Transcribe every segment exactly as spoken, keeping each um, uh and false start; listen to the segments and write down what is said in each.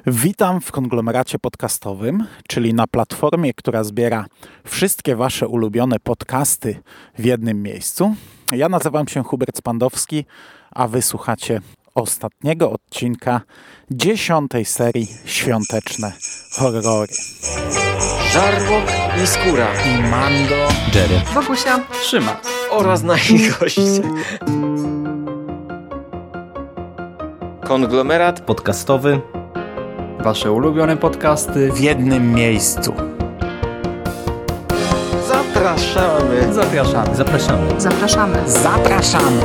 Witam w konglomeracie podcastowym, czyli na platformie, która zbiera wszystkie wasze ulubione podcasty w jednym miejscu. Ja nazywam się Hubert Spandowski, a wy słuchacie ostatniego odcinka dziesiątej serii Świąteczne Horrory. Żarłok i Skóra I Mando, Jerry, Wokusia, Trzyma oraz nasi goście. Konglomerat podcastowy. wasze ulubione podcasty w jednym miejscu. Zapraszamy. zapraszamy. Zapraszamy. Zapraszamy. Zapraszamy!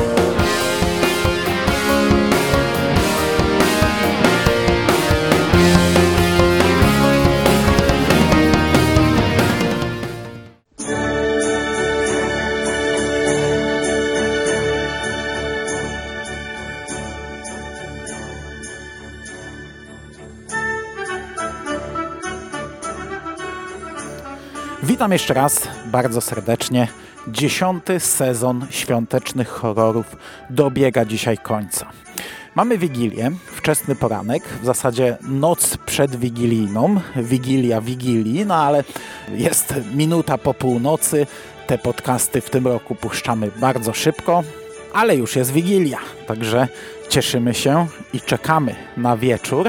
Witam jeszcze raz bardzo serdecznie. Dziesiąty sezon świątecznych horrorów dobiega dzisiaj końca. Mamy Wigilię, wczesny poranek, w zasadzie noc przedwigilijną, Wigilia Wigilii, no ale jest minuta po północy. Te podcasty w tym roku puszczamy bardzo szybko, ale już jest Wigilia, także cieszymy się i czekamy na wieczór.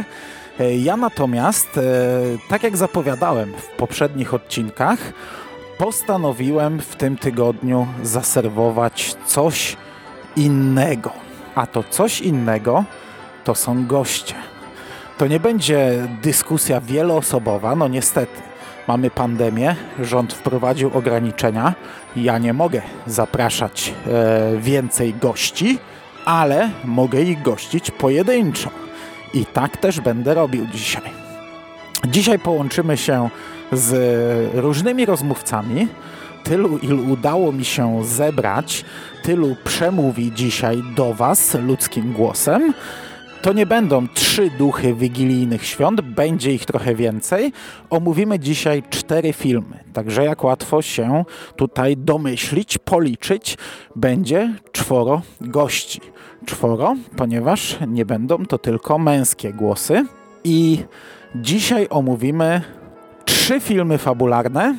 Ja natomiast, tak jak zapowiadałem w poprzednich odcinkach, postanowiłem w tym tygodniu zaserwować coś innego. A to coś innego to są goście. To nie będzie dyskusja wieloosobowa, no niestety. Mamy pandemię, rząd wprowadził ograniczenia. Ja nie mogę zapraszać e, więcej gości, ale mogę ich gościć pojedynczo. I tak też będę robił dzisiaj. Dzisiaj połączymy się z różnymi rozmówcami. Tylu, ilu udało mi się zebrać, tylu przemówi dzisiaj do was ludzkim głosem. To nie będą trzy duchy wigilijnych świąt, będzie ich trochę więcej. Omówimy dzisiaj cztery filmy, także jak łatwo się tutaj domyślić, policzyć, będzie czworo gości. Czworo, ponieważ nie będą to tylko męskie głosy. I dzisiaj omówimy trzy filmy fabularne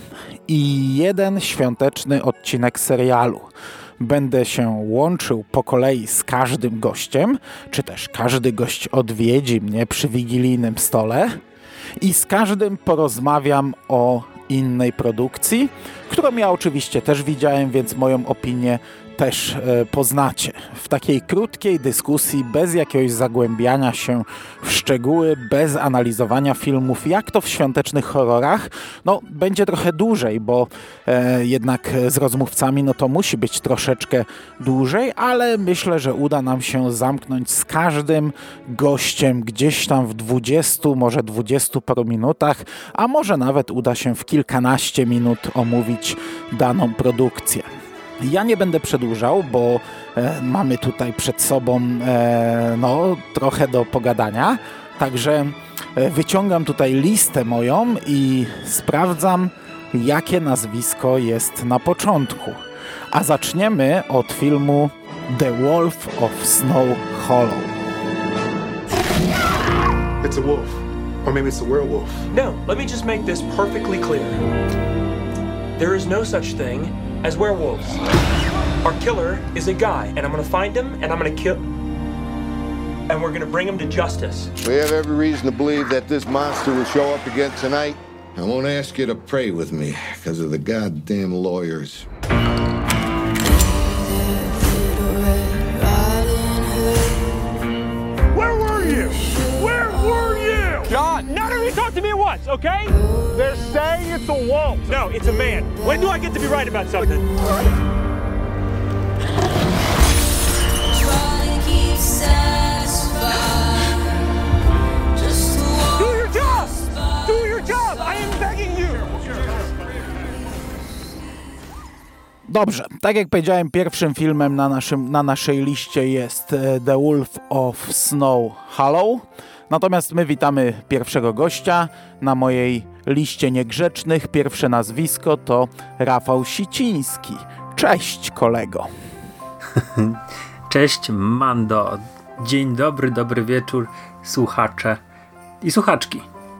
i jeden świąteczny odcinek serialu. Będę się łączył po kolei z każdym gościem, czy też każdy gość odwiedzi mnie przy wigilijnym stole i z każdym porozmawiam o innej produkcji, którą ja oczywiście też widziałem, więc moją opinię też e, poznacie. W takiej krótkiej dyskusji, bez jakiegoś zagłębiania się w szczegóły, bez analizowania filmów, jak to w świątecznych horrorach, no będzie trochę dłużej, bo e, jednak z rozmówcami no to musi być troszeczkę dłużej, ale myślę, że uda nam się zamknąć z każdym gościem gdzieś tam w dwudziestu, może dwudziestu paru minutach, a może nawet uda się w kilkanaście minut omówić daną produkcję. Ja nie będę przedłużał, bo e, mamy tutaj przed sobą e, no, trochę do pogadania. Także e, wyciągam tutaj listę moją i sprawdzam, jakie nazwisko jest na początku. A zaczniemy od filmu The Wolf of Snow Hollow. It's a wolf. Or maybe it's a werewolf. No, let me just make this perfectly clear. There is no such thing as werewolves. Our killer is a guy, and I'm gonna find him, and I'm gonna kill... and we're gonna bring him to justice. We have every reason to believe that this monster will show up again tonight. I won't ask you to pray with me, because of the goddamn lawyers. Where were you? Where were you? John! None of you talk to me at once, okay? They're saying it's a wolf. No, it's a man. When do I get to be right about something? Do your job! Do your job! I am begging you! Dobrze, tak jak powiedziałem, pierwszym filmem na, naszym, na naszej liście jest The Wolf of Snow Hollow. Natomiast my witamy pierwszego gościa. Na mojej liście niegrzecznych pierwsze nazwisko to Rafał Siciński. Cześć, kolego. Cześć, Mando. Dzień dobry, dobry wieczór, słuchacze i słuchaczki.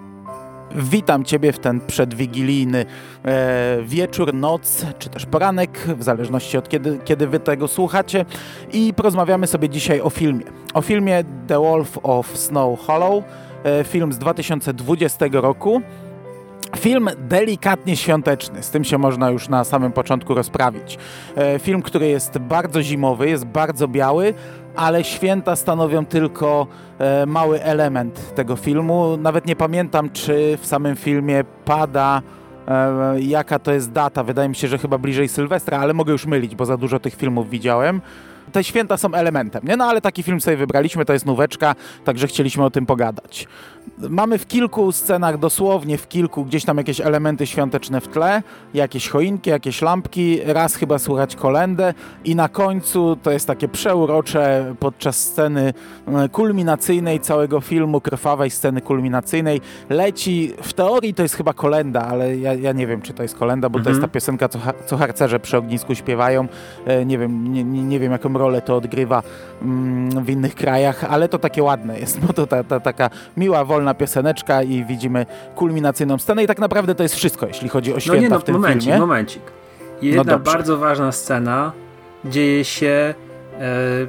Witam Ciebie w ten przedwigilijny e, wieczór, noc, czy też poranek, w zależności od kiedy, kiedy Wy tego słuchacie. I porozmawiamy sobie dzisiaj o filmie. O filmie The Wolf of Snow Hollow, e, film z dwa tysiące dwudziestego roku. Film delikatnie świąteczny, z tym się można już na samym początku rozprawić. E, film, który jest bardzo zimowy, jest bardzo biały, ale święta stanowią tylko e, mały element tego filmu. Nawet nie pamiętam, czy w samym filmie pada e, jaka to jest data. Wydaje mi się, że chyba bliżej Sylwestra, ale mogę już mylić, bo za dużo tych filmów widziałem. Te święta są elementem, nie? No ale taki film sobie wybraliśmy, to jest nóweczka, także chcieliśmy o tym pogadać. Mamy w kilku scenach, dosłownie w kilku, gdzieś tam jakieś elementy świąteczne w tle, jakieś choinki, jakieś lampki, raz chyba słychać kolędę i na końcu to jest takie przeurocze podczas sceny kulminacyjnej całego filmu, krwawej sceny kulminacyjnej, leci, w teorii to jest chyba kolęda, ale ja, ja nie wiem, czy to jest kolęda, bo mhm. to jest ta piosenka, co, co harcerze przy ognisku śpiewają, nie wiem, nie, nie, nie wiem jaką rolę to odgrywa mm, w innych krajach, ale to takie ładne jest, bo to ta, ta taka miła, wolna pioseneczka i widzimy kulminacyjną scenę i tak naprawdę to jest wszystko, jeśli chodzi o święta no nie, no, w tym momencik, filmie. Momencik, Jedna no bardzo ważna scena dzieje się e,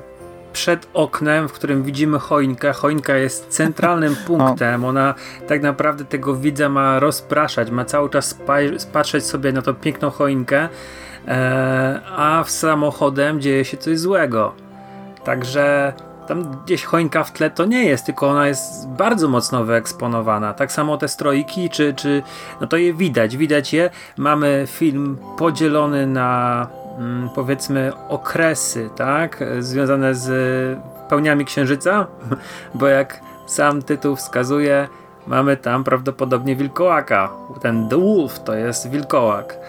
przed oknem, w którym widzimy choinkę. Choinka jest centralnym punktem. No. Ona tak naprawdę tego widza ma rozpraszać, ma cały czas spa- patrzeć sobie na tą piękną choinkę, e, a w samochodem dzieje się coś złego. Także tam gdzieś choinka w tle to nie jest, tylko ona jest bardzo mocno wyeksponowana. Tak samo te stroiki, czy, czy no to je widać, widać je. Mamy film podzielony na mm, powiedzmy okresy, tak, związane z pełniami księżyca, bo jak sam tytuł wskazuje, mamy tam prawdopodobnie wilkołaka. Ten The Wolf to jest wilkołak.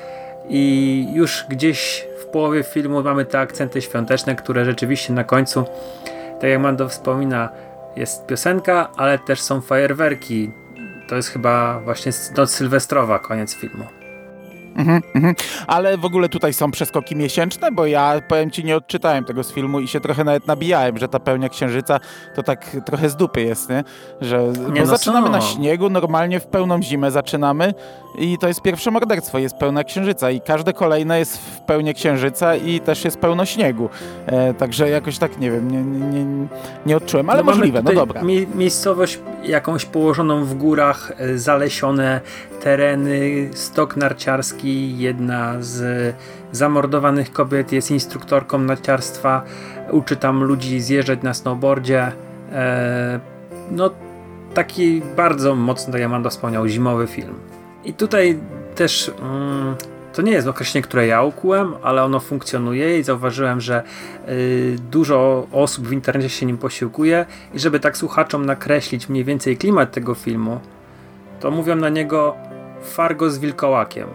I już gdzieś w połowie filmu mamy te akcenty świąteczne, które rzeczywiście na końcu, tak jak Mando wspomina, jest piosenka, ale też są fajerwerki. To jest chyba właśnie noc sylwestrowa, koniec filmu. Mhm, mhm. Ale w ogóle tutaj są przeskoki miesięczne, bo ja, powiem Ci, nie odczytałem tego z filmu i się trochę nawet nabijałem, że ta pełnia księżyca to tak trochę z dupy jest, nie? Że, nie bo no zaczynamy są. na śniegu, normalnie w pełną zimę zaczynamy i to jest pierwsze morderstwo, jest pełna księżyca i każde kolejne jest w pełni księżyca i też jest pełno śniegu. E, także jakoś tak, nie wiem, nie, nie, nie, nie odczułem, ale no możliwe, no dobra. Mi- miejscowość jakąś położoną w górach, zalesione tereny, stok narciarski, jedna z zamordowanych kobiet jest instruktorką narciarstwa, uczy tam ludzi zjeżdżać na snowboardzie. E, no taki bardzo mocno, tak jak Mando wspomniał, zimowy film. I tutaj też mm, to nie jest określenie, które ja ukułem, ale ono funkcjonuje i zauważyłem, że y, dużo osób w internecie się nim posiłkuje i żeby tak słuchaczom nakreślić mniej więcej klimat tego filmu, to mówią na niego Fargo z wilkołakiem.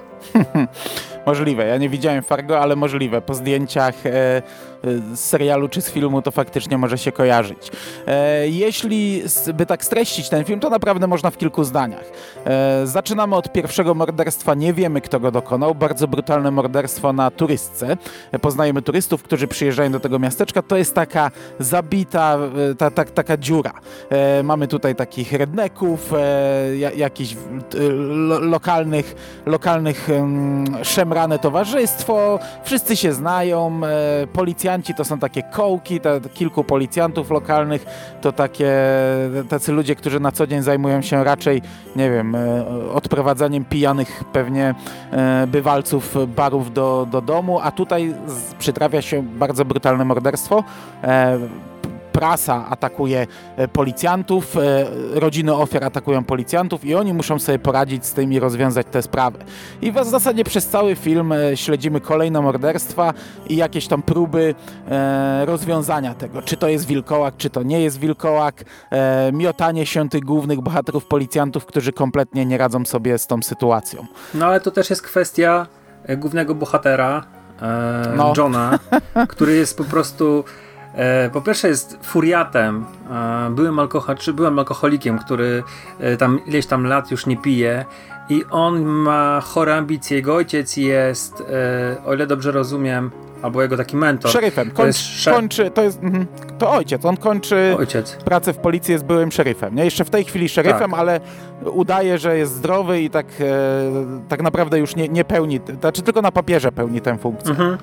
Możliwe, ja nie widziałem Fargo, ale możliwe. Po zdjęciach e, e, z serialu czy z filmu to faktycznie może się kojarzyć. E, jeśli by tak streścić ten film, to naprawdę można w kilku zdaniach. E, zaczynamy od pierwszego morderstwa, nie wiemy kto go dokonał, bardzo brutalne morderstwo na turystce. E, poznajemy turystów, którzy przyjeżdżają do tego miasteczka, to jest taka zabita, e, ta, ta, taka dziura. E, mamy tutaj takich redneków, e, jakichś lo, lokalnych, lokalnych um, szemrane towarzystwo, wszyscy się znają, e, policjanci to są takie kołki, te, kilku policjantów lokalnych, to takie tacy ludzie, którzy na co dzień zajmują się raczej, nie wiem, e, odprowadzaniem pijanych pewnie e, bywalców barów do, do domu, a tutaj z, przytrafia się bardzo brutalne morderstwo. E, Prasa atakuje policjantów, rodziny ofiar atakują policjantów i oni muszą sobie poradzić z tym i rozwiązać tę sprawę. I w zasadzie przez cały film śledzimy kolejne morderstwa i jakieś tam próby e, rozwiązania tego. Czy to jest wilkołak, czy to nie jest wilkołak. E, miotanie się tych głównych bohaterów policjantów, którzy kompletnie nie radzą sobie z tą sytuacją. No ale to też jest kwestia głównego bohatera, e, no. Johna, który jest po prostu... Po pierwsze jest furiatem, byłym, alkohol, czy byłym alkoholikiem, który tam ileś tam lat już nie pije i on ma chore ambicje. Jego ojciec jest, e, o ile dobrze rozumiem, albo jego taki mentor. Szeryfem. Kończ, to, jest sze- kończy, to jest mm, to ojciec. On kończy ojciec. pracę w policji, jest byłym szeryfem. Nie? Jeszcze w tej chwili szeryfem, tak. Ale udaje, że jest zdrowy i tak, e, tak naprawdę już nie, nie pełni, znaczy tylko na papierze pełni tę funkcję. Mhm.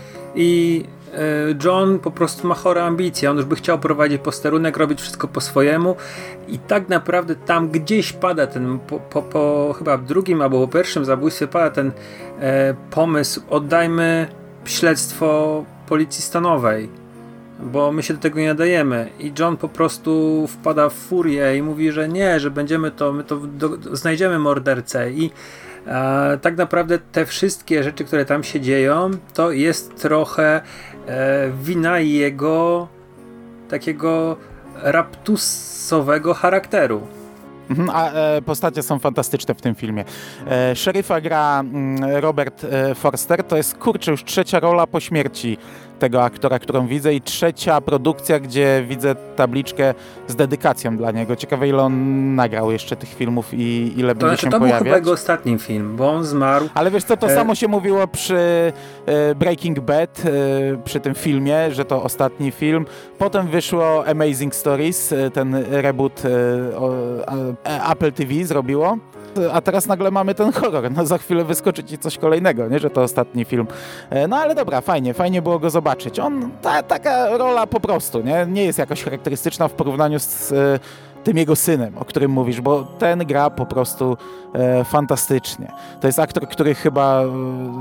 I e, John po prostu ma chore ambicje. On już by chciał prowadzić posterunek, robić wszystko po swojemu i tak naprawdę tam gdzieś pada ten, po, po, po chyba drugim albo po pierwszym zabójstwie pada ten e, pomysł, oddajmy śledztwo policji stanowej, bo my się do tego nie nadajemy. I John po prostu wpada w furię i mówi, że nie, że będziemy to, my to do, znajdziemy mordercę. I e, tak naprawdę te wszystkie rzeczy, które tam się dzieją, to jest trochę e, wina jego takiego raptusowego charakteru. A e, postacie są fantastyczne w tym filmie. E, szeryfa gra mm, Robert e, Forster. To jest, kurczę, już trzecia rola po śmierci tego aktora, którą widzę i trzecia produkcja, gdzie widzę tabliczkę z dedykacją dla niego. Ciekawe, ile on nagrał jeszcze tych filmów i ile to będzie znaczy, się to pojawiać. To był chyba jego ostatni film, bo on zmarł. Ale wiesz co, to e... samo się mówiło przy e, Breaking Bad, e, przy tym filmie, że to ostatni film. Potem wyszło Amazing Stories, e, ten reboot e, o, e, Apple T V zrobiło. A teraz nagle mamy ten horror. No za chwilę wyskoczy ci coś kolejnego, nie? Że to ostatni film. No ale dobra, fajnie, fajnie było go zobaczyć. On, ta, taka rola po prostu, nie? Nie jest jakoś charakterystyczna w porównaniu z e, tym jego synem, o którym mówisz, bo ten gra po prostu e, fantastycznie. To jest aktor, który chyba e,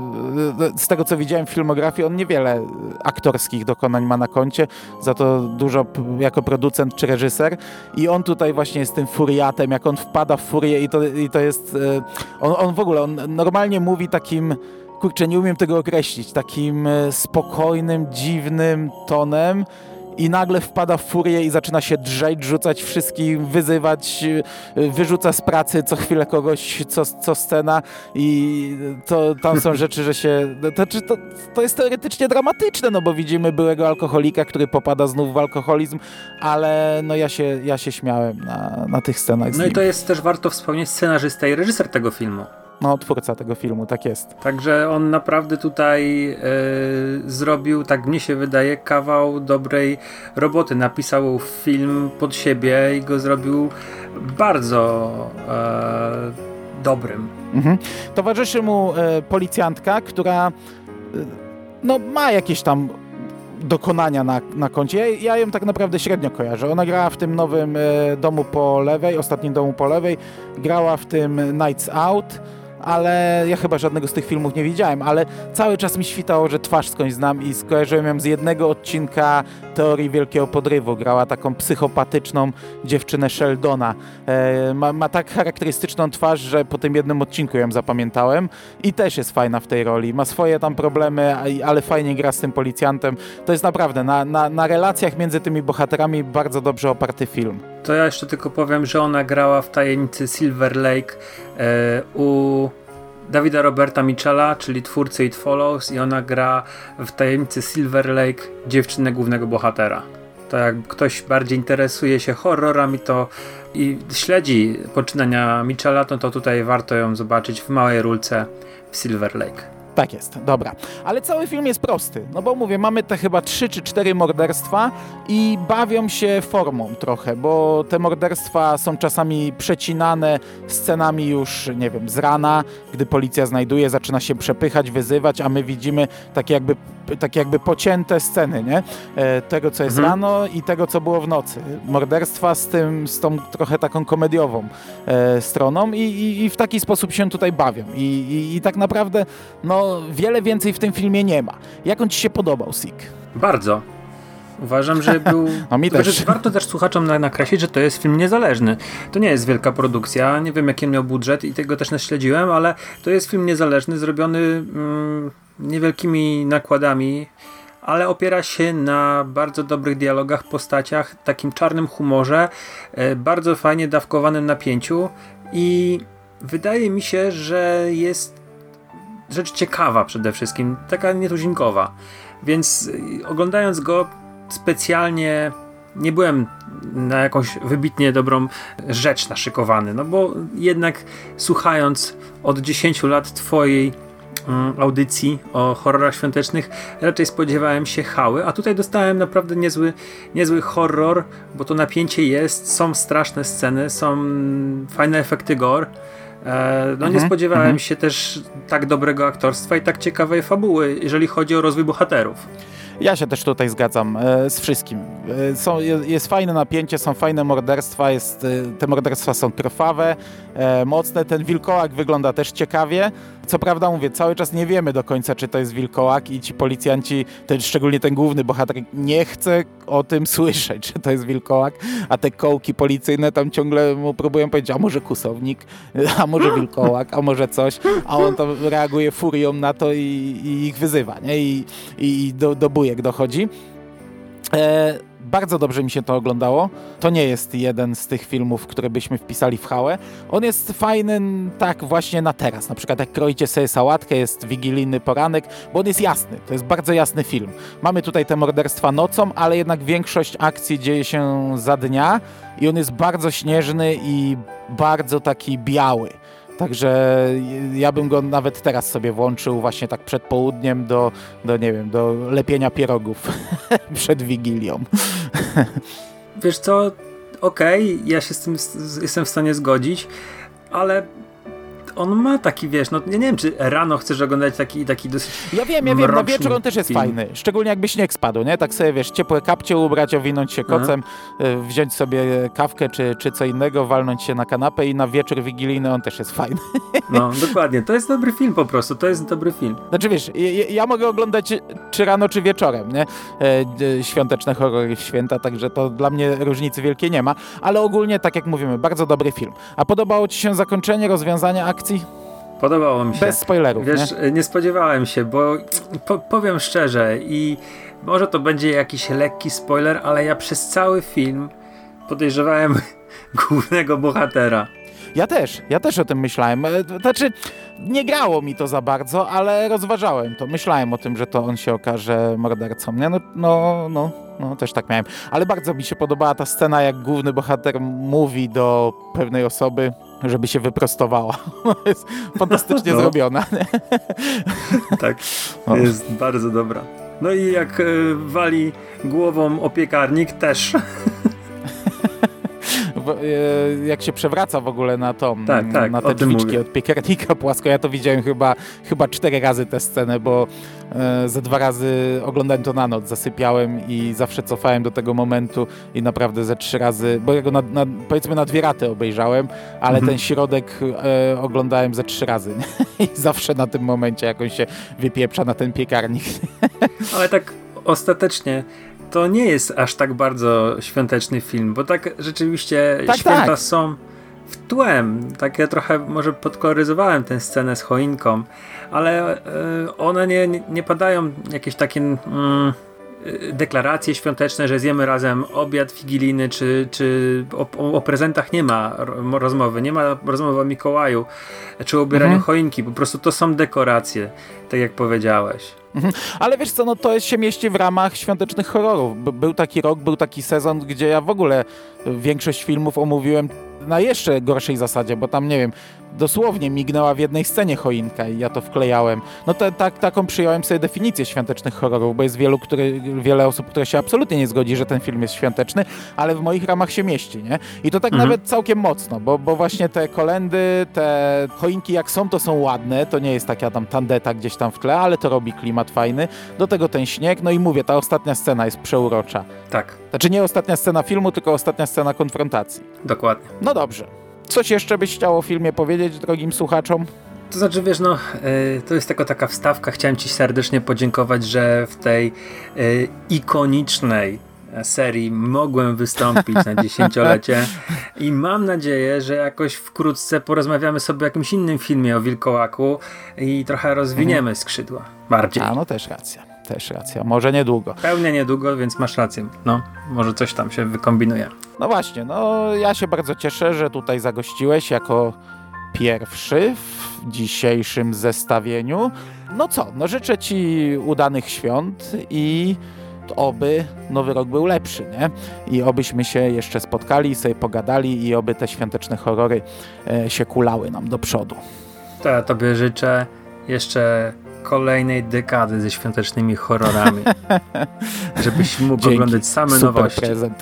z tego, co widziałem w filmografii, on niewiele aktorskich dokonań ma na koncie, za to dużo p- jako producent czy reżyser i on tutaj właśnie jest tym furiatem, jak on wpada w furię i to, i to jest... E, on, on w ogóle, on normalnie mówi takim... Kurczę, nie umiem tego określić, takim spokojnym, dziwnym tonem i nagle wpada w furię i zaczyna się drzeć, rzucać wszystkich, wyzywać, wyrzuca z pracy co chwilę kogoś, co, co scena i to, tam są rzeczy, że się... To, to, to jest teoretycznie dramatyczne, no bo widzimy byłego alkoholika, który popada znów w alkoholizm, ale no ja się, ja się śmiałem na, na tych scenach z No nim. I to jest też, warto wspomnieć, scenarzysta i reżyser tego filmu. No, twórca tego filmu, tak jest. Także on naprawdę tutaj e, zrobił, tak mnie się wydaje, kawał dobrej roboty. Napisał film pod siebie i go zrobił bardzo e, dobrym. Mhm. Towarzyszy mu e, policjantka, która e, no, ma jakieś tam dokonania na, na koncie. Ja, ja ją tak naprawdę średnio kojarzę. Ona grała w tym nowym e, Domu po lewej, ostatnim Domu po lewej. Grała w tym Nights Out, ale ja chyba żadnego z tych filmów nie widziałem, ale cały czas mi świtało, że twarz skądś znam i skojarzyłem ją z jednego odcinka Teorii Wielkiego Podrywu. Grała taką psychopatyczną dziewczynę Sheldona. E, ma, ma tak charakterystyczną twarz, że po tym jednym odcinku ją zapamiętałem i też jest fajna w tej roli. Ma swoje tam problemy, ale fajnie gra z tym policjantem. To jest naprawdę na, na, na relacjach między tymi bohaterami bardzo dobrze oparty film. To ja jeszcze tylko powiem, że ona grała w Tajemnicy Silver Lake e, u Davida Roberta Mitchella, czyli twórcy It Follows, i ona gra w Tajemnicy Silver Lake dziewczynę głównego bohatera. To jak ktoś bardziej interesuje się horrorami to i śledzi poczynania Mitchella, to, to tutaj warto ją zobaczyć w małej rólce w Silver Lake. Tak jest, dobra. Ale cały film jest prosty, no bo mówię, mamy te chyba trzy czy cztery morderstwa i bawią się formą trochę, bo te morderstwa są czasami przecinane scenami już, nie wiem, z rana, gdy policja znajduje, zaczyna się przepychać, wyzywać, a my widzimy takie jakby, takie jakby pocięte sceny, nie? E, tego, co jest mhm. rano i tego, co było w nocy. Morderstwa z tym, z tą trochę taką komediową e, stroną i, i, i w taki sposób się tutaj bawią. I, i, i tak naprawdę, no wiele więcej w tym filmie nie ma. Jak on ci się podobał, Sik? Bardzo. Uważam, że był... no mi też. Że warto też słuchaczom nakreślić, że to jest film niezależny. To nie jest wielka produkcja, nie wiem jaki miał budżet i tego też naśledziłem, ale to jest film niezależny, zrobiony mm, niewielkimi nakładami, ale opiera się na bardzo dobrych dialogach, postaciach, takim czarnym humorze, e, bardzo fajnie dawkowanym napięciu i wydaje mi się, że jest rzecz ciekawa przede wszystkim, taka nietuzinkowa. Więc oglądając go specjalnie nie byłem na jakąś wybitnie dobrą rzecz naszykowany, no bo jednak słuchając od dziesięciu lat twojej mm, audycji o horrorach świątecznych, raczej spodziewałem się chały, a tutaj dostałem naprawdę niezły, niezły horror, bo to napięcie jest, są straszne sceny, są fajne efekty gore. E, no nie mhm, spodziewałem mhm. się też tak dobrego aktorstwa i tak ciekawej fabuły, jeżeli chodzi o rozwój bohaterów. Ja się też tutaj zgadzam e, z wszystkim. E, są, jest, jest fajne napięcie, są fajne morderstwa, jest, e, te morderstwa są krwawe, e, mocne. Ten wilkołak wygląda też ciekawie. Co prawda mówię, cały czas nie wiemy do końca, czy to jest wilkołak i ci policjanci, ten, szczególnie ten główny bohater, nie chce o tym słyszeć, czy to jest wilkołak, a te kołki policyjne tam ciągle mu próbują powiedzieć, a może kusownik, a może wilkołak, a może coś, a on tam reaguje furią na to i, i ich wyzywa, nie? I, i do, do bujek dochodzi. E, Bardzo dobrze mi się to oglądało. To nie jest jeden z tych filmów, które byśmy wpisali w chałę. On jest fajny tak właśnie na teraz. Na przykład jak kroicie sobie sałatkę, jest wigilijny poranek, bo on jest jasny. To jest bardzo jasny film. Mamy tutaj te morderstwa nocą, ale jednak większość akcji dzieje się za dnia i on jest bardzo śnieżny i bardzo taki biały. Także ja bym go nawet teraz sobie włączył właśnie tak przed południem do, do nie wiem, do lepienia pierogów przed Wigilią. Wiesz co, okej, okay, ja się z tym z, jestem w stanie zgodzić, ale on ma taki, wiesz, no ja nie wiem, czy rano chcesz oglądać taki, taki dosyć Ja wiem, ja wiem, na wieczór on też jest film. fajny, szczególnie jakby śnieg spadł, nie? Tak sobie, wiesz, ciepłe kapcie ubrać, owinąć się kocem, Aha. wziąć sobie kawkę czy, czy co innego, walnąć się na kanapę i na wieczór wigilijny on też jest fajny. No, dokładnie, to jest dobry film po prostu, to jest dobry film. Znaczy wiesz, ja, ja mogę oglądać czy rano, czy wieczorem, nie? E, świąteczne horrory w święta, także to dla mnie różnicy wielkiej nie ma, ale ogólnie, tak jak mówimy, bardzo dobry film. A podobało ci się zakończenie, rozwiązanie akcji? Podobało mi się. Bez spoilerów, wiesz, nie? nie spodziewałem się, bo po, powiem szczerze i może to będzie jakiś lekki spoiler, ale ja przez cały film podejrzewałem głównego bohatera. Ja też, ja też o tym myślałem. Znaczy, nie grało mi to za bardzo, ale rozważałem to. Myślałem o tym, że to on się okaże mordercą, nie? No, no, no, no, też tak miałem. Ale bardzo mi się podobała ta scena, jak główny bohater mówi do pewnej osoby, żeby się wyprostowała. Jest fantastycznie no. zrobiona. Tak, no. Jest bardzo dobra. No i jak y, wali głową o piekarnik też. Jak się przewraca w ogóle na tą, tak, tak, na te drzwiczki od piekarnika płasko. Ja to widziałem chyba, chyba cztery razy tę scenę, bo e, ze dwa razy oglądałem to na noc, zasypiałem i zawsze cofałem do tego momentu i naprawdę ze trzy razy, bo ja go na, na, powiedzmy na dwie raty obejrzałem, ale mhm. ten środek e, oglądałem ze trzy razy. I zawsze na tym momencie, jak on się wypieprza na ten piekarnik. Ale tak ostatecznie to nie jest aż tak bardzo świąteczny film, bo tak rzeczywiście tak, święta tak. są w tłem. Tak ja trochę może podkoloryzowałem tę scenę z choinką, ale y, one nie, nie, nie padają jakieś takie y, deklaracje świąteczne, że zjemy razem obiad wigilijny, czy, czy o, o, o prezentach nie ma rozmowy, nie ma rozmowy o Mikołaju, czy o ubieraniu mhm. choinki, po prostu to są dekoracje, tak jak powiedziałeś. Mhm. Ale wiesz co, no to się mieści w ramach świątecznych horrorów. By, był taki rok, był taki sezon, gdzie ja w ogóle większość filmów omówiłem na jeszcze gorszej zasadzie, bo tam, nie wiem, dosłownie mignęła w jednej scenie choinka i ja to wklejałem. No to tak, taką przyjąłem sobie definicję świątecznych horrorów, bo jest wielu, który, wiele osób, które się absolutnie nie zgodzi, że ten film jest świąteczny, ale w moich ramach się mieści, nie? I to tak mhm. nawet całkiem mocno, bo, bo właśnie te kolędy, te choinki jak są, to są ładne, to nie jest taka tam tandeta gdzieś tam w tle, ale to robi klimat fajny. Do tego ten śnieg, no i mówię, ta ostatnia scena jest przeurocza. Tak. Znaczy nie ostatnia scena filmu, tylko ostatnia scena konfrontacji. Dokładnie. No dobrze. Coś jeszcze byś chciał o filmie powiedzieć drogim słuchaczom? To znaczy, wiesz, no, yy, to jest tylko taka wstawka. Chciałem ci serdecznie podziękować, że w tej yy, ikonicznej serii mogłem wystąpić na dziesięciolecie i mam nadzieję, że jakoś wkrótce porozmawiamy sobie o jakimś innym filmie o wilkołaku i trochę rozwiniemy mhm. skrzydła bardziej. A, no też racja. Też racja. Może niedługo. Pełnie niedługo, więc masz rację. No, może coś tam się wykombinuje. No właśnie, no ja się bardzo cieszę, że tutaj zagościłeś jako pierwszy w dzisiejszym zestawieniu. No co, no życzę ci udanych świąt i oby nowy rok był lepszy, nie? I obyśmy się jeszcze spotkali i sobie pogadali i oby te świąteczne horrory e, się kulały nam do przodu. To ja tobie życzę jeszcze kolejnej dekady ze świątecznymi horrorami. Żebyś mógł Dzięki. oglądać same Super nowości. prezent.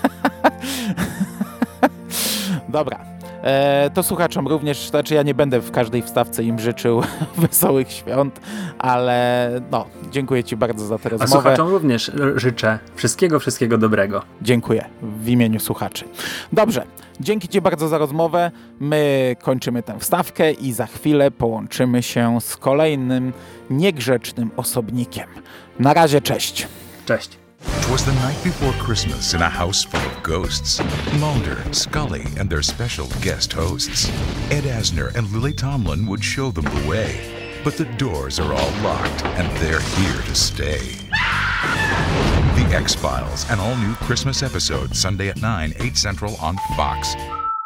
Dobra. E, to słuchaczom również, znaczy ja nie będę w każdej wstawce im życzył wesołych świąt, ale no, dziękuję ci bardzo za tę rozmowę. A słuchaczom również życzę wszystkiego, wszystkiego dobrego. Dziękuję w imieniu słuchaczy. Dobrze, dzięki ci bardzo za rozmowę. My kończymy tę wstawkę i za chwilę połączymy się z kolejnym niegrzecznym osobnikiem. Na razie, cześć. Cześć. Twas the night before Christmas in a house full of ghosts. Mulder, Scully, and their special guest hosts. Ed Asner and Lily Tomlin would show them the way. But the doors are all locked, and they're here to stay. The X-Files, an all-new Christmas episode, Sunday at nine, eight Central on Fox.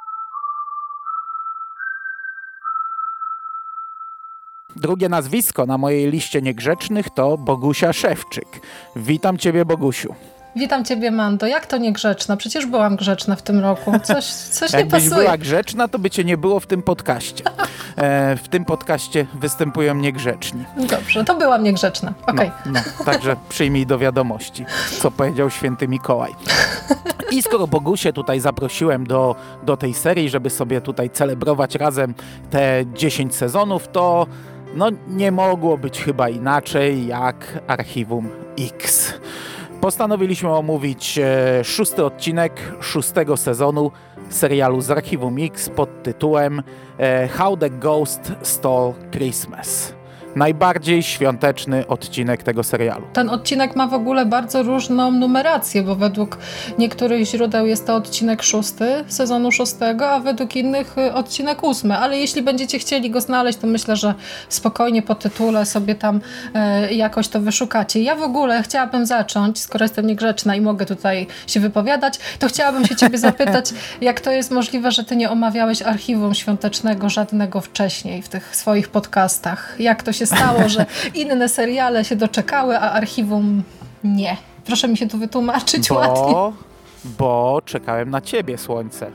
Drugie nazwisko na mojej liście niegrzecznych to Bogusia Szewczyk. Witam ciebie, Bogusiu. Witam ciebie, Mando. Jak to niegrzeczna? Przecież byłam grzeczna w tym roku. Coś, coś nie Jakbyś pasuje. była grzeczna, to by cię nie było w tym podcaście. E, w tym podcaście występują niegrzeczni. Dobrze, to byłam niegrzeczna. Okej. Okay. No, no, także przyjmij do wiadomości, co powiedział święty Mikołaj. I skoro Bogusię tutaj zaprosiłem do, do tej serii, żeby sobie tutaj celebrować razem te dziesięć sezonów, to no nie mogło być chyba inaczej jak Archiwum X. Postanowiliśmy omówić e, szósty odcinek szóstego sezonu serialu z Archiwum X pod tytułem e, How the Ghost Stole Christmas. Najbardziej świąteczny odcinek tego serialu. Ten odcinek ma w ogóle bardzo różną numerację, bo według niektórych źródeł jest to odcinek szósty sezonu szóstego, a według innych odcinek ósmy. Ale jeśli będziecie chcieli go znaleźć, to myślę, że spokojnie po tytule sobie tam e, jakoś to wyszukacie. Ja w ogóle chciałabym zacząć, skoro jestem niegrzeczna i mogę tutaj się wypowiadać, to chciałabym się ciebie zapytać, jak to jest możliwe, że ty nie omawiałeś archiwum świątecznego żadnego wcześniej w tych swoich podcastach. Jak to się stało, że inne seriale się doczekały, a archiwum nie. Proszę mi się tu wytłumaczyć bo, ładnie. Bo czekałem na ciebie, słońce.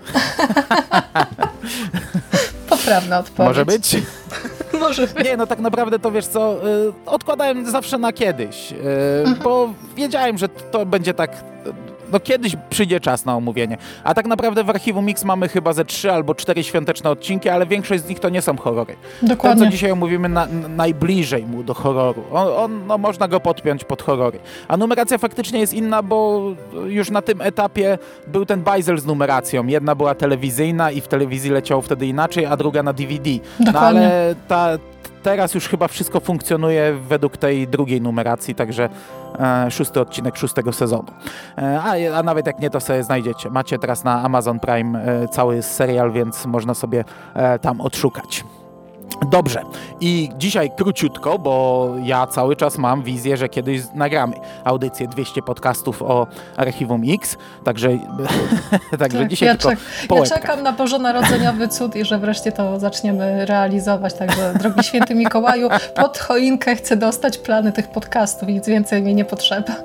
Poprawna odpowiedź. Może być? Może być. Nie, no tak naprawdę to wiesz co, y, odkładałem zawsze na kiedyś, y, mhm. bo wiedziałem, że to będzie tak... No kiedyś przyjdzie czas na omówienie. A tak naprawdę w Archiwum X mamy chyba ze trzy albo cztery świąteczne odcinki, ale większość z nich to nie są horrory. Dokładnie. Ten, co dzisiaj omówimy, na, na, najbliżej mu do horroru. On, on, no, można go podpiąć pod horrory. A numeracja faktycznie jest inna, bo już na tym etapie był ten bajzel z numeracją. Jedna była telewizyjna i w telewizji leciało wtedy inaczej, a druga na D V D. Dokładnie. No ale ta... Teraz już chyba wszystko funkcjonuje według tej drugiej numeracji, także e, szósty odcinek szóstego sezonu. E, a, a nawet jak nie, to sobie znajdziecie. Macie teraz na Amazon Prime e, cały serial, więc można sobie e, tam odszukać. Dobrze. I dzisiaj króciutko, bo ja cały czas mam wizję, że kiedyś nagramy audycję dwieście podcastów o Archiwum X, także, także tak, dzisiaj ja tylko czek- po Ja czekam na bożonarodzeniowy cud i że wreszcie to zaczniemy realizować. Także, drogi święty Mikołaju, pod choinkę chcę dostać plany tych podcastów i nic więcej mi nie potrzeba.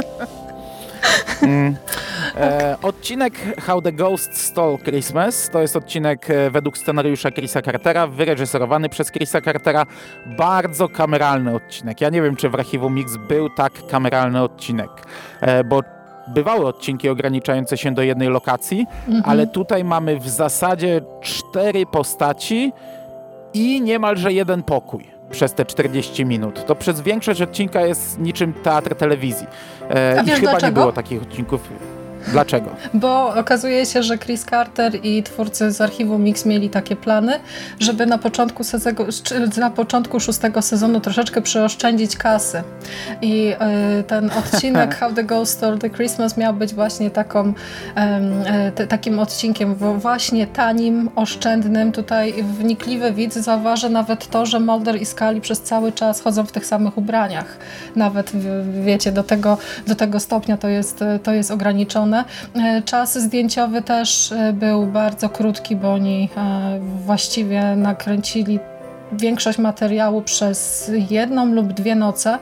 Mm. E, odcinek How the Ghost Stole Christmas to jest odcinek e, według scenariusza Chrisa Cartera, wyreżyserowany przez Chrisa Cartera. Bardzo kameralny odcinek. Ja nie wiem, czy w Archiwum X był tak kameralny odcinek, e, bo bywały odcinki ograniczające się do jednej lokacji, mhm. ale tutaj mamy w zasadzie cztery postaci i niemalże jeden pokój. Przez te czterdzieści minut. To przez większość odcinka jest niczym teatr telewizji. E, A I wiesz chyba dlaczego? nie było takich odcinków. Dlaczego? Bo okazuje się, że Chris Carter i twórcy z Archiwum X mieli takie plany, żeby na początku, sezego, na początku szóstego sezonu troszeczkę przyoszczędzić kasy. I y, ten odcinek How the Ghost Stole the Christmas miał być właśnie taką, y, t, takim odcinkiem właśnie tanim, oszczędnym. Tutaj wnikliwy widz zauważy nawet to, że Mulder i Scully przez cały czas chodzą w tych samych ubraniach. Nawet, wiecie, do tego, do tego stopnia to jest, to jest ograniczone. Czas zdjęciowy też był bardzo krótki, bo oni właściwie nakręcili większość materiału przez jedną lub dwie noce,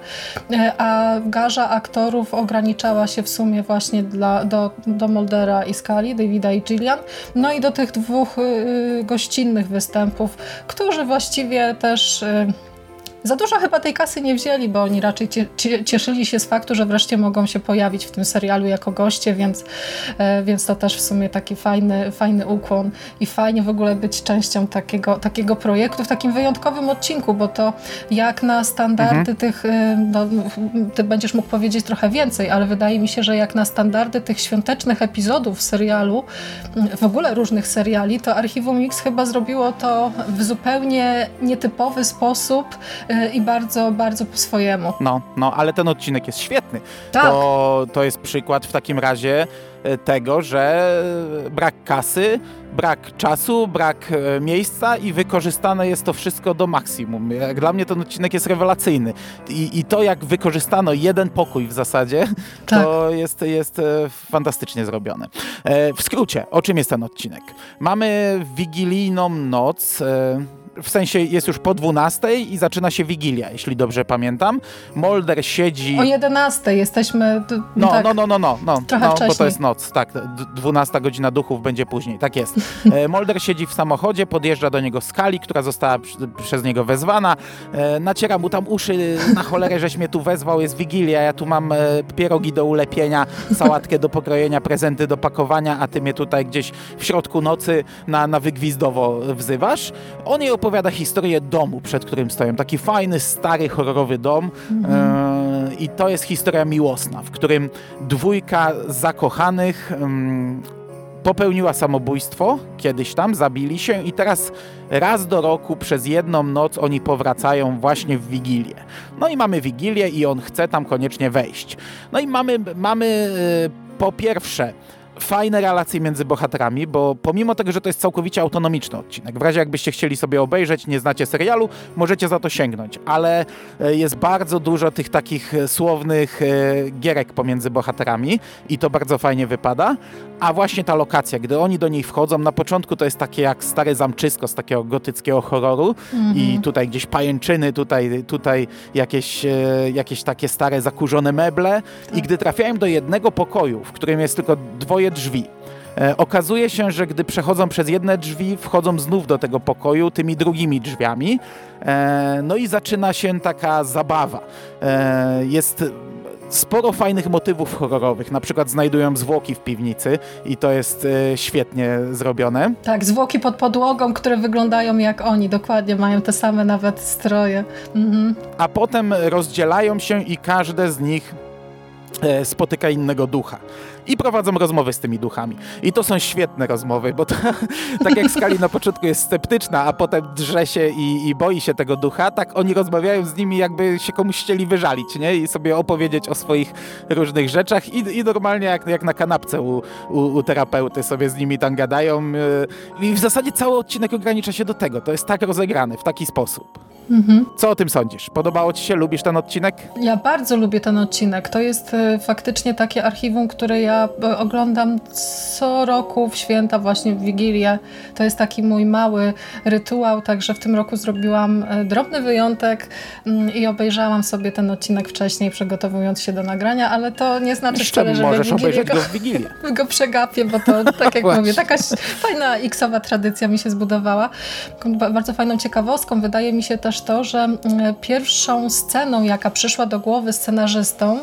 a garza aktorów ograniczała się w sumie właśnie dla, do, do Muldera i Scully, Davida i Gillian, no i do tych dwóch y, gościnnych występów, którzy właściwie też y, za dużo chyba tej kasy nie wzięli, bo oni raczej cieszyli się z faktu, że wreszcie mogą się pojawić w tym serialu jako goście, więc, więc to też w sumie taki fajny, fajny ukłon i fajnie w ogóle być częścią takiego, takiego projektu w takim wyjątkowym odcinku, bo to jak na standardy mhm. tych, no, ty będziesz mógł powiedzieć trochę więcej, ale wydaje mi się, że jak na standardy tych świątecznych epizodów serialu, w ogóle różnych seriali, to Archiwum X chyba zrobiło to w zupełnie nietypowy sposób i bardzo, bardzo po swojemu. No, no, ale ten odcinek jest świetny. Tak. To, to jest przykład w takim razie tego, że brak kasy, brak czasu, brak miejsca i wykorzystane jest to wszystko do maksimum. Jak dla mnie ten odcinek jest rewelacyjny. I, i to, jak wykorzystano jeden pokój w zasadzie, tak. to jest, jest fantastycznie zrobione. W skrócie, o czym jest ten odcinek? Mamy wigilijną noc, w sensie jest już po dwunastej i zaczyna się Wigilia, jeśli dobrze pamiętam. Mulder siedzi... O jedenastej jesteśmy... No, tak, no, no, no, no, no, trochę no wcześniej. Bo to jest noc, tak, dwunasta godzina duchów będzie później, tak jest. Mulder siedzi w samochodzie, podjeżdża do niego Scully, która została przez niego wezwana, naciera mu tam uszy, na cholerę, żeś mnie tu wezwał, jest Wigilia, ja tu mam pierogi do ulepienia, sałatkę do pokrojenia, prezenty do pakowania, a ty mnie tutaj gdzieś w środku nocy na, na wygwizdowo wzywasz. On jej opowiada historię domu, przed którym stoją. Taki fajny, stary, horrorowy dom. Mm. Yy, I to jest historia miłosna, w którym dwójka zakochanych yy, popełniła samobójstwo. Kiedyś tam zabili się i teraz raz do roku przez jedną noc oni powracają właśnie w Wigilię. No i mamy Wigilię i on chce tam koniecznie wejść. No i mamy, mamy yy, po pierwsze fajne relacje między bohaterami, bo pomimo tego, że to jest całkowicie autonomiczny odcinek, w razie jakbyście chcieli sobie obejrzeć, nie znacie serialu, możecie za to sięgnąć, ale jest bardzo dużo tych takich słownych gierek pomiędzy bohaterami i to bardzo fajnie wypada, a właśnie ta lokacja, gdy oni do niej wchodzą, na początku to jest takie jak stare zamczysko z takiego gotyckiego horroru mhm. i tutaj gdzieś pajęczyny, tutaj, tutaj jakieś, jakieś takie stare zakurzone meble tak. i gdy trafiają do jednego pokoju, w którym jest tylko dwoje drzwi. E, okazuje się, że gdy przechodzą przez jedne drzwi, wchodzą znów do tego pokoju tymi drugimi drzwiami. E, no i zaczyna się taka zabawa. E, jest sporo fajnych motywów horrorowych. Na przykład znajdują zwłoki w piwnicy i to jest e, świetnie zrobione. Tak, zwłoki pod podłogą, które wyglądają jak oni. Dokładnie, mają te same nawet stroje. Mhm. A potem rozdzielają się i każde z nich e, spotyka innego ducha. I prowadzą rozmowy z tymi duchami. I to są świetne rozmowy, bo to, tak jak Scully na początku jest sceptyczna, a potem drze się i, i boi się tego ducha, tak oni rozmawiają z nimi, jakby się komuś chcieli wyżalić, nie? I sobie opowiedzieć o swoich różnych rzeczach i, i normalnie jak, jak na kanapce u, u, u terapeuty sobie z nimi tam gadają. I w zasadzie cały odcinek ogranicza się do tego. To jest tak rozegrany, w taki sposób. Mhm. Co o tym sądzisz? Podobało ci się? Lubisz ten odcinek? Ja bardzo lubię ten odcinek. To jest y, faktycznie takie archiwum, które ja y, oglądam co roku w święta, właśnie w Wigilię. To jest taki mój mały rytuał, także w tym roku zrobiłam y, drobny wyjątek y, i obejrzałam sobie ten odcinek wcześniej, przygotowując się do nagrania, ale to nie znaczy wcale, że możesz we obejrzeć go, go w Wigilię. go przegapię, bo to, tak jak mówię, taka fajna X-owa tradycja mi się zbudowała. Bardzo fajną ciekawostką wydaje mi się też to, że pierwszą sceną, jaka przyszła do głowy scenarzystom,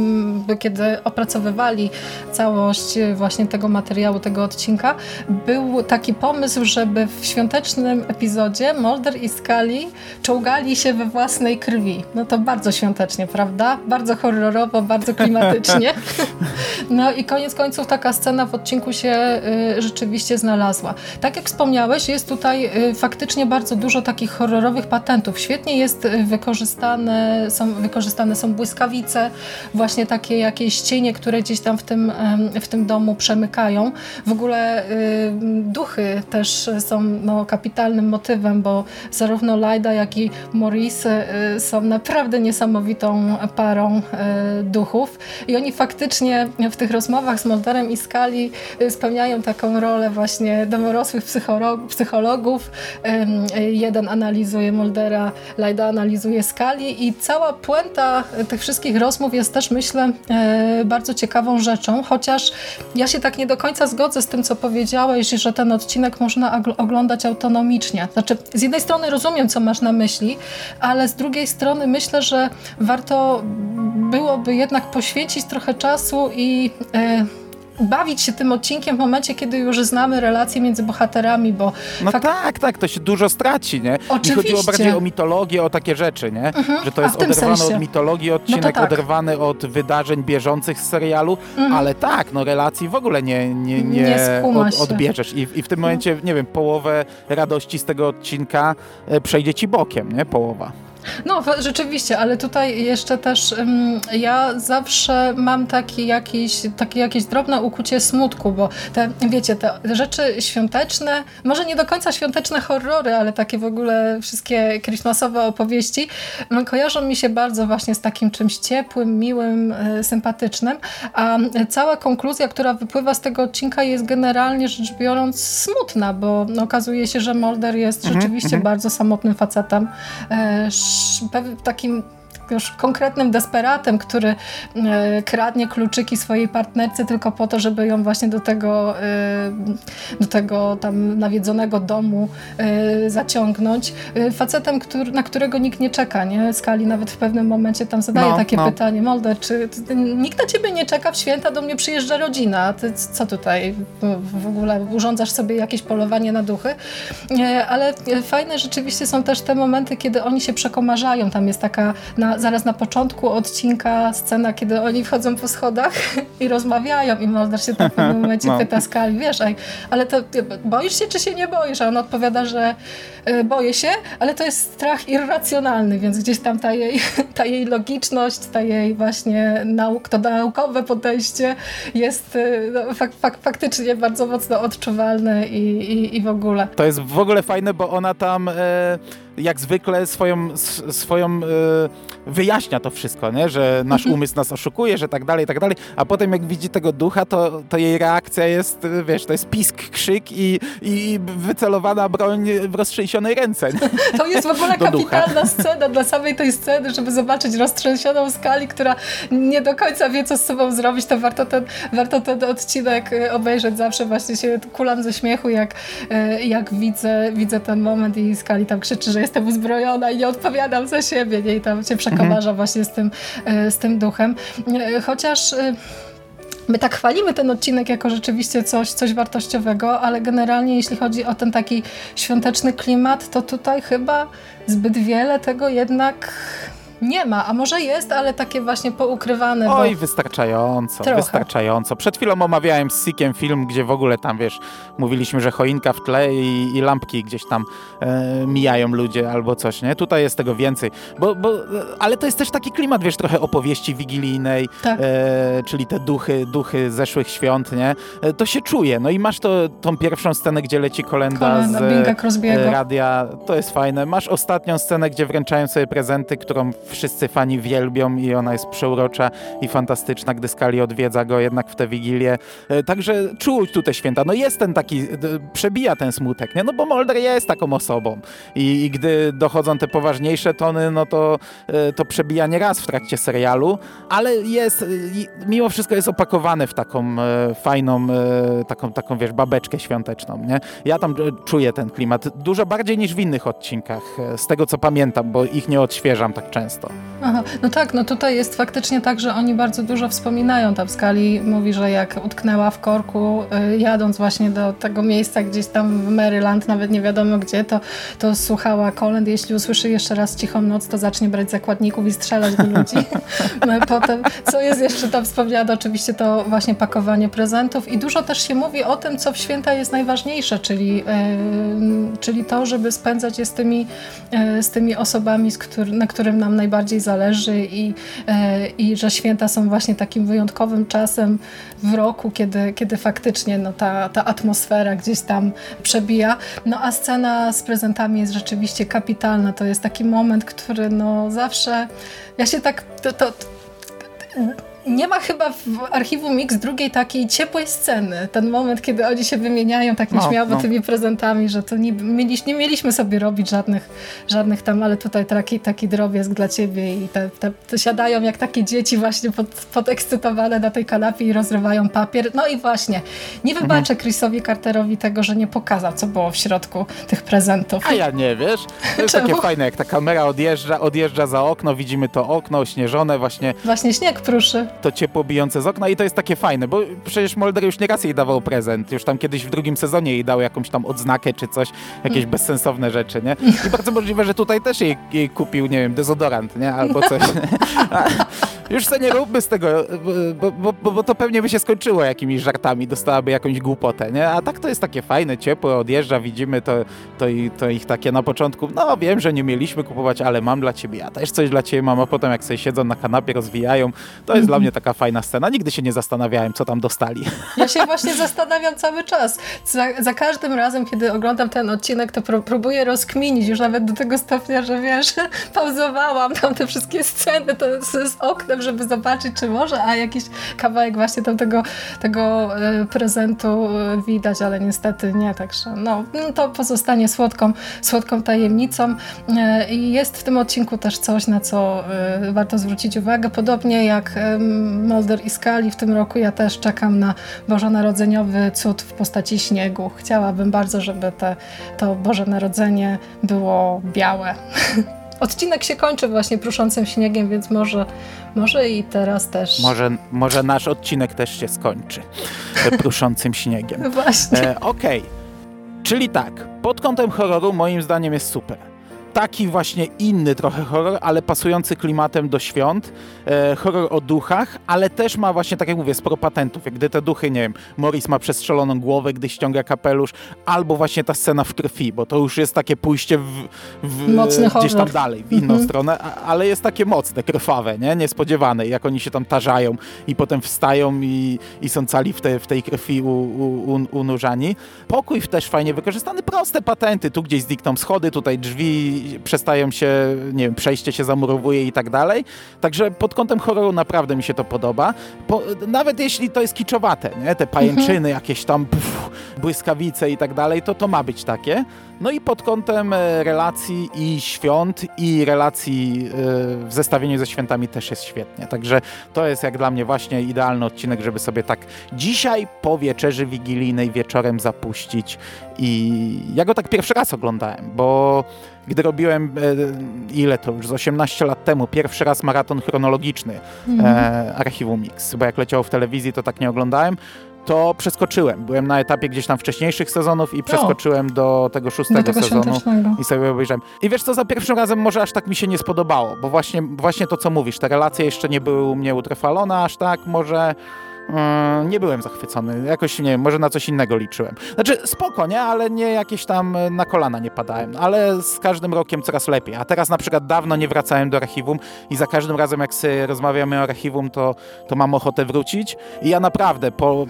kiedy opracowywali całość właśnie tego materiału, tego odcinka, był taki pomysł, żeby w świątecznym epizodzie Mulder i Scully czołgali się we własnej krwi. No to bardzo świątecznie, prawda? Bardzo horrorowo, bardzo klimatycznie. No i koniec końców taka scena w odcinku się y, rzeczywiście znalazła. Tak jak wspomniałeś, jest tutaj y, faktycznie bardzo dużo takich horrorowych patentów. Świetnie jest wykorzystane są, wykorzystane są błyskawice, właśnie takie jakieś cienie, które gdzieś tam w tym w tym domu przemykają. W ogóle duchy też są no, kapitalnym motywem, bo zarówno Lyda, jak i Maurice są naprawdę niesamowitą parą duchów i oni faktycznie w tych rozmowach z Mulderem i Scully spełniają taką rolę właśnie domorosłych psychologów. Jeden analizuje Muldera, Lyda analizuje Scully i cała puenta tych wszystkich rozmów jest też, myślę, bardzo ciekawą rzeczą, chociaż ja się tak nie do końca zgodzę z tym, co powiedziałeś, że ten odcinek można oglądać autonomicznie. Znaczy, z jednej strony rozumiem, co masz na myśli, ale z drugiej strony myślę, że warto byłoby jednak poświęcić trochę czasu i yy, bawić się tym odcinkiem w momencie, kiedy już znamy relacje między bohaterami, bo... No fak- tak, tak, to się dużo straci, nie? Oczywiście. Mi chodziło bardziej o mitologię, o takie rzeczy, nie? Mhm. Że to jest oderwane sensie. od mitologii odcinek, no tak. oderwany od wydarzeń bieżących z serialu, mhm. ale tak, no relacji w ogóle nie, nie, nie, nie od, odbierzesz. I, I w tym momencie, nie wiem, połowę radości z tego odcinka e, przejdzie ci bokiem, nie? Połowa. No, rzeczywiście, ale tutaj jeszcze też um, ja zawsze mam taki jakiś, takie jakieś drobne ukucie smutku, bo te, wiecie, te rzeczy świąteczne, może nie do końca świąteczne horrory, ale takie w ogóle wszystkie christmasowe opowieści um, kojarzą mi się bardzo właśnie z takim czymś ciepłym, miłym, y, sympatycznym, a cała konkluzja, która wypływa z tego odcinka jest generalnie rzecz biorąc smutna, bo no, okazuje się, że Mulder jest mm-hmm, rzeczywiście mm-hmm. bardzo samotnym facetem, y, takim już konkretnym desperatem, który e, kradnie kluczyki swojej partnerce tylko po to, żeby ją właśnie do tego, e, do tego tam nawiedzonego domu e, zaciągnąć. E, facetem, który, na którego nikt nie czeka, nie? Scully nawet w pewnym momencie tam zadaje no, takie no. pytanie: Mulder, czy ty, nikt na ciebie nie czeka? W święta do mnie przyjeżdża rodzina, a ty co tutaj w, w ogóle urządzasz sobie jakieś polowanie na duchy? E, ale fajne rzeczywiście są też te momenty, kiedy oni się przekomarzają. Tam jest taka na zaraz na początku odcinka scena, kiedy oni wchodzą po schodach i rozmawiają i Mulder się tam w pewnym momencie no. pyta Scully, wiesz, ale to boisz się, czy się nie boisz? A on odpowiada, że y, boję się, ale to jest strach irracjonalny, więc gdzieś tam ta jej, ta jej logiczność, ta jej właśnie nauk, to naukowe podejście jest y, no, fak, fak, faktycznie bardzo mocno odczuwalne i, i, i w ogóle. To jest w ogóle fajne, bo ona tam e, jak zwykle swoją, swoją e, wyjaśnia to wszystko, nie? Że nasz umysł nas oszukuje, że tak dalej, tak dalej, a potem jak widzi tego ducha, to, to jej reakcja jest, wiesz, to jest pisk, krzyk i, i wycelowana broń w roztrzęsionej ręce. Nie? To jest w ogóle kapitalna scena dla samej tej sceny, żeby zobaczyć roztrzęsioną Scully, która nie do końca wie, co z sobą zrobić, to warto ten, warto ten odcinek obejrzeć. Zawsze właśnie się kulam ze śmiechu, jak, jak widzę, widzę ten moment i Scully tam krzyczy, że jestem uzbrojona i nie odpowiadam za siebie, nie? I tam się przekomarza mhm. właśnie z tym, z tym duchem. Chociaż my tak chwalimy ten odcinek jako rzeczywiście coś, coś wartościowego, ale generalnie jeśli chodzi o ten taki świąteczny klimat, to tutaj chyba zbyt wiele tego jednak nie ma, a może jest, ale takie właśnie poukrywane. Oj, bo... wystarczająco, Trochę. wystarczająco. Przed chwilą omawiałem z Sikiem film, gdzie w ogóle tam, wiesz, mówiliśmy, że choinka w tle i, i lampki gdzieś tam e, mijają ludzie albo coś, nie? Tutaj jest tego więcej. Bo, bo, ale to jest też taki klimat, wiesz, trochę opowieści wigilijnej, tak. e, czyli te duchy, duchy zeszłych świąt, nie? E, to się czuje. No i masz to, tą pierwszą scenę, gdzie leci kolenda, kolenda z e, radia. To jest fajne. Masz ostatnią scenę, gdzie wręczają sobie prezenty, którą wszyscy fani wielbią i ona jest przeurocza i fantastyczna, gdy Scully odwiedza go jednak w tę Wigilię. Także czuć tu te święta. No jest ten taki, przebija ten smutek, nie? No bo Mulder jest taką osobą i, i gdy dochodzą te poważniejsze tony, no to, to przebija nie raz w trakcie serialu, ale jest, mimo wszystko jest opakowany w taką fajną, taką, taką wiesz, babeczkę świąteczną, nie? Ja tam czuję ten klimat dużo bardziej niż w innych odcinkach, z tego co pamiętam, bo ich nie odświeżam tak często. Aha, no tak, no tutaj jest faktycznie tak, że oni bardzo dużo wspominają. Tam Scully mówi, że jak utknęła w korku, y, jadąc właśnie do tego miejsca gdzieś tam w Maryland, nawet nie wiadomo gdzie, to, to słuchała kolęd. Jeśli usłyszy jeszcze raz Cichą noc, to zacznie brać zakładników i strzelać do ludzi. No, potem, co jest jeszcze tam wspomniane, oczywiście to właśnie pakowanie prezentów i dużo też się mówi o tym, co w święta jest najważniejsze, czyli, yy, czyli to, żeby spędzać je z tymi, yy, z tymi osobami, z który, na którym nam najbardziej zależy i, i że święta są właśnie takim wyjątkowym czasem w roku, kiedy, kiedy faktycznie no, ta, ta atmosfera gdzieś tam przebija. No a scena z prezentami jest rzeczywiście kapitalna. To jest taki moment, który no zawsze... Ja się tak... To, to, nie ma chyba w Archiwum Mix drugiej takiej ciepłej sceny. Ten moment, kiedy oni się wymieniają tak nieśmiało no, no. tymi prezentami, że to nie, mieli, nie mieliśmy sobie robić żadnych, żadnych tam, ale tutaj taki, taki drobiazg dla ciebie i te, te, te siadają jak takie dzieci właśnie pod, podekscytowane na tej kanapie i rozrywają papier. No i właśnie, nie wybaczę mhm. Chrisowi Carterowi tego, że nie pokazał, co było w środku tych prezentów. A ja nie, wiesz? To jest Czemu? Takie fajne, jak ta kamera odjeżdża, odjeżdża za okno, widzimy to okno ośnieżone, właśnie... Właśnie śnieg pruszy. To ciepło bijące z okna i to jest takie fajne, bo przecież Mulder już nieraz jej dawał prezent, już tam kiedyś w drugim sezonie jej dał jakąś tam odznakę czy coś, jakieś bezsensowne rzeczy, nie? I bardzo możliwe, że tutaj też jej, jej kupił, nie wiem, dezodorant, nie? Albo coś. Już sobie nie róbmy z tego, bo, bo, bo, bo to pewnie by się skończyło jakimiś żartami, dostałaby jakąś głupotę, nie? A tak to jest takie fajne, ciepłe, odjeżdża, widzimy to, to, i, to ich takie na początku, no wiem, że nie mieliśmy kupować, ale mam dla ciebie, ja też coś dla ciebie mam, a potem jak sobie siedzą na kanapie, rozwijają, to jest dla mnie taka fajna scena. Nigdy się nie zastanawiałem, co tam dostali. Ja się właśnie zastanawiam cały czas. Za, za każdym razem, kiedy oglądam ten odcinek, to pró- próbuję rozkminić, już nawet do tego stopnia, że wiesz, pauzowałam tam te wszystkie sceny to z, z oknem, żeby zobaczyć, czy może, a jakiś kawałek właśnie tam tego, tego y, prezentu y, widać, ale niestety nie, także no, no to pozostanie słodką, słodką tajemnicą y, i jest w tym odcinku też coś, na co y, warto zwrócić uwagę. Podobnie jak y, Mulder i Scully w tym roku, ja też czekam na bożonarodzeniowy cud w postaci śniegu. Chciałabym bardzo, żeby te, to Boże Narodzenie było białe. Odcinek się kończy właśnie pruszącym śniegiem, więc może, może i teraz też. Może, może nasz odcinek też się skończy pruszącym śniegiem. Właśnie. E, Okej, okay. Czyli tak, pod kątem horroru moim zdaniem jest super. Taki właśnie inny trochę horror, ale pasujący klimatem do świąt. E, horror o duchach, ale też ma właśnie, tak jak mówię, sporo patentów. Jak gdy te duchy, nie wiem, Morris ma przestrzeloną głowę, gdy ściąga kapelusz, albo właśnie ta scena w krwi, bo to już jest takie pójście w, w, Mocny gdzieś horror. tam dalej, w inną mm-hmm. stronę, a, ale jest takie mocne, krwawe, nie? Niespodziewane. Jak oni się tam tarzają i potem wstają i, i są cali w, te, w tej krwi u, u, u, unurzani. Pokój też fajnie wykorzystany, proste patenty. Tu gdzieś znikną schody, tutaj drzwi przestają się, nie wiem, przejście się zamurowuje i tak dalej. Także pod kątem horroru naprawdę mi się to podoba. Po, nawet jeśli to jest kiczowate, nie? Te pajęczyny, mhm. jakieś tam puf, błyskawice i tak dalej, to to ma być takie. No i pod kątem relacji i świąt i relacji w zestawieniu ze świętami też jest świetnie. Także to jest jak dla mnie właśnie idealny odcinek, żeby sobie tak dzisiaj po wieczerzy wigilijnej wieczorem zapuścić. I ja go tak pierwszy raz oglądałem, bo gdy robiłem, e, ile to już, z osiemnaście lat temu, pierwszy raz maraton chronologiczny mm. e, Archiwum Mix, bo jak leciało w telewizji, to tak nie oglądałem, to przeskoczyłem. Byłem na etapie gdzieś tam wcześniejszych sezonów i przeskoczyłem o, do tego szóstego do tego sezonu i sobie obejrzałem. I wiesz co, za pierwszym razem może aż tak mi się nie spodobało, bo właśnie, właśnie to, co mówisz, te relacje jeszcze nie były u mnie utrwalone aż tak, może... Yy, nie byłem zachwycony. Jakoś, nie wiem, może na coś innego liczyłem. Znaczy, spoko, nie? Ale nie jakieś tam na kolana nie padałem. Ale z każdym rokiem coraz lepiej. A teraz na przykład dawno nie wracałem do Archiwum i za każdym razem, jak sobie rozmawiamy o Archiwum, to, to mam ochotę wrócić. I ja naprawdę po...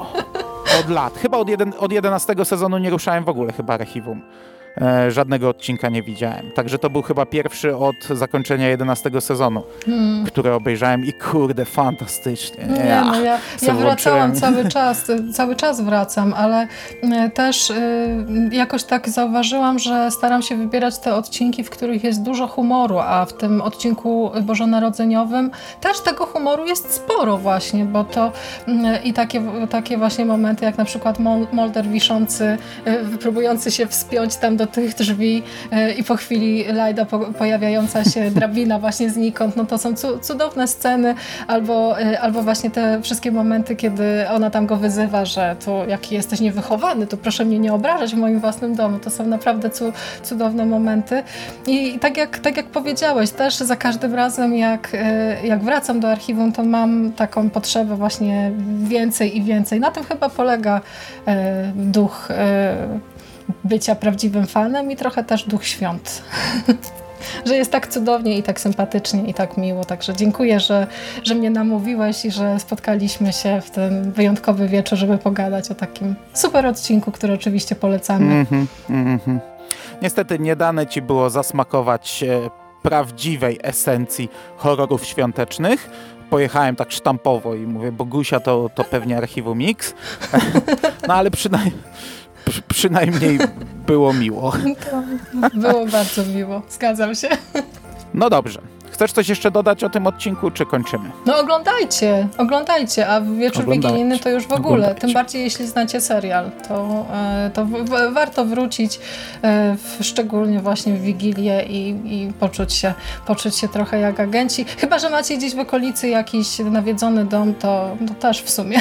od lat, chyba od, jeden, od jedenastego sezonu nie ruszałem w ogóle chyba Archiwum. E, żadnego odcinka nie widziałem. Także to był chyba pierwszy od zakończenia jedenastego sezonu, hmm. który obejrzałem i kurde, fantastycznie. Nie, ja, no ja, ja wracałam cały czas, cały czas wracam, ale też y, jakoś tak zauważyłam, że staram się wybierać te odcinki, w których jest dużo humoru, a w tym odcinku bożonarodzeniowym też tego humoru jest sporo właśnie, bo to y, i takie, takie właśnie momenty, jak na przykład Mulder wiszący, y, próbujący się wspiąć tam do tych drzwi yy, i po chwili Lajda po, pojawiająca się drabina właśnie znikąd, no to są cu- cudowne sceny, albo, yy, albo właśnie te wszystkie momenty, kiedy ona tam go wyzywa, że to jaki jesteś niewychowany, to proszę mnie nie obrażać w moim własnym domu. To są naprawdę cu- cudowne momenty. I tak jak, tak jak powiedziałeś, też za każdym razem jak, yy, jak wracam do Archiwum, to mam taką potrzebę właśnie więcej i więcej. Na tym chyba polega yy, duch yy, bycia prawdziwym fanem i trochę też duch świąt. że jest tak cudownie i tak sympatycznie i tak miło. Także dziękuję, że, że mnie namówiłeś i że spotkaliśmy się w ten wyjątkowy wieczór, żeby pogadać o takim super odcinku, który oczywiście polecamy. Mm-hmm, mm-hmm. Niestety nie dane ci było zasmakować e, prawdziwej esencji horrorów świątecznych. Pojechałem tak sztampowo i mówię, Bogusia to, to pewnie Archiwum Mix. No ale przynajmniej, przy, przynajmniej było miło. To było bardzo miło, zgadzam się. No dobrze. Chcesz coś jeszcze dodać o tym odcinku, czy kończymy? No oglądajcie, oglądajcie, a wieczór oglądajcie. wigilijny to już w ogóle, oglądajcie. Tym bardziej jeśli znacie serial, to, to w, w, warto wrócić, w, szczególnie właśnie w Wigilię i, i poczuć się, poczuć się trochę jak agenci. Chyba że macie gdzieś w okolicy jakiś nawiedzony dom, to, to też w sumie.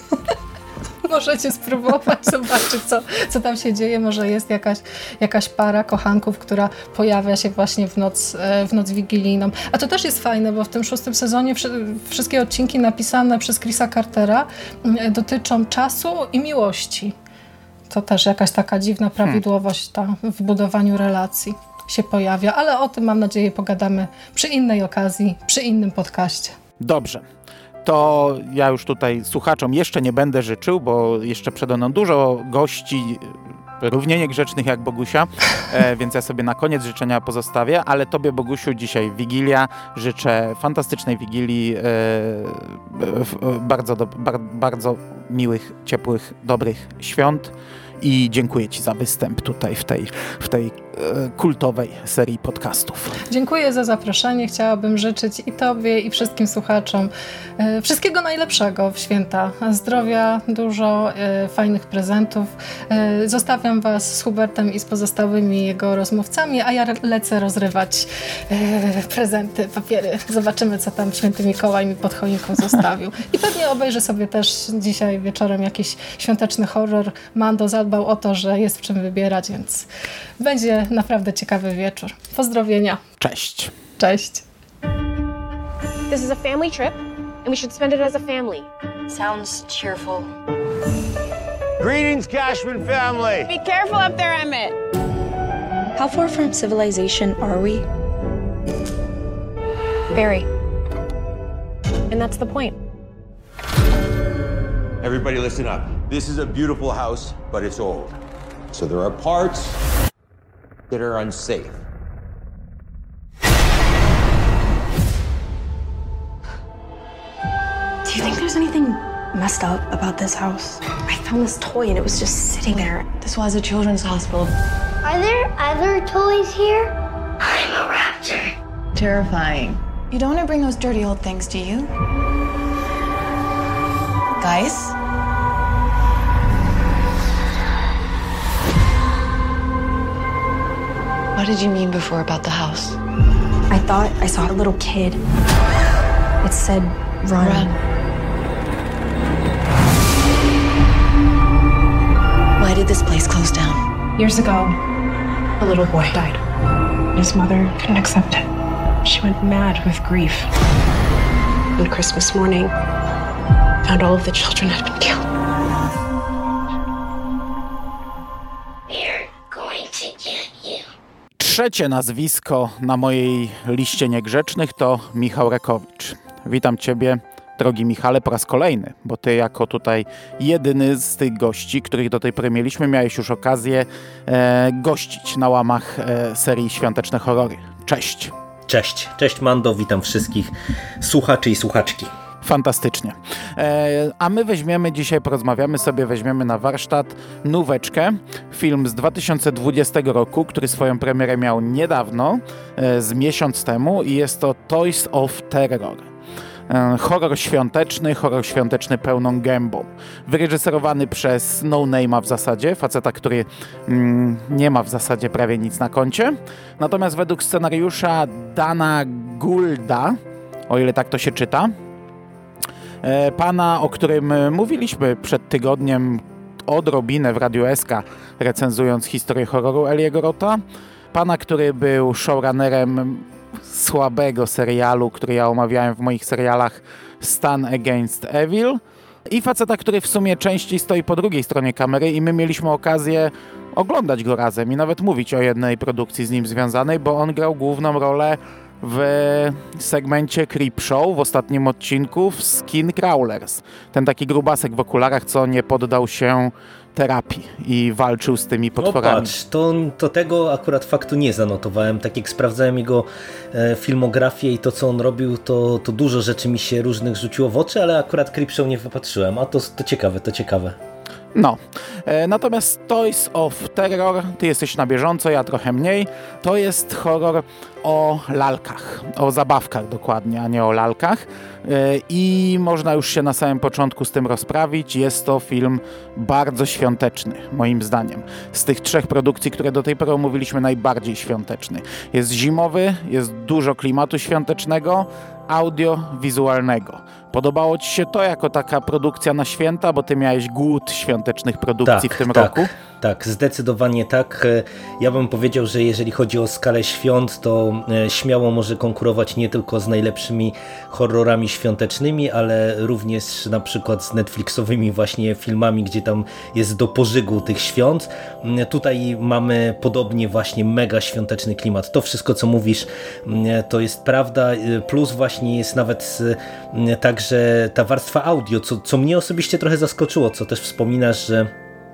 Możecie spróbować, zobaczyć, co, co tam się dzieje. Może jest jakaś, jakaś para kochanków, która pojawia się właśnie w noc, w noc wigilijną. A to też jest fajne, bo w tym szóstym sezonie wszystkie odcinki napisane przez Chrisa Cartera dotyczą czasu i miłości. To też jakaś taka dziwna prawidłowość ta w budowaniu relacji się pojawia, ale o tym mam nadzieję pogadamy przy innej okazji, przy innym podcaście. Dobrze. To ja już tutaj słuchaczom jeszcze nie będę życzył, bo jeszcze przede mną dużo gości równie niegrzecznych jak Bogusia, e, więc ja sobie na koniec życzenia pozostawię, ale tobie, Bogusiu, dzisiaj Wigilia. Życzę fantastycznej Wigilii, e, e, bardzo, do, bar, bardzo miłych, ciepłych, dobrych świąt i dziękuję ci za występ tutaj w tej, w tej e, kultowej serii podcastów. Dziękuję za zaproszenie. Chciałabym życzyć i tobie, i wszystkim słuchaczom e, wszystkiego najlepszego w święta. Zdrowia, dużo e, fajnych prezentów. E, zostawiam was z Hubertem i z pozostałymi jego rozmówcami, a ja lecę rozrywać e, prezenty, papiery. Zobaczymy, co tam święty Mikołaj mi pod choinką zostawił. I pewnie obejrzę sobie też dzisiaj wieczorem jakiś świąteczny horror. Mando zadbał o to, że jest w czym wybierać, więc będzie naprawdę ciekawy wieczór. Pozdrowienia. Cześć. Cześć. This is a family trip and we should spend it as a family. Sounds cheerful. Greetings, Cashman family. Be careful up there, Emmett. How far from civilization are we? Very. And that's the point. Everybody listen up. This is a beautiful house, but it's old. So there are parts that are unsafe. Do you think there's anything messed up about this house? I found this toy and it was just sitting there. This was a children's hospital. Are there other toys here? I'm a raptor. Terrifying. You don't want to bring those dirty old things, do you? Guys? What did you mean before about the house? I thought I saw a little kid. It said, run. Run. Why did this place close down? Years ago, a little boy died. His mother couldn't accept it. She went mad with grief. On Christmas morning, found all of the children had been killed. We're going to get you. Trzecie nazwisko na mojej liście niegrzecznych to Michał Rekowicz. Witam ciebie, drogi Michale, po raz kolejny, bo ty jako tutaj jedyny z tych gości, których do tej pory mieliśmy, miałeś już okazję e, gościć na łamach e, serii Świąteczne Horrory. Cześć. Cześć. Cześć Mando, witam wszystkich słuchaczy i słuchaczki. Fantastycznie. E, a my weźmiemy dzisiaj, porozmawiamy sobie, weźmiemy na warsztat Nóweczkę, film z dwa tysiące dwudziestego roku, który swoją premierę miał niedawno, e, z miesiąc temu i jest to Toys of Terror. E, horror świąteczny, horror świąteczny pełną gębą. Wyreżyserowany przez No Name'a w zasadzie, faceta, który mm, nie ma w zasadzie prawie nic na koncie. Natomiast według scenariusza Dana Goulda, o ile tak to się czyta, pana, o którym mówiliśmy przed tygodniem odrobinę w Radiu S K, recenzując historię horroru Eliego Rotha. Pana, który był showrunnerem słabego serialu, który ja omawiałem w moich serialach Stan Against Evil. I faceta, który w sumie częściej stoi po drugiej stronie kamery i my mieliśmy okazję oglądać go razem i nawet mówić o jednej produkcji z nim związanej, bo on grał główną rolę w segmencie Creepshow w ostatnim odcinku w Skin Crawlers. Ten taki grubasek w okularach, co nie poddał się terapii i walczył z tymi potworami. No patrz, to, to tego akurat faktu nie zanotowałem. Tak jak sprawdzałem jego e, filmografię i to, co on robił, to, to dużo rzeczy mi się różnych rzuciło w oczy, ale akurat Creepshow nie wypatrzyłem. A to, to ciekawe, to ciekawe. No, e, natomiast Toys of Terror, ty jesteś na bieżąco, ja trochę mniej. To jest horror o lalkach, o zabawkach dokładnie, a nie o lalkach. E, I można już się na samym początku z tym rozprawić. Jest to film bardzo świąteczny, moim zdaniem. Z tych trzech produkcji, które do tej pory omówiliśmy, najbardziej świąteczny. Jest zimowy, jest dużo klimatu świątecznego, audiowizualnego. Podobało ci się to jako taka produkcja na święta, bo ty miałeś głód świątecznych produkcji tak, w tym tak, roku? Tak, zdecydowanie tak. Ja bym powiedział, że jeżeli chodzi o skalę świąt, to śmiało może konkurować nie tylko z najlepszymi horrorami świątecznymi, ale również na przykład z Netflixowymi właśnie filmami, gdzie tam jest do pożygu tych świąt. Tutaj mamy podobnie właśnie mega świąteczny klimat. To wszystko, co mówisz, to jest prawda, plus właśnie jest nawet tak, że ta warstwa audio, co, co mnie osobiście trochę zaskoczyło, co też wspominasz, że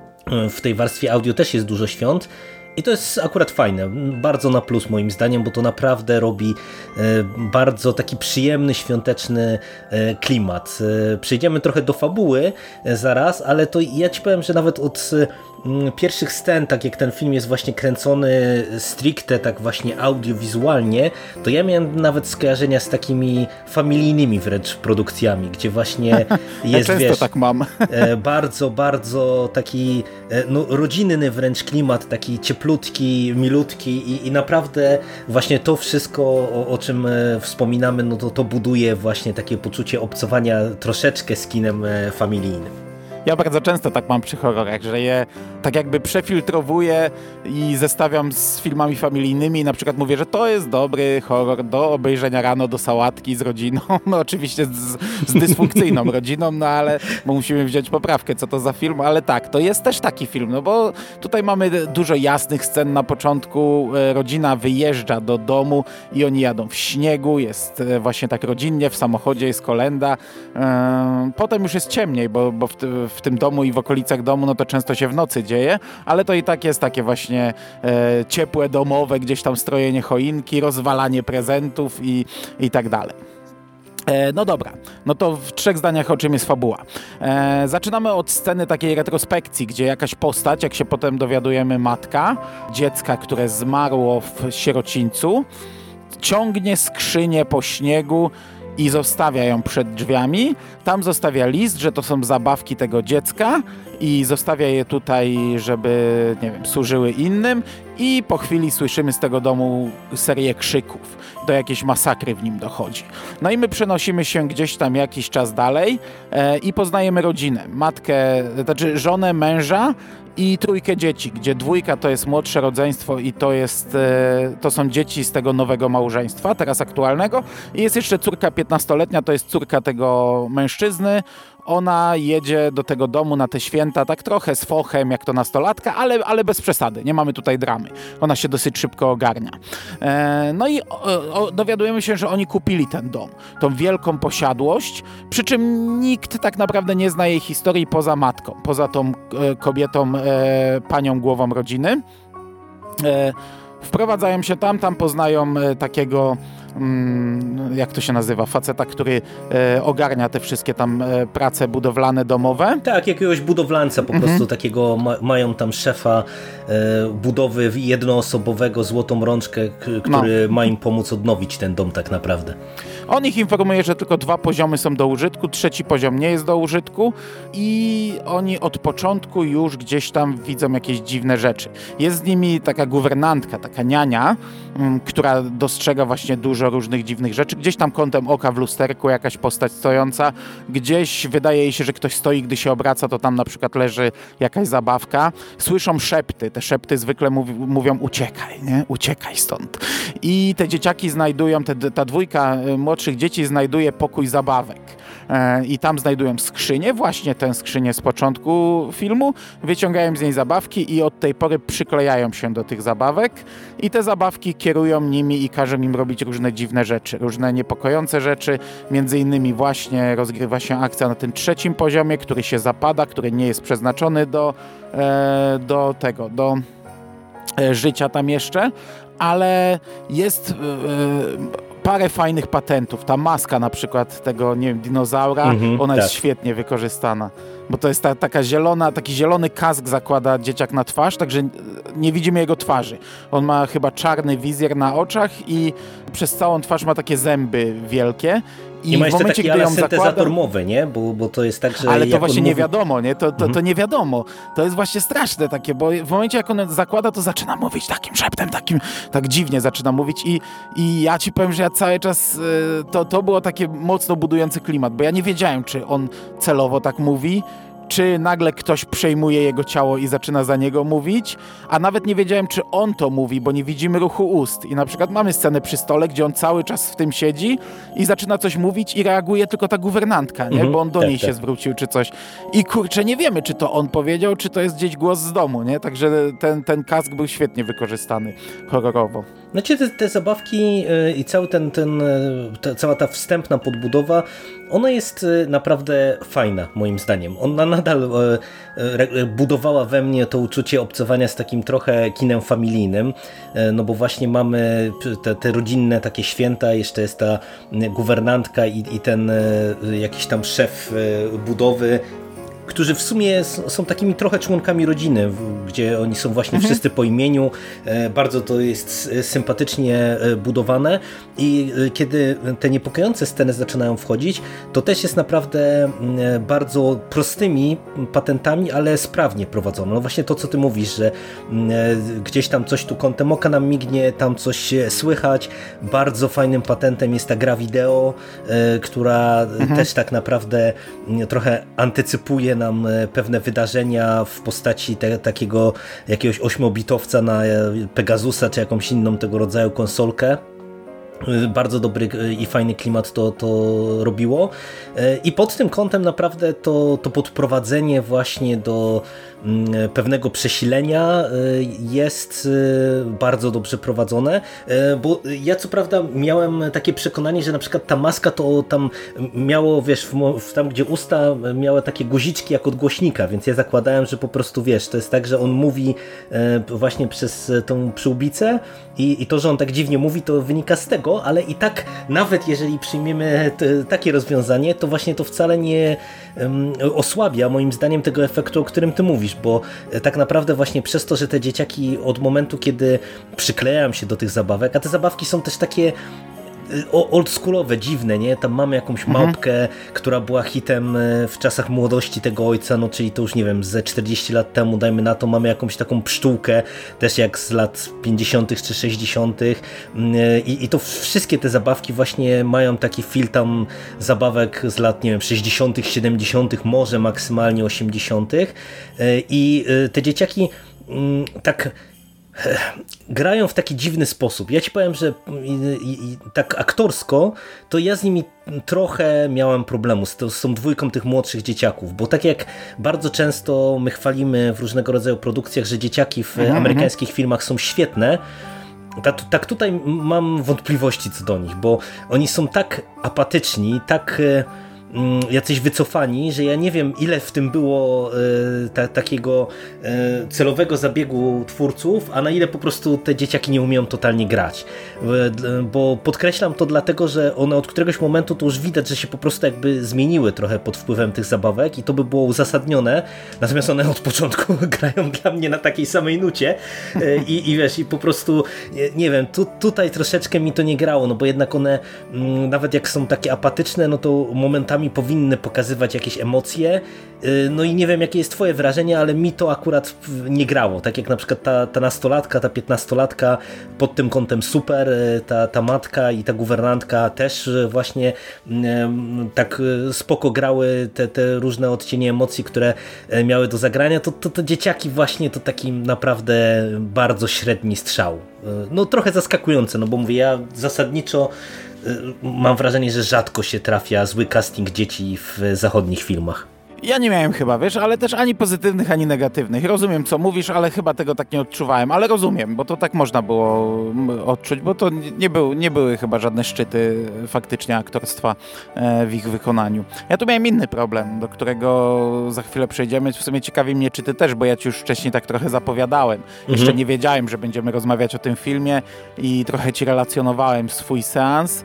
w tej warstwie audio też jest dużo świąt i to jest akurat fajne, bardzo na plus moim zdaniem, bo to naprawdę robi bardzo taki przyjemny, świąteczny klimat. Przejdziemy trochę do fabuły zaraz, ale to ja ci powiem, że nawet od pierwszych scen, tak jak ten film jest właśnie kręcony stricte tak właśnie audiowizualnie, to ja miałem nawet skojarzenia z takimi familijnymi wręcz produkcjami, gdzie właśnie jest, ja wiesz, tak mam. bardzo, bardzo taki no, rodzinny wręcz klimat, taki cieplutki, milutki i, i naprawdę właśnie to wszystko, o, o czym wspominamy, no to, to buduje właśnie takie poczucie obcowania troszeczkę z kinem familijnym. Ja bardzo często tak mam przy horrorach, że je tak jakby przefiltrowuję i zestawiam z filmami familijnymi i na przykład mówię, że to jest dobry horror do obejrzenia rano do sałatki z rodziną, no oczywiście z, z dysfunkcyjną rodziną, no ale bo musimy wziąć poprawkę, co to za film, ale tak, to jest też taki film, no bo tutaj mamy dużo jasnych scen na początku, rodzina wyjeżdża do domu i oni jadą w śniegu, jest właśnie tak rodzinnie, w samochodzie jest kolenda, potem już jest ciemniej, bo, bo w, w tym domu i w okolicach domu, no to często się w nocy dzieje, ale to i tak jest takie właśnie e, ciepłe, domowe, gdzieś tam strojenie choinki, rozwalanie prezentów i, i tak dalej. E, no dobra, no to w trzech zdaniach o czym jest fabuła. E, zaczynamy od sceny takiej retrospekcji, gdzie jakaś postać, jak się potem dowiadujemy, matka dziecka, które zmarło w sierocińcu, ciągnie skrzynię po śniegu i zostawia ją przed drzwiami. Tam zostawia list, że to są zabawki tego dziecka i zostawia je tutaj, żeby, nie wiem, służyły innym i po chwili słyszymy z tego domu serię krzyków. Do jakiejś masakry w nim dochodzi. No i my przenosimy się gdzieś tam jakiś czas dalej e, i poznajemy rodzinę. Matkę, znaczy żonę, męża i trójkę dzieci, gdzie dwójka to jest młodsze rodzeństwo i to jest, e, to są dzieci z tego nowego małżeństwa, teraz aktualnego. I jest jeszcze córka piętnastoletnia, to jest córka tego mężczyzny. Ona jedzie do tego domu na te święta tak trochę z fochem, jak to nastolatka, ale, ale bez przesady. Nie mamy tutaj dramy. Ona się dosyć szybko ogarnia. E, no i o, o, dowiadujemy się, że oni kupili ten dom. Tą wielką posiadłość, przy czym nikt tak naprawdę nie zna jej historii poza matką, poza tą e, kobietą, e, panią głową rodziny. E, wprowadzają się tam, tam poznają e, takiego jak to się nazywa, faceta, który e, ogarnia te wszystkie tam e, prace budowlane, domowe. Tak, jakiegoś budowlanca po prostu, mhm. takiego ma, mają tam szefa e, budowy jednoosobowego, złotą rączkę, k- który no. ma im pomóc odnowić ten dom tak naprawdę. On ich informuje, że tylko dwa poziomy są do użytku, trzeci poziom nie jest do użytku i oni od początku już gdzieś tam widzą jakieś dziwne rzeczy. Jest z nimi taka guwernantka, taka niania, m, która dostrzega właśnie dużo różnych dziwnych rzeczy. Gdzieś tam kątem oka w lusterku jakaś postać stojąca, gdzieś wydaje jej się, że ktoś stoi, gdy się obraca, to tam na przykład leży jakaś zabawka. Słyszą szepty, te szepty zwykle mówi, mówią uciekaj, nie? Uciekaj stąd. I te dzieciaki znajdują, te, ta dwójka młodszych dzieci znajduje pokój zabawek. i tam znajdują skrzynię, właśnie tę skrzynię z początku filmu, wyciągają z niej zabawki i od tej pory przyklejają się do tych zabawek i te zabawki kierują nimi i każą im robić różne dziwne rzeczy, różne niepokojące rzeczy, między innymi właśnie rozgrywa się akcja na tym trzecim poziomie, który się zapada, który nie jest przeznaczony do, e, do tego, do e, życia tam jeszcze, ale jest e, parę fajnych patentów. Ta maska na przykład tego, nie wiem, dinozaura, mm-hmm, ona tak. jest świetnie wykorzystana. Bo to jest ta, taka zielona, taki zielony kask zakłada dzieciak na twarz, także nie widzimy jego twarzy. On ma chyba czarny wizjer na oczach i przez całą twarz ma takie zęby wielkie. I, I ma jeszcze taki ale syntezator mowy, nie? Bo, bo to jest tak, że... Ale to właśnie nie mówi... wiadomo, nie? To, to, to nie wiadomo. To jest właśnie straszne takie, bo w momencie jak on zakłada, to zaczyna mówić takim szeptem, takim, tak dziwnie zaczyna mówić i, i ja ci powiem, że ja cały czas, to, to było takie mocno budujący klimat, bo ja nie wiedziałem, czy on celowo tak mówi, czy nagle ktoś przejmuje jego ciało i zaczyna za niego mówić, a nawet nie wiedziałem, czy on to mówi, bo nie widzimy ruchu ust. I na przykład mamy scenę przy stole, gdzie on cały czas w tym siedzi i zaczyna coś mówić i reaguje tylko ta guwernantka, nie? Mm-hmm, bo on do tak, niej tak. się zwrócił czy coś. I kurczę, nie wiemy, czy to on powiedział, czy to jest gdzieś głos z domu, nie? Także ten, ten kask był świetnie wykorzystany horrorowo. Znaczy te, te zabawki yy, i cały ten, ten, ta, cała ta wstępna podbudowa, ona jest yy, naprawdę fajna, moim zdaniem. Ona nadal yy, yy, budowała we mnie to uczucie obcowania z takim trochę kinem familijnym, yy, no bo właśnie mamy te, te rodzinne takie święta, jeszcze jest ta guwernantka i, i ten yy, jakiś tam szef yy, budowy, którzy w sumie są takimi trochę członkami rodziny, gdzie oni są właśnie mhm. wszyscy po imieniu. Bardzo to jest sympatycznie budowane i kiedy te niepokojące sceny zaczynają wchodzić, to też jest naprawdę bardzo prostymi patentami, ale sprawnie prowadzone. No właśnie to, co ty mówisz, że gdzieś tam coś tu kątem oka nam mignie, tam coś słychać. Bardzo fajnym patentem jest ta gra wideo, która mhm. też tak naprawdę trochę antycypuje nam pewne wydarzenia w postaci te, takiego jakiegoś ośmiobitowca na Pegasusa czy jakąś inną tego rodzaju konsolkę. Bardzo dobry i fajny klimat to, to robiło i pod tym kątem naprawdę to, to podprowadzenie właśnie do pewnego przesilenia jest bardzo dobrze prowadzone, bo ja co prawda miałem takie przekonanie, że na przykład ta maska to tam miało, wiesz, w, tam gdzie usta miały takie guziczki jak od głośnika, więc ja zakładałem, że po prostu, wiesz, to jest tak, że on mówi właśnie przez tą przyłbicę i, i to, że on tak dziwnie mówi, to wynika z tego, ale i tak nawet jeżeli przyjmiemy t- takie rozwiązanie, to właśnie to wcale nie um, osłabia moim zdaniem tego efektu, o którym ty mówisz, bo tak naprawdę właśnie przez to, że te dzieciaki od momentu, kiedy przyklejają się do tych zabawek, a te zabawki są też takie oldschoolowe, dziwne, nie? Tam mamy jakąś mhm. małpkę, która była hitem w czasach młodości tego ojca, no czyli to już nie wiem, ze czterdzieści lat temu, dajmy na to, mamy jakąś taką pszczółkę, też jak z lat pięćdziesiątych czy sześćdziesiątych I, i to wszystkie te zabawki właśnie mają taki feel tam zabawek z lat, nie wiem, sześćdziesiątych, siedemdziesiątych, może maksymalnie osiemdziesiątych i te dzieciaki tak grają w taki dziwny sposób. Ja ci powiem, że i, i, tak aktorsko, to ja z nimi trochę miałem problemu z, to, z tą dwójką tych młodszych dzieciaków, bo tak jak bardzo często my chwalimy w różnego rodzaju produkcjach, że dzieciaki w mhm, amerykańskich mhm. filmach są świetne, tak, tak tutaj mam wątpliwości co do nich, bo oni są tak apatyczni, tak jacyś wycofani, że ja nie wiem, ile w tym było e, ta, takiego e, celowego zabiegu twórców, a na ile po prostu te dzieciaki nie umieją totalnie grać. E, bo podkreślam to dlatego, że one od któregoś momentu to już widać, że się po prostu jakby zmieniły trochę pod wpływem tych zabawek i to by było uzasadnione, natomiast one od początku grają dla mnie na takiej samej nucie e, i, i wiesz, i po prostu nie, nie wiem, tu, tutaj troszeczkę mi to nie grało, no bo jednak one m, nawet jak są takie apatyczne, no to momentami powinny pokazywać jakieś emocje, no i nie wiem jakie jest twoje wrażenie, ale mi to akurat nie grało, tak jak na przykład ta, ta nastolatka, ta piętnastolatka pod tym kątem super, ta, ta matka i ta guwernantka też właśnie tak spoko grały te, te różne odcienie emocji, które miały do zagrania, to, to, to dzieciaki właśnie to taki naprawdę bardzo średni strzał. No trochę zaskakujące, no bo mówię, ja zasadniczo mam wrażenie, że rzadko się trafia zły casting dzieci w zachodnich filmach. Ja nie miałem chyba, wiesz, ale też ani pozytywnych, ani negatywnych. Rozumiem, co mówisz, ale chyba tego tak nie odczuwałem. Ale rozumiem, bo to tak można było odczuć, bo to nie, był, nie były chyba żadne szczyty faktycznie aktorstwa w ich wykonaniu. Ja tu miałem inny problem, do którego za chwilę przejdziemy. W sumie ciekawi mnie, czy ty też, bo ja ci już wcześniej tak trochę zapowiadałem. Mhm. Jeszcze nie wiedziałem, że będziemy rozmawiać o tym filmie i trochę ci relacjonowałem swój seans.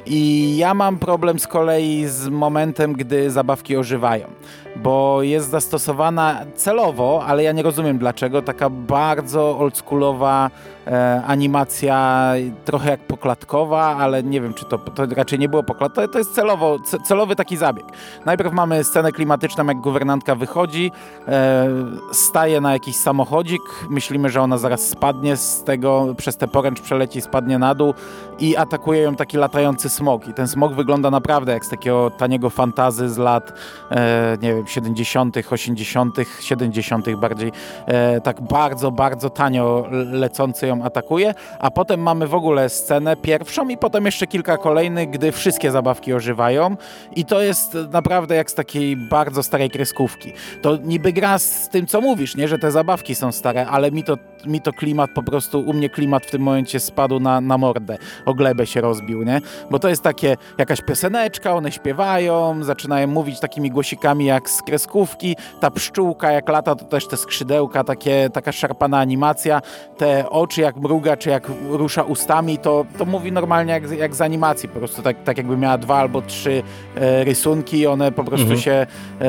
I ja mam problem z kolei z momentem, gdy zabawki ożywają, bo jest zastosowana celowo, ale ja nie rozumiem dlaczego, taka bardzo oldschoolowa e, animacja, trochę jak poklatkowa, ale nie wiem, czy to, to raczej nie było poklatkowe, to jest celowo, ce, celowy taki zabieg. Najpierw mamy scenę klimatyczną, jak guwernantka wychodzi, e, staje na jakiś samochodzik, myślimy, że ona zaraz spadnie z tego, przez tę poręcz przeleci, spadnie na dół i atakuje ją taki latający smog. I ten smog wygląda naprawdę jak z takiego taniego fantazy z lat, e, nie wiem, siedemdziesiątych, osiemdziesiątych, siedemdziesiątych bardziej. E, tak bardzo, bardzo tanio lecący ją atakuje. A potem mamy w ogóle scenę pierwszą i potem jeszcze kilka kolejnych, gdy wszystkie zabawki ożywają. I to jest naprawdę jak z takiej bardzo starej kreskówki. To niby gra z tym, co mówisz, nie, że te zabawki są stare, ale mi to, mi to klimat po prostu, u mnie klimat w tym momencie spadł na, na mordę. O glebę się rozbił, nie? Bo to jest takie, jakaś pioseneczka, one śpiewają, zaczynają mówić takimi głosikami jak z kreskówki, ta pszczółka jak lata, to też te skrzydełka, takie, taka szarpana animacja, te oczy jak mruga, czy jak rusza ustami, to, to mówi normalnie jak, jak z animacji, po prostu tak, tak jakby miała dwa albo trzy e, rysunki i one po prostu mhm. się e,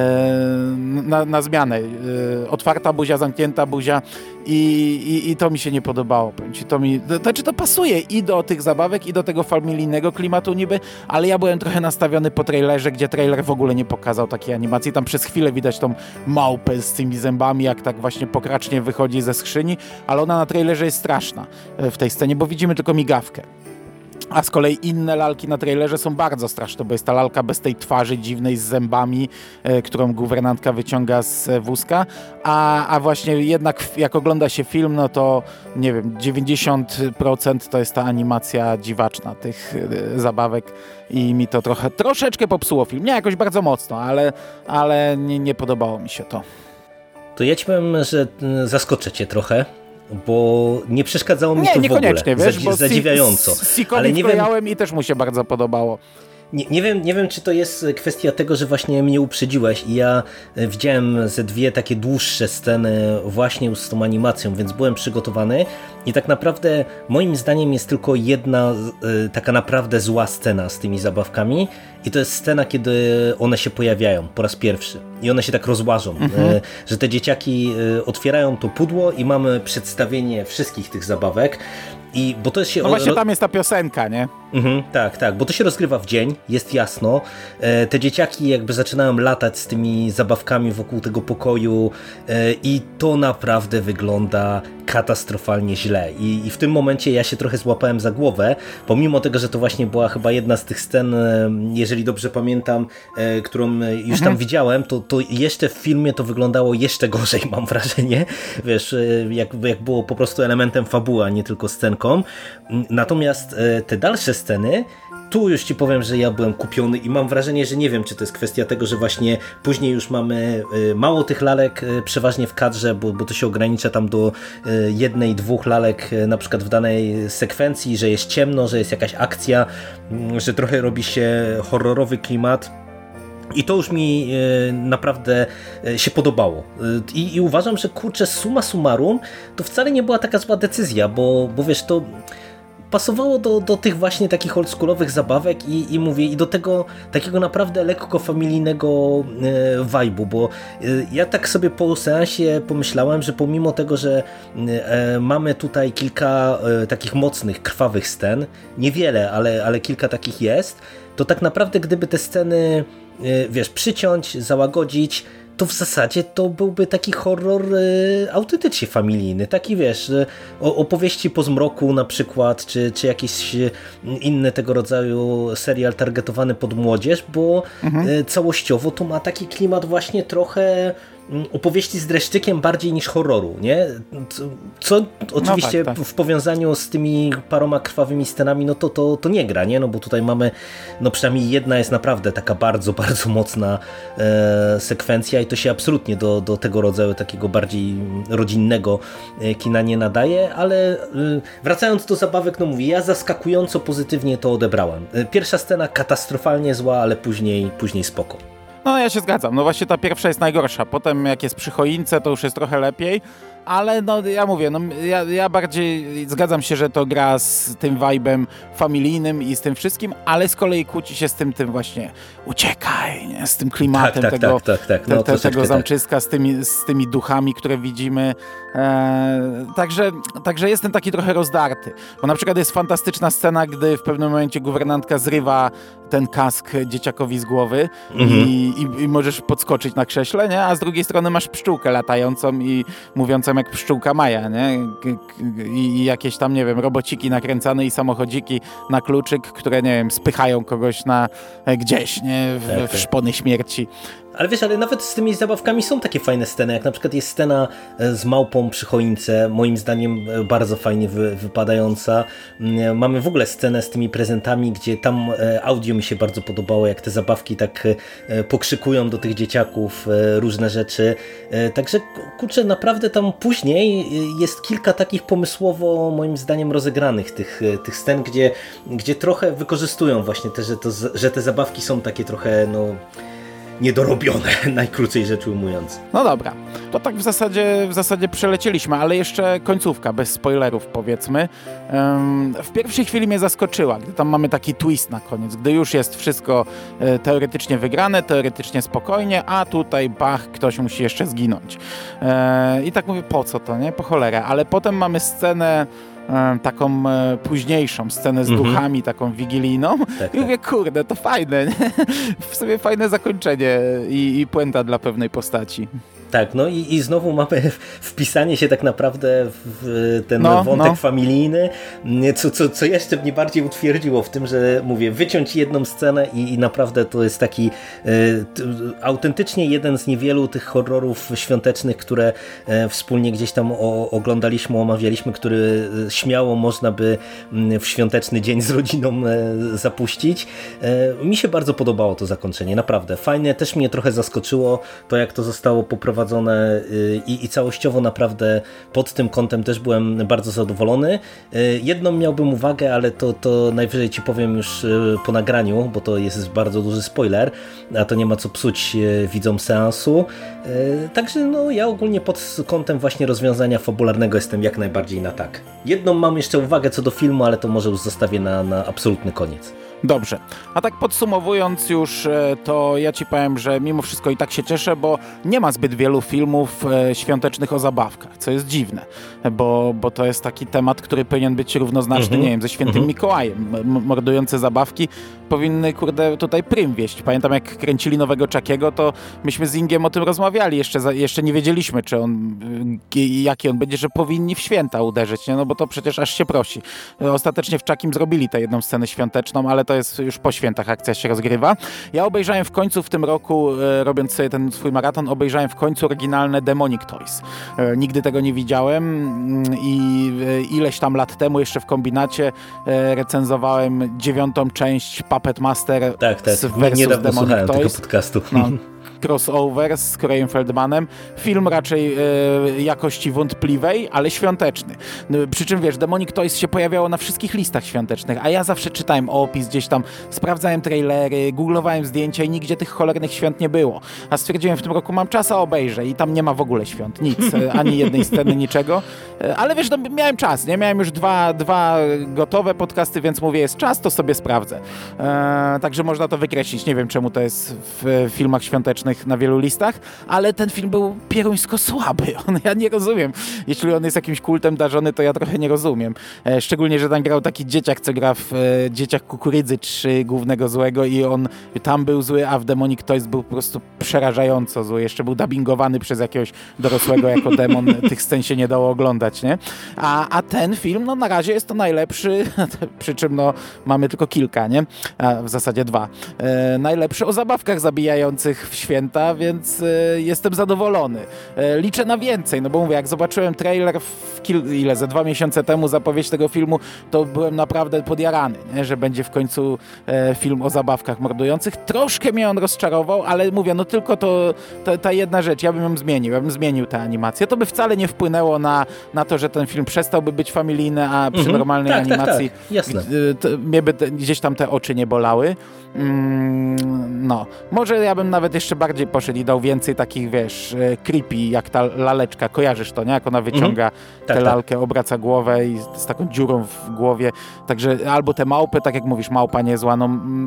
na, na zmianę. E, otwarta buzia, zamknięta buzia i, i, i to mi się nie podobało. To mi, to, znaczy to pasuje i do tych zabawek, i do tego familijnego klimatu niby, ale ja byłem trochę nastawiony po trailerze, gdzie trailer w ogóle nie pokazał takiej animacji. Tam przez chwilę widać tą małpę z tymi zębami, jak tak właśnie pokracznie wychodzi ze skrzyni, ale ona na trailerze jest straszna w tej scenie, bo widzimy tylko migawkę. A z kolei inne lalki na trailerze są bardzo straszne, bo jest ta lalka bez tej twarzy dziwnej z zębami, e, którą guwernantka wyciąga z wózka, a, a właśnie jednak jak ogląda się film, no to nie wiem, dziewięćdziesiąt procent to jest ta animacja dziwaczna tych e, zabawek i mi to trochę, troszeczkę popsuło film. Nie jakoś bardzo mocno, ale, ale nie, nie podobało mi się to. To ja ci powiem, że zaskoczę cię trochę, bo nie przeszkadzało mi nie, to w ogóle. Niekoniecznie, wiesz, bo zadziwiająco. Ale nie wiem, i też mu się bardzo podobało. Nie, nie, wiem, nie wiem, czy to jest kwestia tego, że właśnie mnie uprzedziłeś i ja widziałem ze dwie takie dłuższe sceny właśnie z tą animacją, więc byłem przygotowany i tak naprawdę moim zdaniem jest tylko jedna y, taka naprawdę zła scena z tymi zabawkami i to jest scena, kiedy one się pojawiają po raz pierwszy i one się tak rozłażą, mhm. y, że te dzieciaki y, otwierają to pudło i mamy przedstawienie wszystkich tych zabawek. I, bo to się no właśnie tam jest ta piosenka, nie? Mhm, tak, tak, bo to się rozgrywa w dzień, jest jasno. E, te dzieciaki jakby zaczynają latać z tymi zabawkami wokół tego pokoju e, i to naprawdę wygląda katastrofalnie źle. I, I w tym momencie ja się trochę złapałem za głowę, pomimo tego, że to właśnie była chyba jedna z tych scen, e, jeżeli dobrze pamiętam, e, którą już mhm. tam widziałem, to, to jeszcze w filmie to wyglądało jeszcze gorzej, mam wrażenie. Wiesz, e, jak, jak było po prostu elementem fabuły, a nie tylko scenką. Natomiast te dalsze sceny, tu już ci powiem, że ja byłem kupiony i mam wrażenie, że nie wiem, czy to jest kwestia tego, że właśnie później już mamy mało tych lalek przeważnie w kadrze, bo, bo to się ogranicza tam do jednej, dwóch lalek na przykład w danej sekwencji, że jest ciemno, że jest jakaś akcja, że trochę robi się horrorowy klimat. I to już mi e, naprawdę e, się podobało. I, I uważam, że kurczę, summa summarum to wcale nie była taka zła decyzja, bo, bo wiesz, to pasowało do, do tych właśnie takich oldschoolowych zabawek i, i mówię, i do tego takiego naprawdę lekko familijnego e, vibe'u, bo e, ja tak sobie po seansie pomyślałem, że pomimo tego, że e, mamy tutaj kilka e, takich mocnych, krwawych scen, niewiele, ale, ale kilka takich jest, to tak naprawdę gdyby te sceny wiesz, przyciąć, załagodzić, to w zasadzie to byłby taki horror y, autentycznie familijny, taki wiesz, y, opowieści po zmroku na przykład, czy, czy jakiś y, inny tego rodzaju serial targetowany pod młodzież, bo mhm. y, całościowo to ma taki klimat właśnie trochę opowieści z dreszczykiem bardziej niż horroru, nie? Co oczywiście no tak, tak. w powiązaniu z tymi paroma krwawymi scenami, no to, to, to nie gra, nie? No bo tutaj mamy, no przynajmniej jedna jest naprawdę taka bardzo, bardzo mocna e, sekwencja i to się absolutnie do, do tego rodzaju takiego bardziej rodzinnego kina nie nadaje, ale e, wracając do zabawek, no mówię, ja zaskakująco pozytywnie to odebrałem. Pierwsza scena katastrofalnie zła, ale później, później spoko. No ja się zgadzam, no właśnie ta pierwsza jest najgorsza, potem jak jest przy choince to już jest trochę lepiej, ale no ja mówię, no ja, ja bardziej zgadzam się, że to gra z tym vibe'em familijnym i z tym wszystkim, ale z kolei kłóci się z tym tym właśnie uciekaj, nie? Z tym klimatem tak, tak, tego, tak, tak, tak. No, te, tego zamczyska, tak. z, tymi, z tymi duchami, które widzimy. E, także, także jestem taki trochę rozdarty, bo na przykład jest fantastyczna scena, gdy w pewnym momencie guwernantka zrywa ten kask dzieciakowi z głowy mhm. i, i, i możesz podskoczyć na krześle, nie? A z drugiej strony masz pszczółkę latającą i mówiącą jak pszczółka Maja, nie? I, I jakieś tam, nie wiem, robociki nakręcane i samochodziki na kluczyk, które, nie wiem, spychają kogoś na gdzieś, nie? W, tak, w szpony śmierci. Ale wiesz, ale nawet z tymi zabawkami są takie fajne sceny, jak na przykład jest scena z małpą przy choince, moim zdaniem bardzo fajnie wy, wypadająca. Mamy w ogóle scenę z tymi prezentami, gdzie tam audio mi się bardzo podobało, jak te zabawki tak pokrzykują do tych dzieciaków różne rzeczy. Także kurczę, naprawdę tam później jest kilka takich pomysłowo moim zdaniem rozegranych tych, tych scen, gdzie, gdzie trochę wykorzystują właśnie te, że, to, że te zabawki są takie trochę, no... niedorobione, najkrócej rzecz ujmując. No dobra, to tak w zasadzie, w zasadzie przelecieliśmy, ale jeszcze końcówka, bez spoilerów powiedzmy. Um, w pierwszej chwili mnie zaskoczyła, gdy tam mamy taki twist na koniec, gdy już jest wszystko e, teoretycznie wygrane, teoretycznie spokojnie, a tutaj bach, ktoś musi jeszcze zginąć. E, I tak mówię, po co to, nie? Po cholerę. Ale potem mamy scenę taką e, późniejszą scenę z duchami, mm-hmm. taką wigilijną tak, i mówię, kurde, to fajne, nie? W sobie fajne zakończenie i, i puenta dla pewnej postaci. Tak, no i, i znowu mamy wpisanie się tak naprawdę w ten no, wątek no. familijny, co, co, co jeszcze mnie bardziej utwierdziło w tym, że mówię, wyciąć jedną scenę i, i naprawdę to jest taki e, t, autentycznie jeden z niewielu tych horrorów świątecznych, które e, wspólnie gdzieś tam o, oglądaliśmy, omawialiśmy, który śmiało można by w świąteczny dzień z rodziną e, zapuścić. E, mi się bardzo podobało to zakończenie, naprawdę fajne, też mnie trochę zaskoczyło to, jak to zostało poprowadzone I, i całościowo naprawdę pod tym kątem też byłem bardzo zadowolony. Jedną miałbym uwagę, ale to, to najwyżej ci powiem już po nagraniu, bo to jest bardzo duży spoiler, a to nie ma co psuć widzom seansu. Także no, ja ogólnie pod kątem właśnie rozwiązania fabularnego jestem jak najbardziej na tak. Jedną mam jeszcze uwagę co do filmu, ale to może już zostawię na, na absolutny koniec. Dobrze, a tak podsumowując już, to ja ci powiem, że mimo wszystko i tak się cieszę, bo nie ma zbyt wielu filmów świątecznych o zabawkach, co jest dziwne, bo, bo to jest taki temat, który powinien być równoznaczny, mm-hmm. nie wiem, ze Świętym mm-hmm. Mikołajem. M- mordujące zabawki powinny, kurde, tutaj prym wieść. Pamiętam, jak kręcili nowego Chuckiego, to myśmy z Ingiem o tym rozmawiali, jeszcze, za, jeszcze nie wiedzieliśmy, czy on, jaki on będzie, że powinni w święta uderzyć, nie? No bo to przecież aż się prosi. Ostatecznie w Chuckim zrobili tę jedną scenę świąteczną, ale to jest już po świętach, akcja się rozgrywa. Ja obejrzałem w końcu w tym roku, e, robiąc sobie ten swój maraton, obejrzałem w końcu oryginalne Demonic Toys. E, nigdy tego nie widziałem i e, ileś tam lat temu jeszcze w kombinacie e, recenzowałem dziewiątą część Puppet Master tak, tak. z versus Niedawno Demonic słuchałem Toys. tego podcastu. No. Crossover z Coreyem Feldmanem. Film raczej e, jakości wątpliwej, ale świąteczny. No, przy czym wiesz, Demonic Toys się pojawiało na wszystkich listach świątecznych, a ja zawsze czytałem opis, gdzieś tam sprawdzałem trailery, googlowałem zdjęcia i nigdzie tych cholernych świąt nie było. A stwierdziłem, w tym roku mam czas, a obejrzę i tam nie ma w ogóle świąt, nic, ani jednej sceny, niczego. Ale wiesz, no, miałem czas, nie? Miałem już dwa, dwa gotowe podcasty, więc mówię, jest czas, to sobie sprawdzę. E, także można to wykreślić. Nie wiem, czemu to jest w filmach świątecznych na wielu listach, ale ten film był pieruńsko słaby. On, ja nie rozumiem. Jeśli on jest jakimś kultem darzony, to ja trochę nie rozumiem. E, szczególnie, że tam grał taki dzieciak, co gra w e, Dzieciach Kukurydzy trzy głównego złego i on tam był zły, a w Demonic Toys był po prostu przerażająco zły. Jeszcze był dubbingowany przez jakiegoś dorosłego jako demon. Tych scen się nie dało oglądać, nie? A, a ten film, no na razie jest to najlepszy, przy czym no mamy tylko kilka, nie? A w zasadzie dwa. E, najlepszy o zabawkach zabijających w świecie święta, więc y, jestem zadowolony. Y, liczę na więcej, no bo mówię, jak zobaczyłem trailer w kil- ile, ze dwa miesiące temu, zapowiedź tego filmu, to byłem naprawdę podjarany, nie? Że będzie w końcu e, film o zabawkach mordujących. Troszkę mnie on rozczarował, ale mówię, no tylko to, to ta jedna rzecz, ja bym ją zmienił, ja bym zmienił tę animację. To by wcale nie wpłynęło na, na to, że ten film przestałby być familijny, a przy mhm. normalnej tak, animacji tak, tak. Jasne. To, mnie by te, gdzieś tam te oczy nie bolały. Mm, no. Może ja bym nawet jeszcze bardziej poszedł i dał więcej takich, wiesz, creepy, jak ta laleczka, kojarzysz to, nie? Jak ona wyciąga mhm. tę tak, lalkę, tak. obraca głowę i z taką dziurą w głowie. Także albo te małpy, tak jak mówisz, małpa niezła, no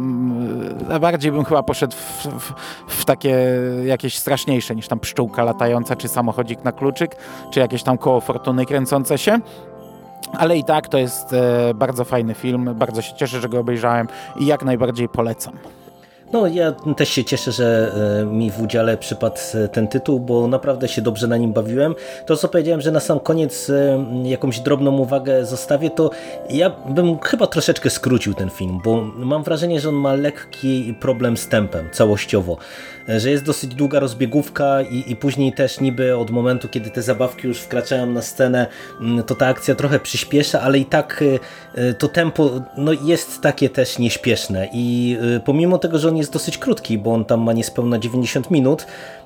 mm, bardziej bym chyba poszedł w, w, w takie jakieś straszniejsze niż tam pszczółka latająca, czy samochodzik na kluczyk, czy jakieś tam koło fortuny kręcące się. Ale i tak to jest e, bardzo fajny film, bardzo się cieszę, że go obejrzałem i jak najbardziej polecam. No ja też się cieszę, że mi w udziale przypadł ten tytuł, bo naprawdę się dobrze na nim bawiłem. To co powiedziałem, że na sam koniec jakąś drobną uwagę zostawię, to ja bym chyba troszeczkę skrócił ten film, bo mam wrażenie, że on ma lekki problem z tempem całościowo. Że jest dosyć długa rozbiegówka i, i później też niby od momentu, kiedy te zabawki już wkraczają na scenę, to ta akcja trochę przyspiesza, ale i tak to tempo no, jest takie też nieśpieszne i pomimo tego, że on jest dosyć krótki, bo on tam ma niespełna dziewięćdziesiąt minut,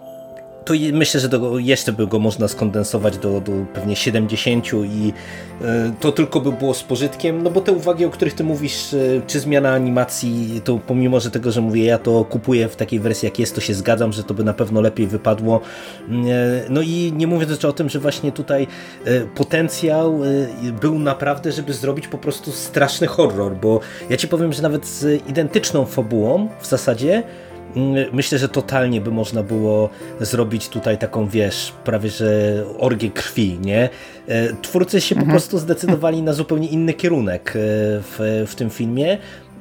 to myślę, że do, jeszcze by go można skondensować do, do pewnie siedemdziesięciu i y, to tylko by było z pożytkiem, no bo te uwagi, o których ty mówisz, y, czy zmiana animacji, to pomimo, że tego, że mówię, ja to kupuję w takiej wersji jak jest, to się zgadzam, że to by na pewno lepiej wypadło. Y, no i nie mówię też o tym, że właśnie tutaj y, potencjał y, był naprawdę, żeby zrobić po prostu straszny horror, bo ja ci powiem, że nawet z identyczną fabułą w zasadzie myślę, że totalnie by można było zrobić tutaj taką, wiesz, prawie że orgię krwi, nie? Twórcy się mhm. po prostu zdecydowali na zupełnie inny kierunek w, w tym filmie.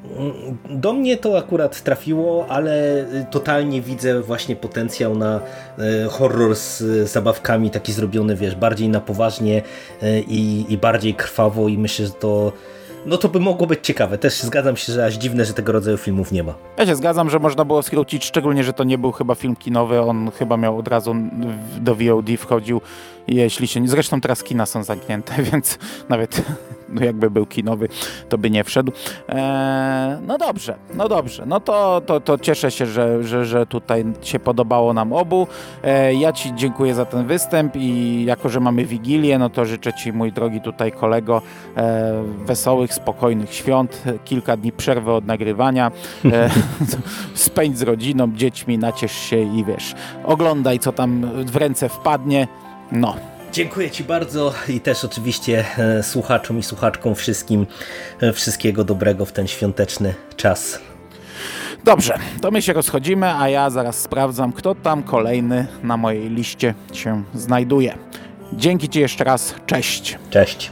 Do mnie to akurat trafiło, ale totalnie widzę właśnie potencjał na horror z zabawkami, taki zrobiony, wiesz, bardziej na poważnie i, i bardziej krwawo i myślę, że to no to by mogło być ciekawe. Też zgadzam się, że aż dziwne, że tego rodzaju filmów nie ma. Ja się zgadzam, że można było skrócić, szczególnie, że to nie był chyba film kinowy, on chyba miał od razu do V O D wchodził, jeśli się nie... Zresztą teraz kina są zamknięte, więc nawet no jakby był kinowy, to by nie wszedł. Eee, no dobrze, no dobrze. No to, to, to cieszę się, że, że, że tutaj się podobało nam obu. Eee, ja ci dziękuję za ten występ i jako, że mamy Wigilię, no to życzę ci, mój drogi tutaj kolego, e, wesołych, spokojnych świąt, kilka dni przerwy od nagrywania. E, spędź z rodziną, dziećmi, naciesz się i wiesz, oglądaj, co tam w ręce wpadnie. No. Dziękuję ci bardzo i też oczywiście e, słuchaczom i słuchaczkom wszystkim e, wszystkiego dobrego w ten świąteczny czas. Dobrze, to my się rozchodzimy, a ja zaraz sprawdzam, kto tam kolejny na mojej liście się znajduje. Dzięki ci jeszcze raz, cześć. Cześć.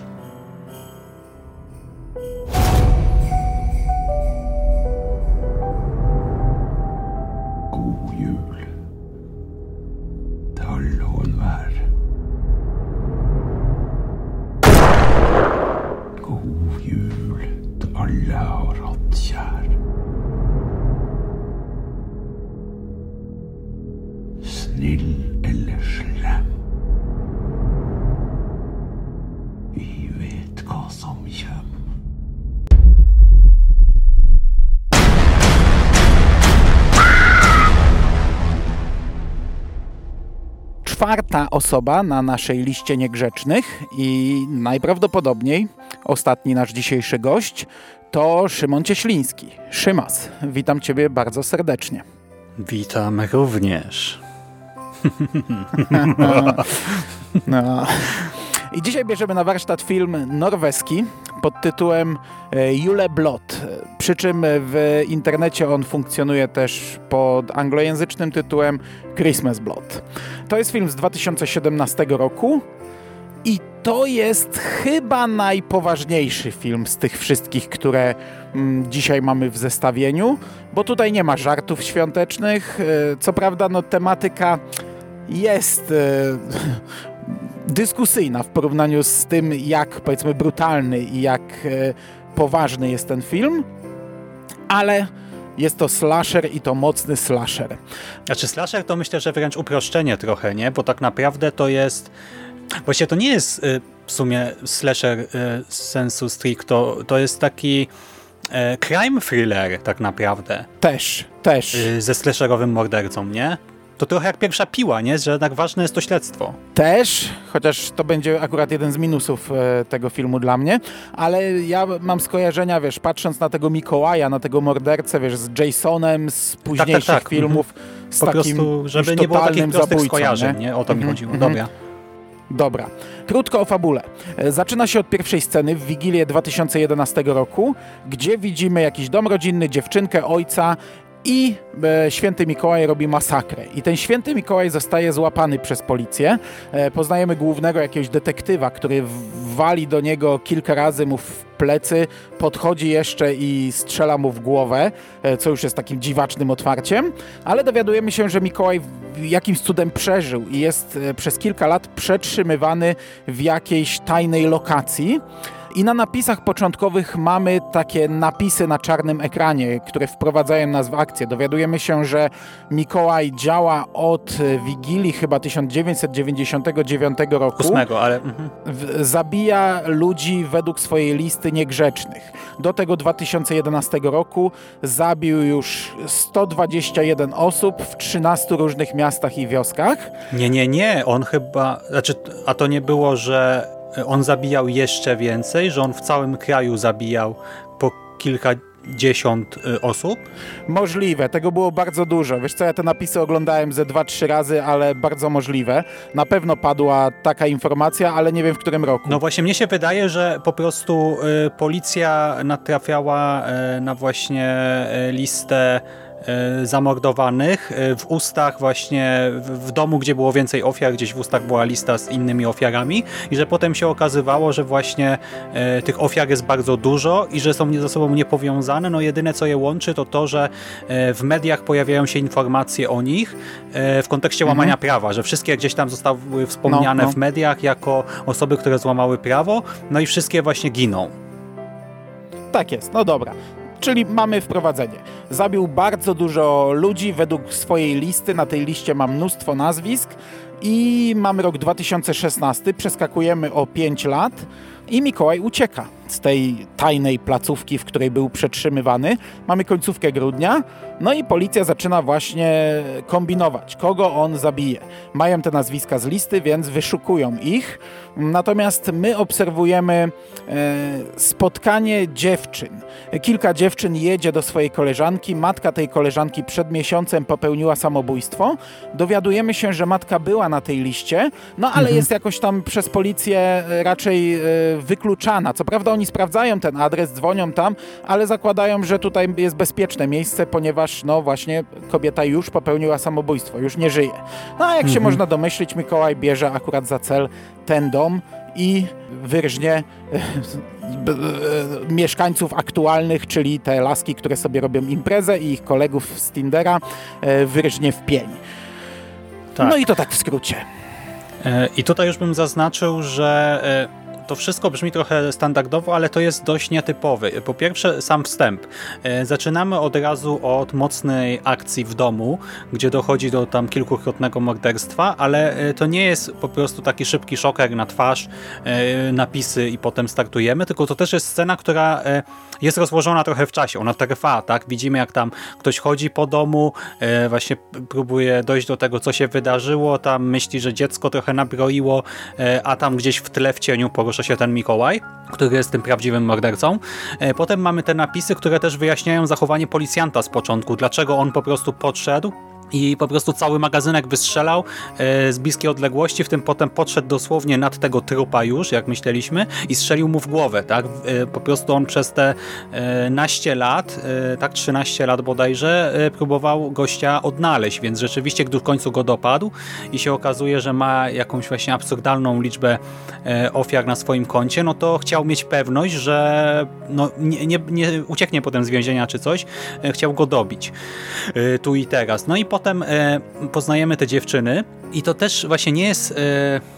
Snill eller slem. Vi vet hva som kjem. Czwarta osoba na naszej liście niegrzecznych i najprawdopodobniej ostatni nasz dzisiejszy gość to Szymon Cieśliński. Szymas, witam ciebie bardzo serdecznie. Witam również. No. I dzisiaj bierzemy na warsztat film norweski pod tytułem Jule Blod. Przy czym w internecie on funkcjonuje też pod anglojęzycznym tytułem Christmas Blood. To jest film z dwa tysiące siedemnastego roku i to jest chyba najpoważniejszy film z tych wszystkich, które mm, dzisiaj mamy w zestawieniu, bo tutaj nie ma żartów świątecznych. Co prawda, no, tematyka jest e, dyskusyjna w porównaniu z tym, jak, powiedzmy, brutalny i jak e, poważny jest ten film, ale Jest to slasher i to mocny slasher. Znaczy slasher to myślę, że wręcz uproszczenie trochę, nie? Bo tak naprawdę to jest... Właściwie to nie jest y, w sumie slasher y, z sensu stricto. To jest taki y, crime thriller tak naprawdę. Też, też. Y, ze slasherowym mordercą, nie? To trochę jak Pierwsza piła, nie? Że jednak ważne jest to śledztwo. Też, chociaż to będzie akurat jeden z minusów e, tego filmu dla mnie, ale ja mam skojarzenia, wiesz, patrząc na tego Mikołaja, na tego mordercę, wiesz, z Jasonem, z późniejszych tak, tak, tak. filmów, mhm. z po takim prostu, żeby nie było takich prostych skojarzeń, nie? nie? O to mi mhm. chodziło. Dobra. Dobra. Krótko o fabule. Zaczyna się od pierwszej sceny w Wigilię dwa tysiące jedenastego roku, gdzie widzimy jakiś dom rodzinny, dziewczynkę, ojca i e, święty Mikołaj robi masakrę. I ten święty Mikołaj zostaje złapany przez policję. E, poznajemy głównego jakiegoś detektywa, który wali do niego kilka razy mu w plecy, podchodzi jeszcze i strzela mu w głowę, e, co już jest takim dziwacznym otwarciem, ale dowiadujemy się, że Mikołaj jakimś cudem przeżył i jest e, przez kilka lat przetrzymywany w jakiejś tajnej lokacji. I na napisach początkowych mamy takie napisy na czarnym ekranie, które wprowadzają nas w akcję. Dowiadujemy się, że Mikołaj działa od Wigilii chyba tysiąc dziewięćset dziewięćdziesiątego dziewiątego roku. Ósmego, ale... Mhm. W, zabija ludzi według swojej listy niegrzecznych. Do tego dwa tysiące jedenastego roku zabił już sto dwadzieścia jeden osób w trzynastu różnych miastach i wioskach. Nie, nie, nie. On chyba... Znaczy, a to nie było, że on zabijał jeszcze więcej, że on w całym kraju zabijał po kilkadziesiąt osób? Możliwe, tego było bardzo dużo. Wiesz co, ja te napisy oglądałem ze dwa, trzy razy, ale bardzo możliwe. Na pewno padła taka informacja, ale nie wiem w którym roku. No właśnie, mnie się wydaje, że po prostu y, policja natrafiała y, na właśnie y, listę zamordowanych w ustach właśnie w domu, gdzie było więcej ofiar, gdzieś w ustach była lista z innymi ofiarami i że potem się okazywało, że właśnie e, tych ofiar jest bardzo dużo i że są ze sobą niepowiązane. No jedyne co je łączy to to, że e, w mediach pojawiają się informacje o nich e, w kontekście mhm. łamania prawa, że wszystkie gdzieś tam zostały wspomniane no, no. w mediach jako osoby, które złamały prawo, no i wszystkie właśnie giną. Tak jest, no dobra. Czyli mamy wprowadzenie. Zabił bardzo dużo ludzi według swojej listy. Na tej liście ma mnóstwo nazwisk. I mamy rok dwa tysiące szesnasty. Przeskakujemy o pięć lat. I Mikołaj ucieka z tej tajnej placówki, w której był przetrzymywany. Mamy końcówkę grudnia. No i policja zaczyna właśnie kombinować, kogo on zabije. Mają te nazwiska z listy, więc wyszukują ich. Natomiast my obserwujemy e, spotkanie dziewczyn. Kilka dziewczyn jedzie do swojej koleżanki. Matka tej koleżanki przed miesiącem popełniła samobójstwo. Dowiadujemy się, że matka była na tej liście, no ale mhm. jest jakoś tam przez policję raczej e, wykluczana. Co prawda oni sprawdzają ten adres, dzwonią tam, ale zakładają, że tutaj jest bezpieczne miejsce, ponieważ no właśnie kobieta już popełniła samobójstwo, już nie żyje. No a jak mhm. się można domyślić, Mikołaj bierze akurat za cel ten dom i wyrżnie mieszkańców aktualnych, czyli te laski, które sobie robią imprezę i ich kolegów z Tindera wyrżnie w pień. Tak. No i to tak w skrócie. I tutaj już bym zaznaczył, że to wszystko brzmi trochę standardowo, ale to jest dość nietypowy. Po pierwsze, sam wstęp. Zaczynamy od razu od mocnej akcji w domu, gdzie dochodzi do tam kilkukrotnego morderstwa, ale to nie jest po prostu taki szybki szoker na twarz, napisy i potem startujemy, tylko to też jest scena, która jest rozłożona trochę w czasie. Ona trwa, tak? Widzimy, jak tam ktoś chodzi po domu, właśnie próbuje dojść do tego, co się wydarzyło, tam myśli, że dziecko trochę nabroiło, a tam gdzieś w tle, w cieniu porusza się ten Mikołaj, który jest tym prawdziwym mordercą. Potem mamy te napisy, które też wyjaśniają zachowanie policjanta z początku, dlaczego on po prostu podszedł i po prostu cały magazynek wystrzelał e, z bliskiej odległości, w tym potem podszedł dosłownie nad tego trupa już, jak myśleliśmy, i strzelił mu w głowę, tak? E, po prostu on przez te e, naście lat, e, tak trzynaście lat bodajże, e, próbował gościa odnaleźć, więc rzeczywiście, gdy w końcu go dopadł i się okazuje, że ma jakąś właśnie absurdalną liczbę e, ofiar na swoim koncie, no to chciał mieć pewność, że no, nie, nie, nie ucieknie potem z więzienia czy coś, e, chciał go dobić e, tu i teraz. No i potem Potem e, poznajemy te dziewczyny i to też właśnie nie jest e,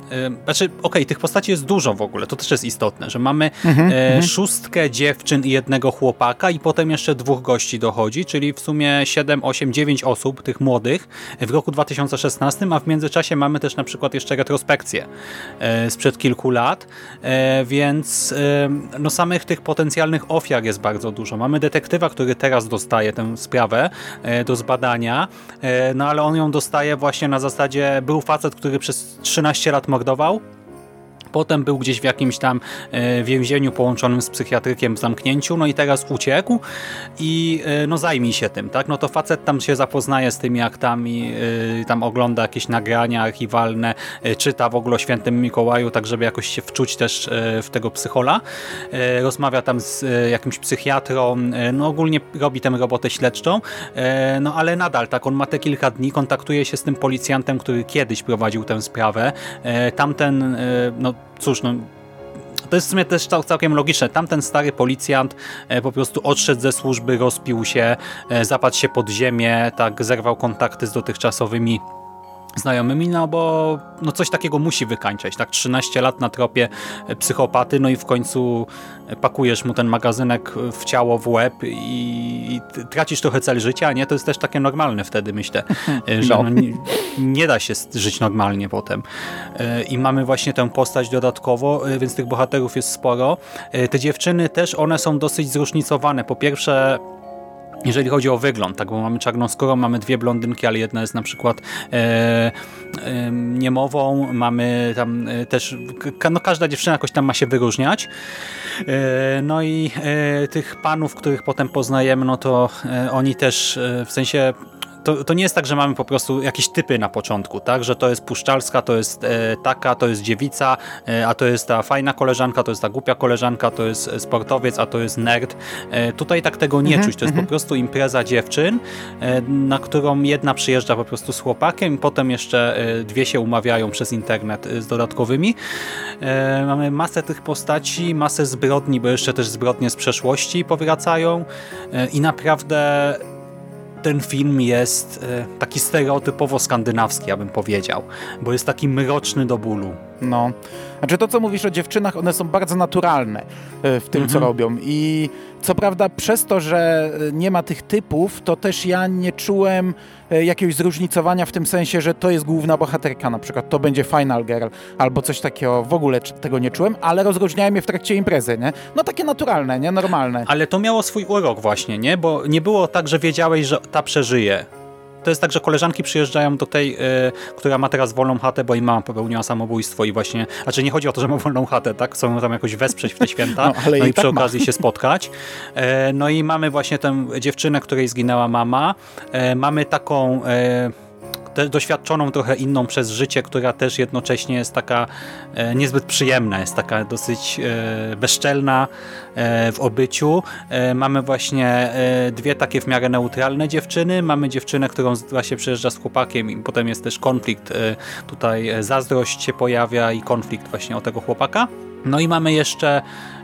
e, znaczy okej, okay, tych postaci jest dużo w ogóle, to też jest istotne, że mamy mhm, e, mhm. szóstkę dziewczyn i jednego chłopaka i potem jeszcze dwóch gości dochodzi, czyli w sumie siedem, osiem, dziewięć osób, tych młodych w roku dwa tysiące szesnastym, a w międzyczasie mamy też na przykład jeszcze retrospekcję e, sprzed kilku lat, e, więc e, no samych tych potencjalnych ofiar jest bardzo dużo. Mamy detektywa, który teraz dostaje tę sprawę e, do zbadania, e, no ale on ją dostaje właśnie na zasadzie, był facet, który przez trzynaście lat mordował, potem był gdzieś w jakimś tam e, więzieniu połączonym z psychiatrykiem w zamknięciu, no i teraz uciekł i e, no zajmij się tym, tak? No to facet tam się zapoznaje z tymi aktami, e, tam ogląda jakieś nagrania archiwalne, e, czyta w ogóle o Świętym Mikołaju, tak żeby jakoś się wczuć też e, w tego psychola. E, rozmawia tam z e, jakimś psychiatrą, e, no ogólnie robi tę robotę śledczą, e, no ale nadal, tak, on ma te kilka dni, kontaktuje się z tym policjantem, który kiedyś prowadził tę sprawę. E, tamten, e, no cóż, no to jest w sumie też całkiem logiczne. Tamten stary policjant e, po prostu odszedł ze służby, rozpił się, e, zapadł się pod ziemię, tak, zerwał kontakty z dotychczasowymi znajomymi, no bo no coś takiego musi wykańczać, tak, trzynaście lat na tropie psychopaty, no i w końcu pakujesz mu ten magazynek w ciało, w łeb i, i tracisz trochę cel życia, nie? To jest też takie normalne wtedy, myślę, że no. nie, nie da się żyć normalnie potem. I mamy właśnie tę postać dodatkowo, więc tych bohaterów jest sporo. Te dziewczyny też, one są dosyć zróżnicowane. Po pierwsze, jeżeli chodzi o wygląd, tak, bo mamy czarną skórą, mamy dwie blondynki, ale jedna jest na przykład e, e, niemową, mamy tam e, też, no każda dziewczyna jakoś tam ma się wyróżniać. E, no i e, tych panów, których potem poznajemy, no to e, oni też e, w sensie To, to nie jest tak, że mamy po prostu jakieś typy na początku, tak, że to jest puszczalska, to jest e, taka, to jest dziewica, e, a to jest ta fajna koleżanka, to jest ta głupia koleżanka, to jest sportowiec, a to jest nerd. E, tutaj tak tego nie mhm, czuć, to jest po prostu impreza dziewczyn, e, na którą jedna przyjeżdża po prostu z chłopakiem, potem jeszcze e, dwie się umawiają przez internet e, z dodatkowymi. E, mamy masę tych postaci, masę zbrodni, bo jeszcze też zbrodnie z przeszłości powracają e, i naprawdę ten film jest taki stereotypowo skandynawski, ja bym powiedział, bo jest taki mroczny do bólu. No, znaczy to, co mówisz o dziewczynach, one są bardzo naturalne w tym, mhm. co robią i co prawda przez to, że nie ma tych typów, to też ja nie czułem jakiegoś zróżnicowania w tym sensie, że to jest główna bohaterka, na przykład to będzie Final Girl albo coś takiego, w ogóle tego nie czułem, ale rozróżniałem je w trakcie imprezy, nie? No takie naturalne, nie? Normalne. Ale to miało swój urok właśnie, nie? Bo nie było tak, że wiedziałeś, że ta przeżyje. To jest tak, że koleżanki przyjeżdżają do tej, yy, która ma teraz wolną chatę, bo jej mama popełniła samobójstwo i właśnie, znaczy nie chodzi o to, że ma wolną chatę, tak? Chcą ją tam jakoś wesprzeć w te święta, no, ale no i, i przy tak okazji ma. się spotkać. Yy, no i mamy właśnie tę dziewczynę, której zginęła mama. Yy, mamy taką yy, też doświadczoną trochę inną przez życie, która też jednocześnie jest taka e, niezbyt przyjemna, jest taka dosyć e, bezczelna e, w obyciu. E, mamy właśnie e, dwie takie w miarę neutralne dziewczyny. Mamy dziewczynę, którą właśnie przyjeżdża z chłopakiem i potem jest też konflikt. E, tutaj e, zazdrość się pojawia i konflikt właśnie o tego chłopaka. No i mamy jeszcze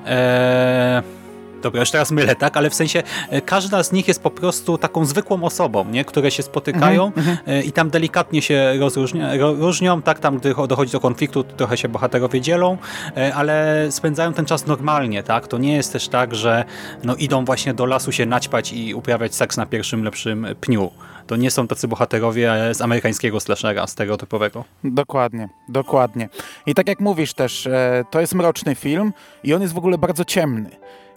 e, Dobra, już teraz mylę, tak? Ale w sensie każda z nich jest po prostu taką zwykłą osobą, nie? Które się spotykają mm-hmm. i tam delikatnie się rozróżnia, różnią, tak? Tam, gdy dochodzi do konfliktu, trochę się bohaterowie dzielą, ale spędzają ten czas normalnie, tak? To nie jest też tak, że no, idą właśnie do lasu się naćpać i uprawiać seks na pierwszym lepszym pniu. To nie są tacy bohaterowie z amerykańskiego slashera, stereotypowego. Dokładnie, dokładnie. I tak jak mówisz też, to jest mroczny film i on jest w ogóle bardzo ciemny.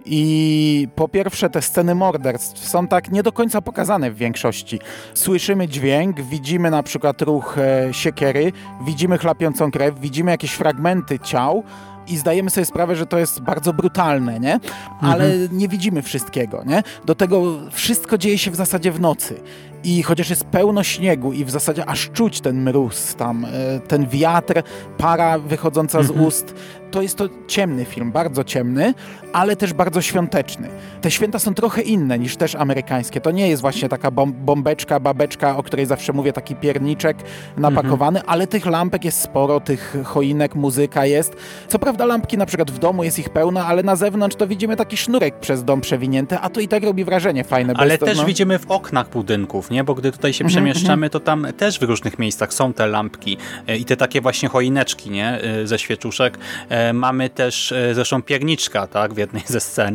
I po pierwsze te sceny morderstw są tak nie do końca pokazane w większości. Słyszymy dźwięk, widzimy na przykład ruch e, siekiery, widzimy chlapiącą krew, widzimy jakieś fragmenty ciał i zdajemy sobie sprawę, że to jest bardzo brutalne, nie? Ale mhm. nie widzimy wszystkiego, nie? Do tego wszystko dzieje się w zasadzie w nocy. I chociaż jest pełno śniegu i w zasadzie aż czuć ten mróz tam, ten wiatr, para wychodząca z ust, to jest to ciemny film, bardzo ciemny, ale też bardzo świąteczny. Te święta są trochę inne niż też amerykańskie. To nie jest właśnie taka bom- bombeczka, babeczka, o której zawsze mówię, taki pierniczek napakowany, ale tych lampek jest sporo, tych choinek, muzyka jest. Co prawda lampki na przykład w domu jest ich pełno, ale na zewnątrz to widzimy taki sznurek przez dom przewinięty, a to i tak robi wrażenie fajne. Ale to, też no... widzimy w oknach budynków. światłów, nie? Bo gdy tutaj się przemieszczamy, to tam też w różnych miejscach są te lampki i te takie właśnie choineczki, nie? Ze świeczuszek. Mamy też zresztą pierniczka, tak? W jednej ze scen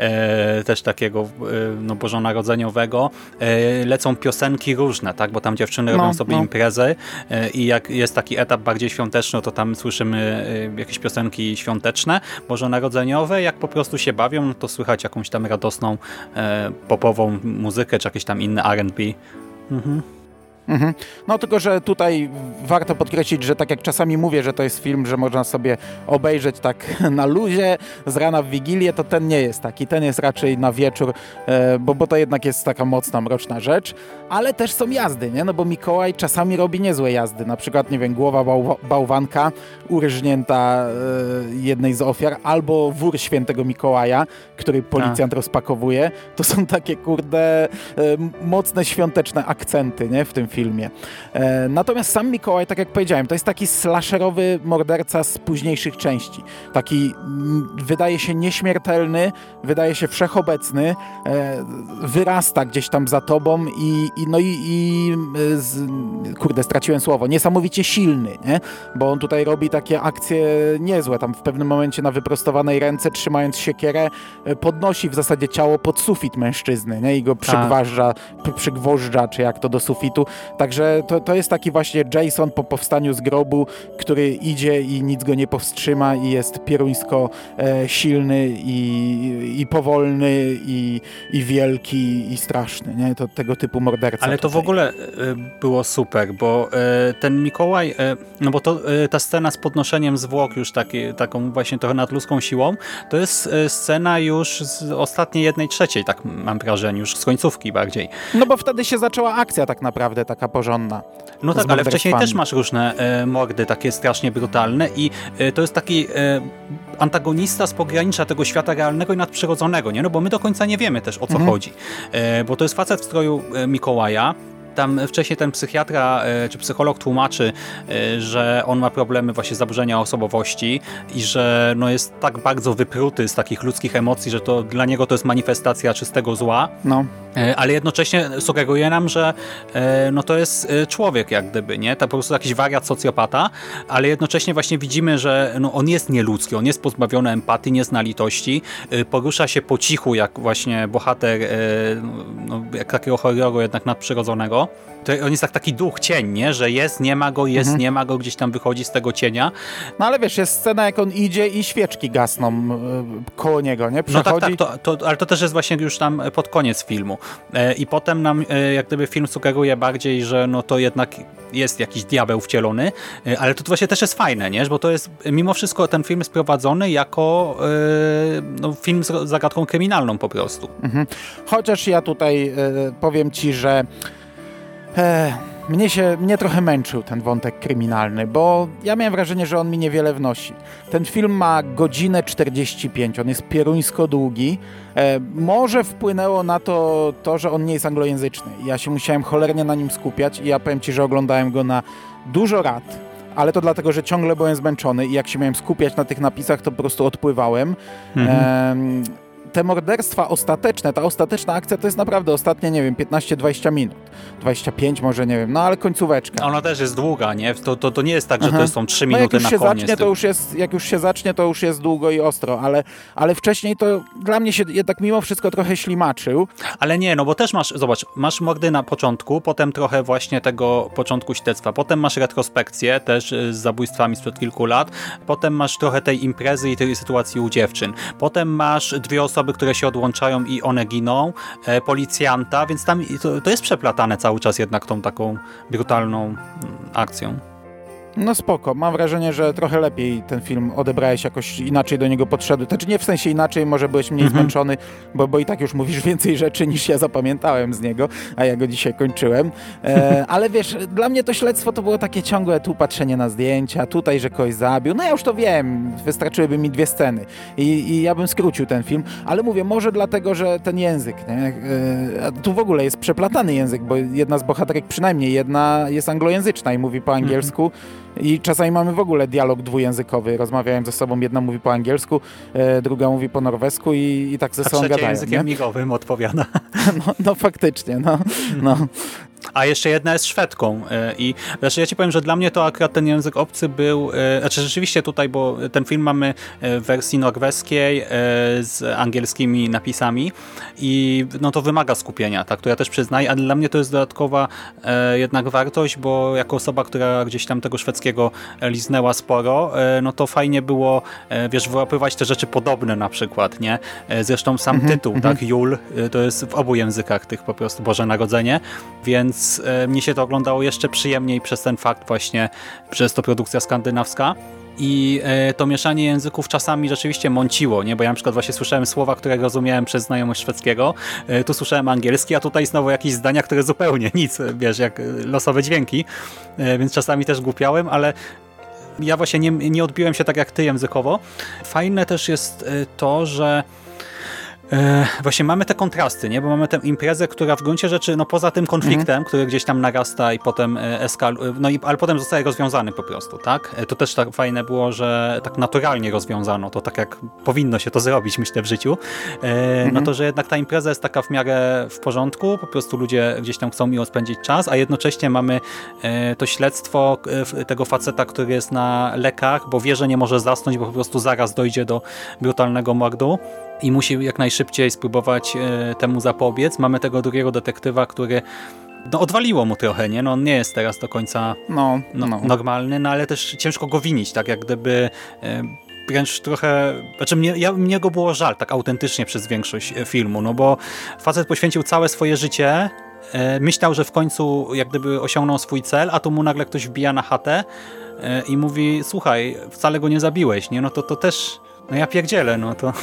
też takiego no, bożonarodzeniowego. Lecą piosenki różne, tak? Bo tam dziewczyny no, robią sobie no. imprezy i jak jest taki etap bardziej świąteczny, to tam słyszymy jakieś piosenki świąteczne, bożonarodzeniowe. Jak po prostu się bawią, no to słychać jakąś tam radosną popową muzykę, czy jakieś tam inne R and B. Mhm. Mhm. No tylko, że tutaj warto podkreślić, że tak jak czasami mówię, że to jest film, że można sobie obejrzeć tak na luzie, z rana w Wigilię, to ten nie jest taki. Ten jest raczej na wieczór, bo, bo to jednak jest taka mocna, mroczna rzecz. Ale też są jazdy, nie? No bo Mikołaj czasami robi niezłe jazdy. Na przykład, nie wiem, głowa bał, bałwanka urżnięta jednej z ofiar, albo wór świętego Mikołaja, który policjant A. rozpakowuje. To są takie, kurde, mocne świąteczne akcenty, nie? W tym filmie. E, natomiast sam Mikołaj, tak jak powiedziałem, to jest taki slasherowy morderca z późniejszych części. Taki m, wydaje się nieśmiertelny, wydaje się wszechobecny, e, wyrasta gdzieś tam za tobą i, i no i, i z, kurde, straciłem słowo, niesamowicie silny, nie? Bo on tutaj robi takie akcje niezłe. Tam w pewnym momencie na wyprostowanej ręce, trzymając siekierę, podnosi w zasadzie ciało pod sufit mężczyzny, nie? I go przygważdża, przygwożdża, czy jak to do sufitu. Także to, to jest taki właśnie Jason po powstaniu z grobu, który idzie i nic go nie powstrzyma i jest pieruńsko e, silny i, i powolny i, i wielki i straszny, nie? To tego typu morderca. Ale to tutaj w ogóle e, było super, bo e, ten Mikołaj, e, no bo to e, ta scena z podnoszeniem zwłok już taki, taką właśnie trochę nadludzką siłą, to jest e, scena już z ostatniej jednej trzeciej, tak mam wrażenie, już z końcówki bardziej. No bo wtedy się zaczęła akcja tak naprawdę, taka porządna. No tak, ale wcześniej też masz różne e, mordy takie strasznie brutalne i e, to jest taki e, antagonista z pogranicza tego świata realnego i nadprzyrodzonego, nie? No bo my do końca nie wiemy też, o co mhm. chodzi. E, bo to jest facet w stroju e, Mikołaja. Tam wcześniej ten psychiatra czy psycholog tłumaczy, że on ma problemy właśnie zaburzenia osobowości i że no jest tak bardzo wypruty z takich ludzkich emocji, że to dla niego to jest manifestacja czystego zła. No. Ale jednocześnie sugeruje nam, że no to jest człowiek jak gdyby, nie? To po prostu jakiś wariat, socjopata, ale jednocześnie właśnie widzimy, że no on jest nieludzki, on jest pozbawiony empatii, nie zna litości, porusza się po cichu jak właśnie bohater no, jak takiego horroru jednak nadprzyrodzonego. To on jest tak taki duch, cień, nie? Że jest, nie ma go, jest, mhm. nie ma go, gdzieś tam wychodzi z tego cienia. No ale wiesz, jest scena, jak on idzie i świeczki gasną yy, koło niego, nie? Przechodzi... No tak, tak, to, to, ale to też jest właśnie już tam pod koniec filmu. Yy, I potem nam yy, jak gdyby film sugeruje bardziej, że no to jednak jest jakiś diabeł wcielony, yy, ale to, to właśnie też jest fajne, nie? Bo to jest, mimo wszystko ten film jest prowadzony jako yy, no, film z zagadką kryminalną po prostu. Mhm. Chociaż ja tutaj yy, powiem ci, że E, mnie się, mnie trochę męczył ten wątek kryminalny, bo ja miałem wrażenie, że on mi niewiele wnosi. Ten film ma godzinę czterdzieści pięć, on jest pieruńsko długi. E, może wpłynęło na to, to, że on nie jest anglojęzyczny. Ja się musiałem cholernie na nim skupiać i ja powiem ci, że oglądałem go na dużo rat, ale to dlatego, że ciągle byłem zmęczony i jak się miałem skupiać na tych napisach, to po prostu odpływałem. Mhm. E, Te morderstwa ostateczne, ta ostateczna akcja to jest naprawdę ostatnie, nie wiem, piętnaście dwadzieścia minut. dwadzieścia pięć może, nie wiem, no ale końcóweczka. Ona też jest długa, nie? To, to, to nie jest tak, że Aha. to są trzy no minuty jak już na się koniec. Zacznie, to już jest, jak już się zacznie, to już jest długo i ostro, ale, ale wcześniej to dla mnie się jednak mimo wszystko trochę ślimaczył. Ale nie, no bo też masz, zobacz, masz mordy na początku, potem trochę właśnie tego początku śledztwa, potem masz retrospekcję też z zabójstwami sprzed kilku lat, potem masz trochę tej imprezy i tej sytuacji u dziewczyn, potem masz dwie osoby, które się odłączają i one giną, e, policjanta, więc tam to, to jest przeplatane cały czas jednak tą taką brutalną mm, akcją. No spoko, mam wrażenie, że trochę lepiej ten film odebrałeś, jakoś inaczej do niego podszedł. Znaczy nie w sensie inaczej, może byłeś mniej mhm. zmęczony, bo, bo i tak już mówisz więcej rzeczy niż ja zapamiętałem z niego, a ja go dzisiaj kończyłem. E, ale wiesz, dla mnie to śledztwo to było takie ciągłe tu patrzenie na zdjęcia, tutaj, że kogoś zabił. No ja już to wiem, wystarczyłyby mi dwie sceny i, i ja bym skrócił ten film, ale mówię, może dlatego, że ten język, nie? E, tu w ogóle jest przeplatany język, bo jedna z bohaterek, przynajmniej jedna, jest anglojęzyczna i mówi po angielsku. Mhm. I czasami mamy w ogóle dialog dwujęzykowy. Rozmawiają ze sobą, jedna mówi po angielsku, e, druga mówi po norwesku i, i tak ze sobą gadają. A językiem nie? migowym odpowiada. No, no faktycznie, no. no. A jeszcze jedna jest Szwedką i znaczy ja ci powiem, że dla mnie to akurat ten język obcy był, znaczy rzeczywiście tutaj, bo ten film mamy w wersji norweskiej z angielskimi napisami i no to wymaga skupienia, tak, to ja też przyznaję, ale dla mnie to jest dodatkowa jednak wartość, bo jako osoba, która gdzieś tam tego szwedzkiego liznęła sporo, no to fajnie było, wiesz, wyłapywać te rzeczy podobne na przykład, nie? Zresztą sam mm-hmm, tytuł, mm-hmm. tak, Jul, to jest w obu językach tych po prostu Boże Narodzenie, więc Więc e, mnie się to oglądało jeszcze przyjemniej przez ten fakt właśnie, przez to produkcja skandynawska. I e, to mieszanie języków czasami rzeczywiście mąciło, nie? Bo ja na przykład właśnie słyszałem słowa, które rozumiałem przez znajomość szwedzkiego, e, tu słyszałem angielski, a tutaj znowu jakieś zdania, które zupełnie nic, wiesz, jak losowe dźwięki, e, więc czasami też głupiałem, ale ja właśnie nie, nie odbiłem się tak jak ty językowo. Fajne też jest to, że E, właśnie mamy te kontrasty, nie? Bo mamy tę imprezę, która w gruncie rzeczy, no poza tym konfliktem, mm. który gdzieś tam narasta i potem eskaluje, no i, ale potem zostaje rozwiązany po prostu, tak? To też tak fajne było, że tak naturalnie rozwiązano to, tak jak powinno się to zrobić, myślę, w życiu. E, mm. No to, że jednak ta impreza jest taka w miarę w porządku, po prostu ludzie gdzieś tam chcą miło spędzić czas, a jednocześnie mamy e, to śledztwo e, tego faceta, który jest na lekach, bo wie, że nie może zasnąć, bo po prostu zaraz dojdzie do brutalnego mordu i musi jak najszybciej spróbować e, temu zapobiec. Mamy tego drugiego detektywa, który no, odwaliło mu trochę, nie? No, on nie jest teraz do końca no, no, no. normalny, no ale też ciężko go winić, tak jak gdyby e, wręcz trochę, znaczy mnie, ja, mnie go było żal tak autentycznie przez większość filmu, no bo facet poświęcił całe swoje życie, e, myślał, że w końcu jak gdyby osiągnął swój cel, a tu mu nagle ktoś wbija na chatę e, i mówi, słuchaj, wcale go nie zabiłeś, nie? No to, to też no ja pierdzielę, no to...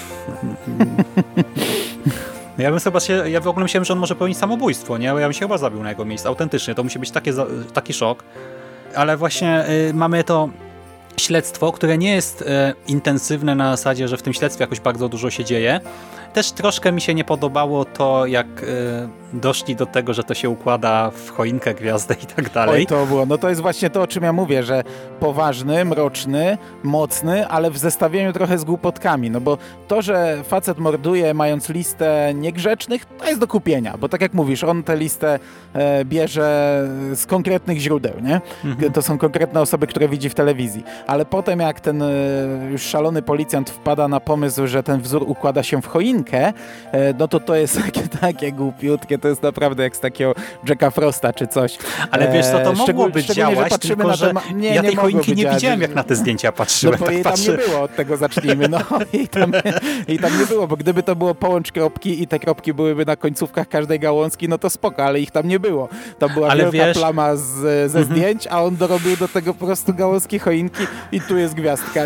Ja bym chyba się, ja w ogóle myślałem, że on może popełnić samobójstwo, nie? Ja bym się chyba zabił na jego miejscu, autentycznie, to musi być takie, taki szok. Ale właśnie y, mamy to śledztwo, które nie jest y, intensywne na zasadzie, że w tym śledztwie jakoś bardzo dużo się dzieje. Też troszkę mi się nie podobało to, jak y, doszli do tego, że to się układa w choinkę, gwiazdę i tak dalej. Oj, to było. No to jest właśnie to, o czym ja mówię, że poważny, mroczny, mocny, ale w zestawieniu trochę z głupotkami, no bo to, że facet morduje mając listę niegrzecznych, to jest do kupienia, bo tak jak mówisz, on tę listę e, bierze z konkretnych źródeł, nie? Mhm. To są konkretne osoby, które widzi w telewizji, ale potem jak ten e, już szalony policjant wpada na pomysł, że ten wzór układa się w choinkę, e, no to to jest takie, takie głupiutkie, to jest naprawdę jak z takiego Jacka Frosta czy coś. Ale wiesz co, to mogłoby działać, tylko na że nie, ja nie tej choinki nie widziałem, jak na te zdjęcia patrzyłem. No bo tak jej patrzy... tam nie było, od tego zacznijmy. No, jej, tam, jej tam nie było, bo gdyby to było połącz kropki i te kropki byłyby na końcówkach każdej gałązki, no to spoko, ale ich tam nie było. Tam była ale wielka wiesz... plama z, ze mhm. zdjęć, a on dorobił do tego po prostu gałązki choinki i tu jest gwiazdka.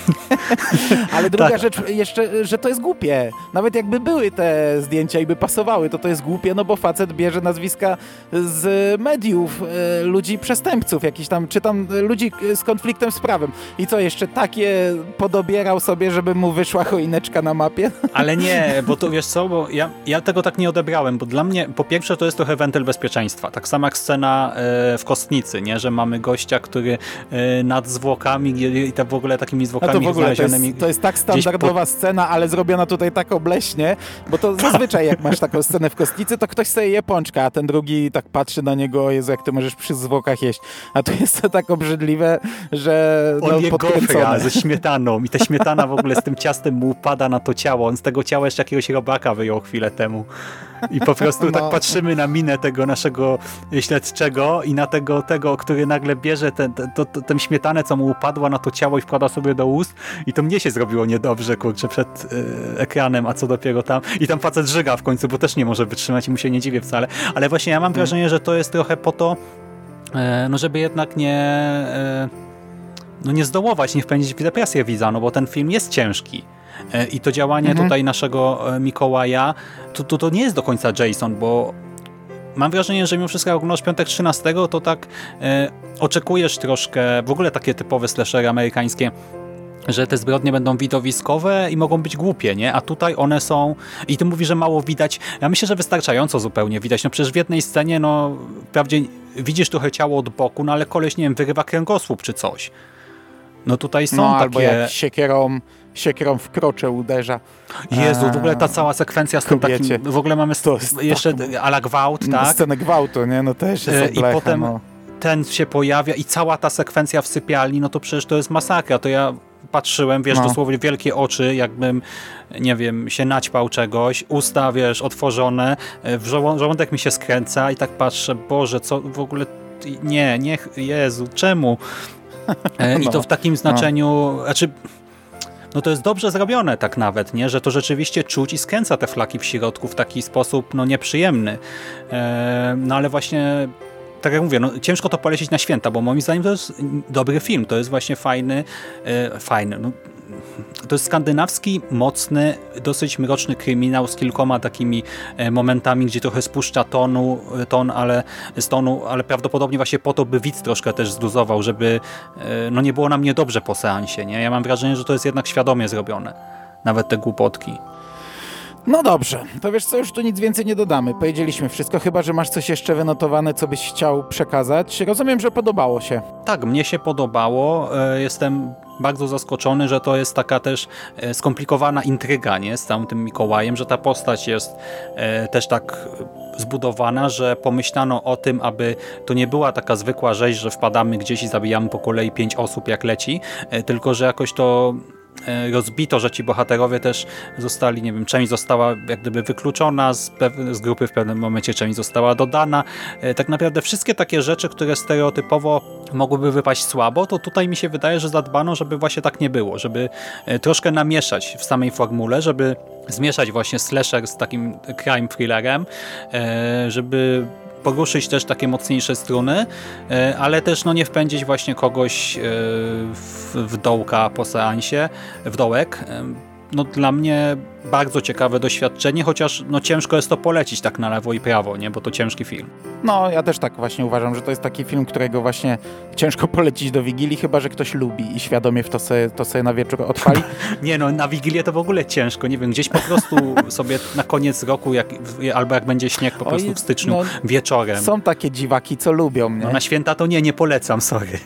Ale druga tak. rzecz jeszcze, że to jest głupie. Nawet jakby były te zdjęcia i by pasowały, to to jest głupie, no bo facet bierze nazwiska z mediów, ludzi przestępców, jakichś tam, czy tam ludzi z konfliktem z prawem. I co, jeszcze takie podobierał sobie, żeby mu wyszła choineczka na mapie? Ale nie, bo to wiesz co, bo ja, ja tego tak nie odebrałem, bo dla mnie po pierwsze to jest trochę wentyl bezpieczeństwa. Tak samo jak scena e, w Kostnicy, nie? Że mamy gościa, który e, nad zwłokami i te w ogóle takimi zwłokami no to w ogóle to jest, to jest tak standardowa po... scena, ale zrobiona tutaj tak obleśnie, bo to zazwyczaj jak masz taką scenę w Kostnicy, to ktoś sobie je pączka, a ten drugi tak patrzy na niego, Jezu, jak ty możesz przy zwłokach jeść. A tu jest to tak obrzydliwe, że on no, je gofra ze śmietaną i ta śmietana w ogóle z tym ciastem mu upada na to ciało. On z tego ciała jeszcze jakiegoś robaka wyjął chwilę temu. I po prostu no. tak patrzymy na minę tego naszego śledczego i na tego, tego który nagle bierze ten, to, to, tę śmietanę, co mu upadła na to ciało i wkłada sobie do ust i to mnie się zrobiło niedobrze, kurczę, przed y, ekranem, a co dopiero tam. I tam facet żyga w końcu, bo też nie może wytrzymać i mu się nie dziwię wcale. Ale właśnie ja mam wrażenie, że to jest trochę po to, y, no żeby jednak nie y, no nie zdołować, nie wpędzić w depresję widza, no bo ten film jest ciężki. I to działanie mhm. tutaj naszego Mikołaja, to, to, to nie jest do końca Jason, bo mam wrażenie, że mimo wszystko jak oglądasz Piątek trzynastego, to tak e, oczekujesz troszkę, w ogóle takie typowe slashery amerykańskie, że te zbrodnie będą widowiskowe i mogą być głupie, nie? A tutaj one są... I ty mówisz, że mało widać. Ja myślę, że wystarczająco zupełnie widać. No przecież w jednej scenie, no wprawdzie widzisz trochę ciało od boku, no ale koleś, nie wiem, wyrywa kręgosłup czy coś. No tutaj są no, takie... albo jak siekierą, siekierą w krocze uderza. Jezu, w ogóle ta cała sekwencja z tym takim... W ogóle mamy to jeszcze tak, a la gwałt, tak? Scenę gwałtu, nie? No też jest odlecha, I potem no. ten się pojawia i cała ta sekwencja w sypialni, no to przecież to jest masakra. To ja patrzyłem, wiesz, no. dosłownie wielkie oczy, jakbym, nie wiem, się naćpał czegoś, usta, wiesz, otworzone, w żołądek mi się skręca i tak patrzę, Boże, co w ogóle... Nie, nie, Jezu, czemu? I no, to w takim znaczeniu, no. znaczy, no to jest dobrze zrobione tak nawet, nie? Że to rzeczywiście czuć i skręca te flaki w środku w taki sposób, no nieprzyjemny. E, no ale właśnie, tak jak mówię, no ciężko to polecić na święta, bo moim zdaniem to jest dobry film, to jest właśnie fajny, e, fajny, no to jest skandynawski, mocny, dosyć mroczny kryminał z kilkoma takimi momentami, gdzie trochę spuszcza tonu, ton, ale, z tonu, ale prawdopodobnie właśnie po to, by widz troszkę też zluzował, żeby no nie było nam niedobrze po seansie. Nie? Ja mam wrażenie, że to jest jednak świadomie zrobione. Nawet te głupotki. No dobrze, to wiesz co, już tu nic więcej nie dodamy. Powiedzieliśmy wszystko, chyba że masz coś jeszcze wynotowane, co byś chciał przekazać. Rozumiem, że podobało się. Tak, mnie się podobało. Jestem bardzo zaskoczony, że to jest taka też skomplikowana intryga, nie? Z całym tym Mikołajem, że ta postać jest też tak zbudowana, że pomyślano o tym, aby to nie była taka zwykła rzeź, że wpadamy gdzieś i zabijamy po kolei pięć osób jak leci, tylko że jakoś to rozbito, że ci bohaterowie też zostali, nie wiem, część została jak gdyby wykluczona z, z grupy w pewnym momencie, część została dodana. Tak naprawdę wszystkie takie rzeczy, które stereotypowo mogłyby wypaść słabo, to tutaj mi się wydaje, że zadbano, żeby właśnie tak nie było, żeby troszkę namieszać w samej formule, żeby zmieszać właśnie slasher z takim crime thrillerem, żeby poruszyć też takie mocniejsze struny, ale też no nie wpędzić właśnie kogoś w, w dołka po seansie, w dołek. No dla mnie bardzo ciekawe doświadczenie, chociaż no ciężko jest to polecić tak na lewo i prawo, nie, bo to ciężki film. No, ja też tak właśnie uważam, że to jest taki film, którego właśnie ciężko polecić do Wigilii, chyba że ktoś lubi i świadomie w to sobie, to sobie na wieczór odpali. Nie no, na Wigilię to w ogóle ciężko, nie wiem, gdzieś po prostu sobie na koniec roku, jak, albo jak będzie śnieg po prostu Oj, w styczniu, no, wieczorem. Są takie dziwaki, co lubią, nie? No na święta to nie, nie polecam, sorry.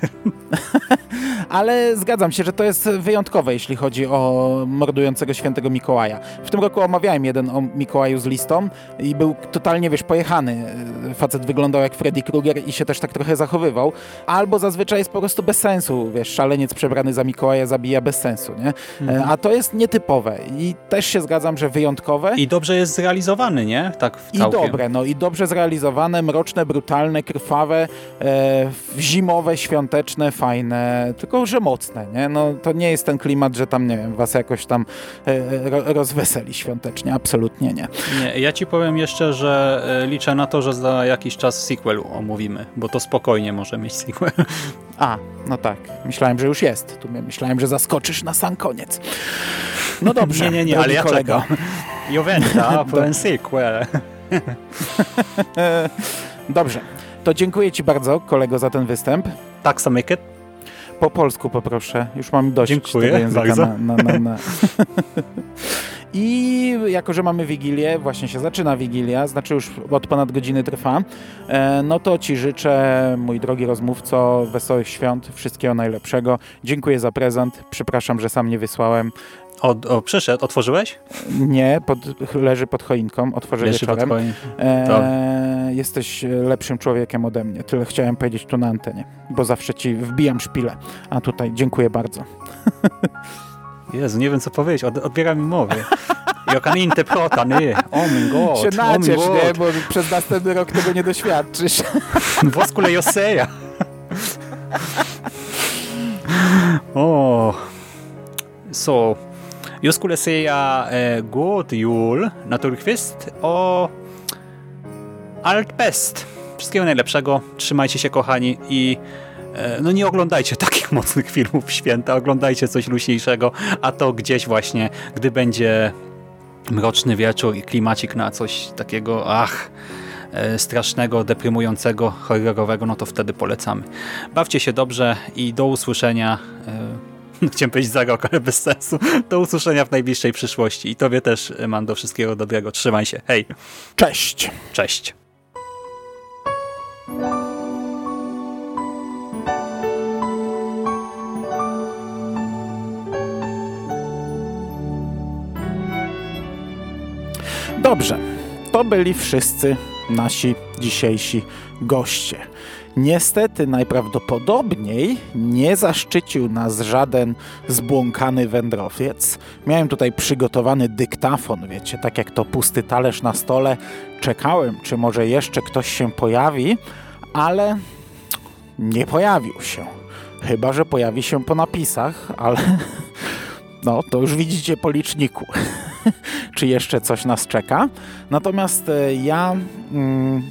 Ale zgadzam się, że to jest wyjątkowe, jeśli chodzi o mordującego świętego Mikołaja. W tym roku omawiałem jeden o Mikołaju z listą i był totalnie, wiesz, pojechany. Facet wyglądał jak Freddy Krueger i się też tak trochę zachowywał. Albo zazwyczaj jest po prostu bez sensu, wiesz, szaleniec przebrany za Mikołaja zabija bez sensu, nie? Mhm. A to jest nietypowe i też się zgadzam, że wyjątkowe. I dobrze jest zrealizowany, nie? Tak całkiem. I dobre, no i dobrze zrealizowane, mroczne, brutalne, krwawe, e, zimowe, świąteczne, fajne, tylko że mocne, nie? No to nie jest ten klimat, że tam, nie wiem, was jakoś tam e, ro, rozweseli świątecznie, absolutnie nie. Nie. Ja ci powiem jeszcze, że liczę na to, że za jakiś czas sequel omówimy, bo to spokojnie może mieć sequel. A, no tak. Myślałem, że już jest. Tu myślałem, że zaskoczysz na sam koniec. No dobrze. nie, nie, nie, ale ja czekam. Juventa, po sequel. Dobrze. To dziękuję ci bardzo, kolego, za ten występ. Tak, samyket. Po polsku poproszę. Już mam dość Dziękuję tego języka bardzo. na... na, na, na. I jako, że mamy Wigilię, właśnie się zaczyna Wigilia, znaczy już od ponad godziny trwa, no to ci życzę, mój drogi rozmówco, wesołych świąt, wszystkiego najlepszego. Dziękuję za prezent. Przepraszam, że sam nie wysłałem. O, o, przyszedł. Otworzyłeś? Nie, pod, leży pod choinką. Otworzę leży wieczorem. Pod choin... e, jesteś lepszym człowiekiem ode mnie. Tyle chciałem powiedzieć tu na antenie, bo zawsze ci wbijam szpilę. A tutaj dziękuję bardzo. Jezu, nie wiem co powiedzieć. Od, odbieram mi mowy. Jag kan inte prata nu. Oh my god. Się naciesz, oh nie? Bo przez następny rok tego nie doświadczysz. Vad skulle jag säga? oh. Så. Jag skulle säga eh, god jul naturligtvis och allt bäst. Wszystkiego najlepszego. Trzymajcie się, kochani, i eh, no nie oglądajcie takich mocnych filmów w święta. Oglądajcie coś luźniejszego, a to gdzieś właśnie, gdy będzie mroczny wieczór i klimacik na coś takiego, ach, e, strasznego, deprymującego, horrorowego, no to wtedy polecamy. Bawcie się dobrze i do usłyszenia. E, chciałem powiedzieć za rok, ale bez sensu. Do usłyszenia w najbliższej przyszłości. I tobie też, Mando, wszystkiego dobrego. Trzymaj się. Hej. Cześć. Cześć. Dobrze, to byli wszyscy nasi dzisiejsi goście. Niestety najprawdopodobniej nie zaszczycił nas żaden zbłąkany wędrowiec. Miałem tutaj przygotowany dyktafon, wiecie, tak jak to pusty talerz na stole. Czekałem, czy może jeszcze ktoś się pojawi, ale nie pojawił się. Chyba że pojawi się po napisach, ale no to już widzicie po liczniku. Czy jeszcze coś nas czeka. Natomiast ja mm,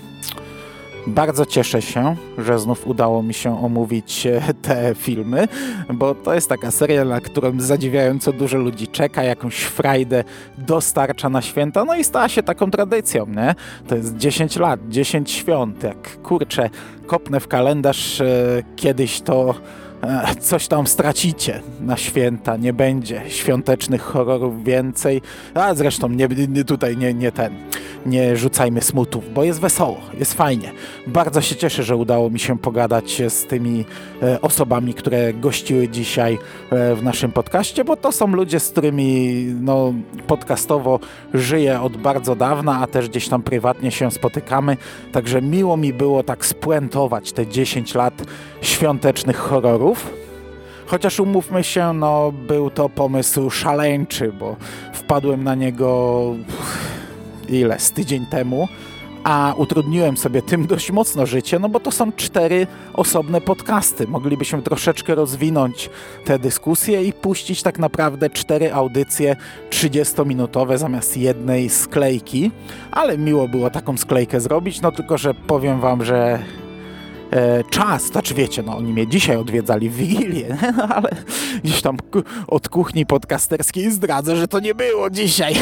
bardzo cieszę się, że znów udało mi się omówić te filmy, bo to jest taka seria, na którą zadziwiająco dużo ludzi czeka, jakąś frajdę dostarcza na święta, no i stała się taką tradycją, nie? To jest dziesięć lat, dziesięć świąt, jak kurczę, kopnę w kalendarz, e, kiedyś to coś tam stracicie na święta, nie będzie świątecznych horrorów więcej, a zresztą nie, nie, tutaj nie, nie ten, nie rzucajmy smutów, bo jest wesoło, jest fajnie. Bardzo się cieszę, że udało mi się pogadać z tymi e, osobami, które gościły dzisiaj e, w naszym podcaście, bo to są ludzie, z którymi no, podcastowo żyję od bardzo dawna, a też gdzieś tam prywatnie się spotykamy, także miło mi było tak spuentować te dziesięć lat świątecznych horrorów. Chociaż umówmy się, no był to pomysł szaleńczy, bo wpadłem na niego ile, z tydzień temu, a utrudniłem sobie tym dość mocno życie, no bo to są cztery osobne podcasty. Moglibyśmy troszeczkę rozwinąć te dyskusje i puścić tak naprawdę cztery audycje trzydziestominutowe zamiast jednej sklejki, ale miło było taką sklejkę zrobić, no tylko że powiem wam, że E, czas, znaczy wiecie, no oni mnie dzisiaj odwiedzali w Wigilię, ale gdzieś tam ku- od kuchni podcasterskiej zdradzę, że to nie było dzisiaj,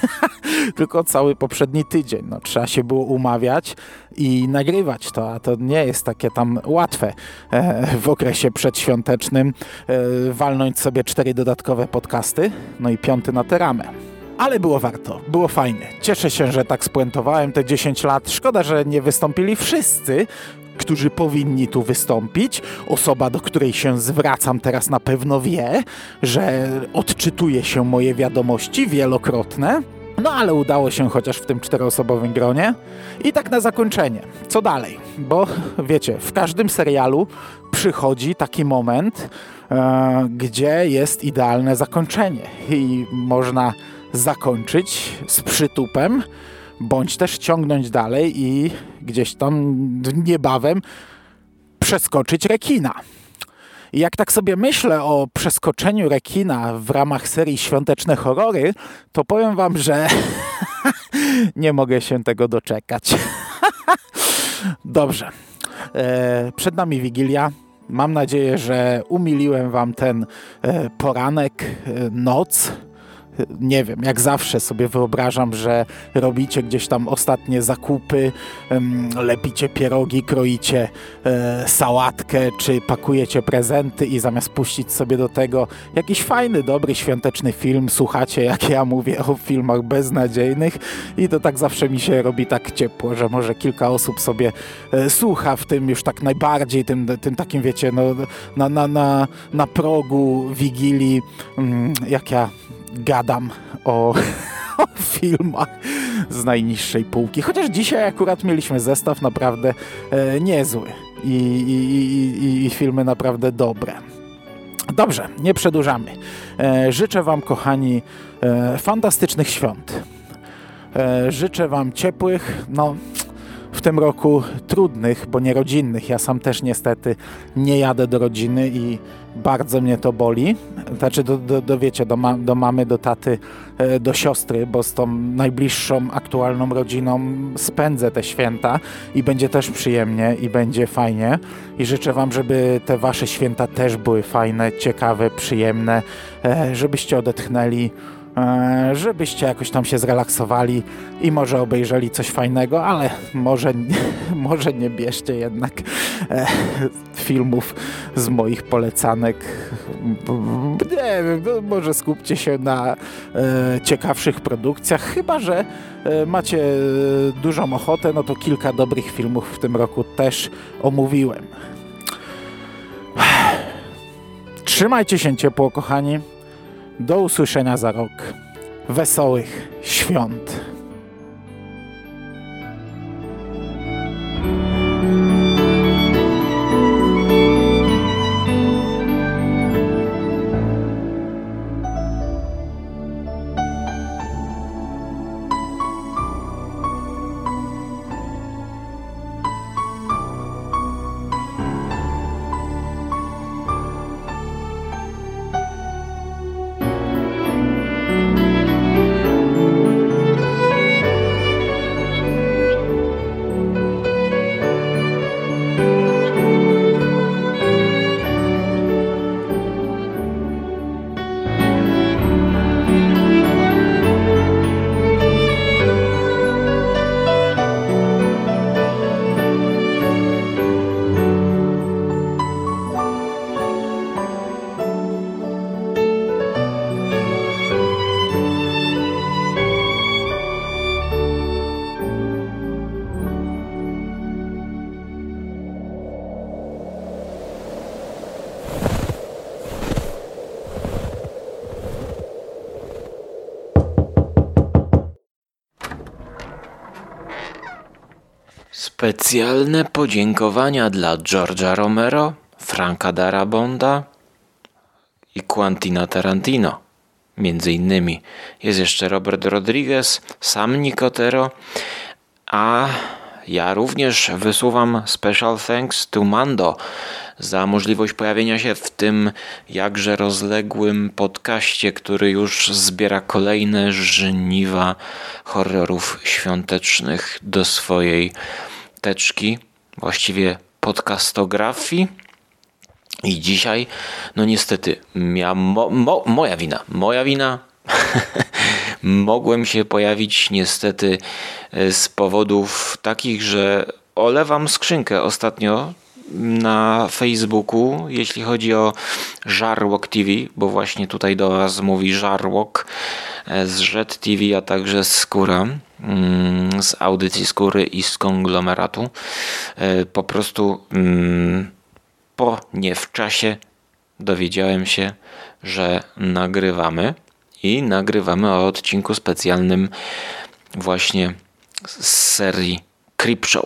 tylko cały poprzedni tydzień. No, trzeba się było umawiać i nagrywać to, a to nie jest takie tam łatwe e, w okresie przedświątecznym e, walnąć sobie cztery dodatkowe podcasty, no i piąty na tę ramę. Ale było warto, było fajnie. Cieszę się, że tak spuentowałem te dziesięć lat. Szkoda, że nie wystąpili wszyscy, którzy powinni tu wystąpić. Osoba, do której się zwracam teraz na pewno wie, że odczytuje się moje wiadomości wielokrotne. No ale udało się chociaż w tym czteroosobowym gronie. I tak na zakończenie. Co dalej? Bo wiecie, w każdym serialu przychodzi taki moment, e, gdzie jest idealne zakończenie. I można zakończyć z przytupem, bądź też ciągnąć dalej i gdzieś tam niebawem przeskoczyć rekina. I jak tak sobie myślę o przeskoczeniu rekina w ramach serii Świąteczne Horrory, to powiem wam, że nie mogę się tego doczekać. Dobrze. E, przed nami Wigilia. Mam nadzieję, że umiliłem wam ten e, poranek, e, noc. Nie wiem, jak zawsze sobie wyobrażam, że robicie gdzieś tam ostatnie zakupy, lepicie pierogi, kroicie e, sałatkę, czy pakujecie prezenty i zamiast puścić sobie do tego jakiś fajny, dobry, świąteczny film, słuchacie, jak ja mówię o filmach beznadziejnych i to tak zawsze mi się robi tak ciepło, że może kilka osób sobie e, słucha w tym już tak najbardziej, tym, tym takim, wiecie, no, na, na, na, na progu Wigilii, mm, jak ja gadam o, o filmach z najniższej półki. Chociaż dzisiaj akurat mieliśmy zestaw naprawdę e, niezły i, i, i, i filmy naprawdę dobre. Dobrze, nie przedłużamy. E, życzę wam, kochani, e, fantastycznych świąt. E, życzę wam ciepłych, no w tym roku trudnych, bo nie rodzinnych. Ja sam też niestety nie jadę do rodziny i bardzo mnie to boli. Znaczy, do, do, do wiecie, do, ma, do mamy, do taty, do siostry, bo z tą najbliższą, aktualną rodziną spędzę te święta i będzie też przyjemnie i będzie fajnie. I życzę wam, żeby te wasze święta też były fajne, ciekawe, przyjemne, żebyście odetchnęli żebyście jakoś tam się zrelaksowali i może obejrzeli coś fajnego, ale może, może nie bierzcie jednak e, filmów z moich polecanek. Nie wiem, no może skupcie się na e, ciekawszych produkcjach, chyba że e, macie dużą ochotę, no to kilka dobrych filmów w tym roku też omówiłem. Trzymajcie się ciepło, kochani. Do usłyszenia za rok. Wesołych świąt. Specjalne podziękowania dla George'a Romero, Franka Darabonta i Quentina Tarantino. Między innymi jest jeszcze Robert Rodriguez, Sam Nicotero, a ja również wysuwam special thanks to Mando za możliwość pojawienia się w tym jakże rozległym podcaście, który już zbiera kolejne żniwa horrorów świątecznych do swojej teczki, właściwie podcastografii. I dzisiaj, no niestety, mia, mo, mo, moja wina, moja wina. Mogłem się pojawić niestety z powodów takich, że olewam skrzynkę ostatnio na Facebooku, jeśli chodzi o Żarłok T V, bo właśnie tutaj do Was mówi Żarłok z Red T V, a także z Skóra, z audycji Skóry i z konglomeratu. Po prostu po nie w czasie dowiedziałem się, że nagrywamy i nagrywamy o odcinku specjalnym właśnie z serii Creepshow.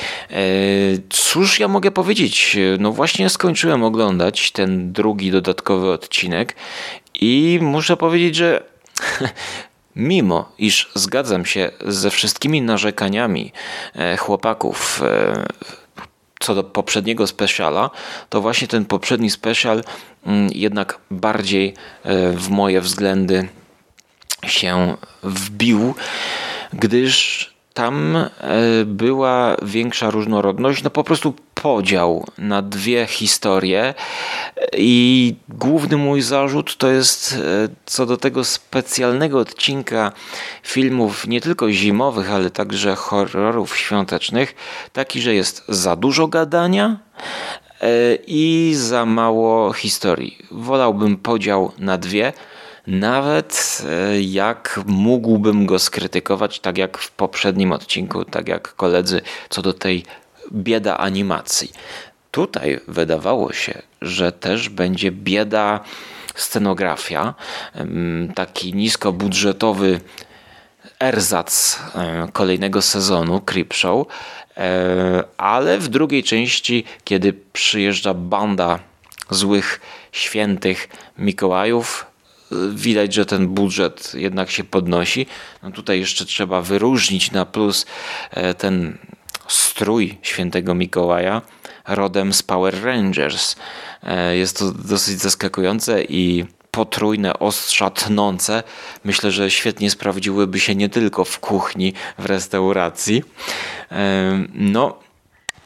Cóż ja mogę powiedzieć? No właśnie skończyłem oglądać ten drugi dodatkowy odcinek i muszę powiedzieć, że mimo iż zgadzam się ze wszystkimi narzekaniami chłopaków co do poprzedniego speciala, to właśnie ten poprzedni special jednak bardziej w moje względy się wbił, gdyż tam była większa różnorodność, no po prostu podział na dwie historie i główny mój zarzut to jest co do tego specjalnego odcinka filmów nie tylko zimowych, ale także horrorów świątecznych, taki, że jest za dużo gadania i za mało historii. Wolałbym podział na dwie, nawet jak mógłbym go skrytykować, tak jak w poprzednim odcinku, tak jak koledzy co do tej bieda animacji. Tutaj wydawało się, że też będzie bieda scenografia, taki niskobudżetowy erzac kolejnego sezonu Creepshow, ale w drugiej części, kiedy przyjeżdża banda złych, świętych Mikołajów, widać, że ten budżet jednak się podnosi. No tutaj jeszcze trzeba wyróżnić na plus ten strój świętego Mikołaja rodem z Power Rangers. Jest to dosyć zaskakujące i potrójne ostrza tnące. Myślę, że świetnie sprawdziłyby się nie tylko w kuchni, w restauracji. No,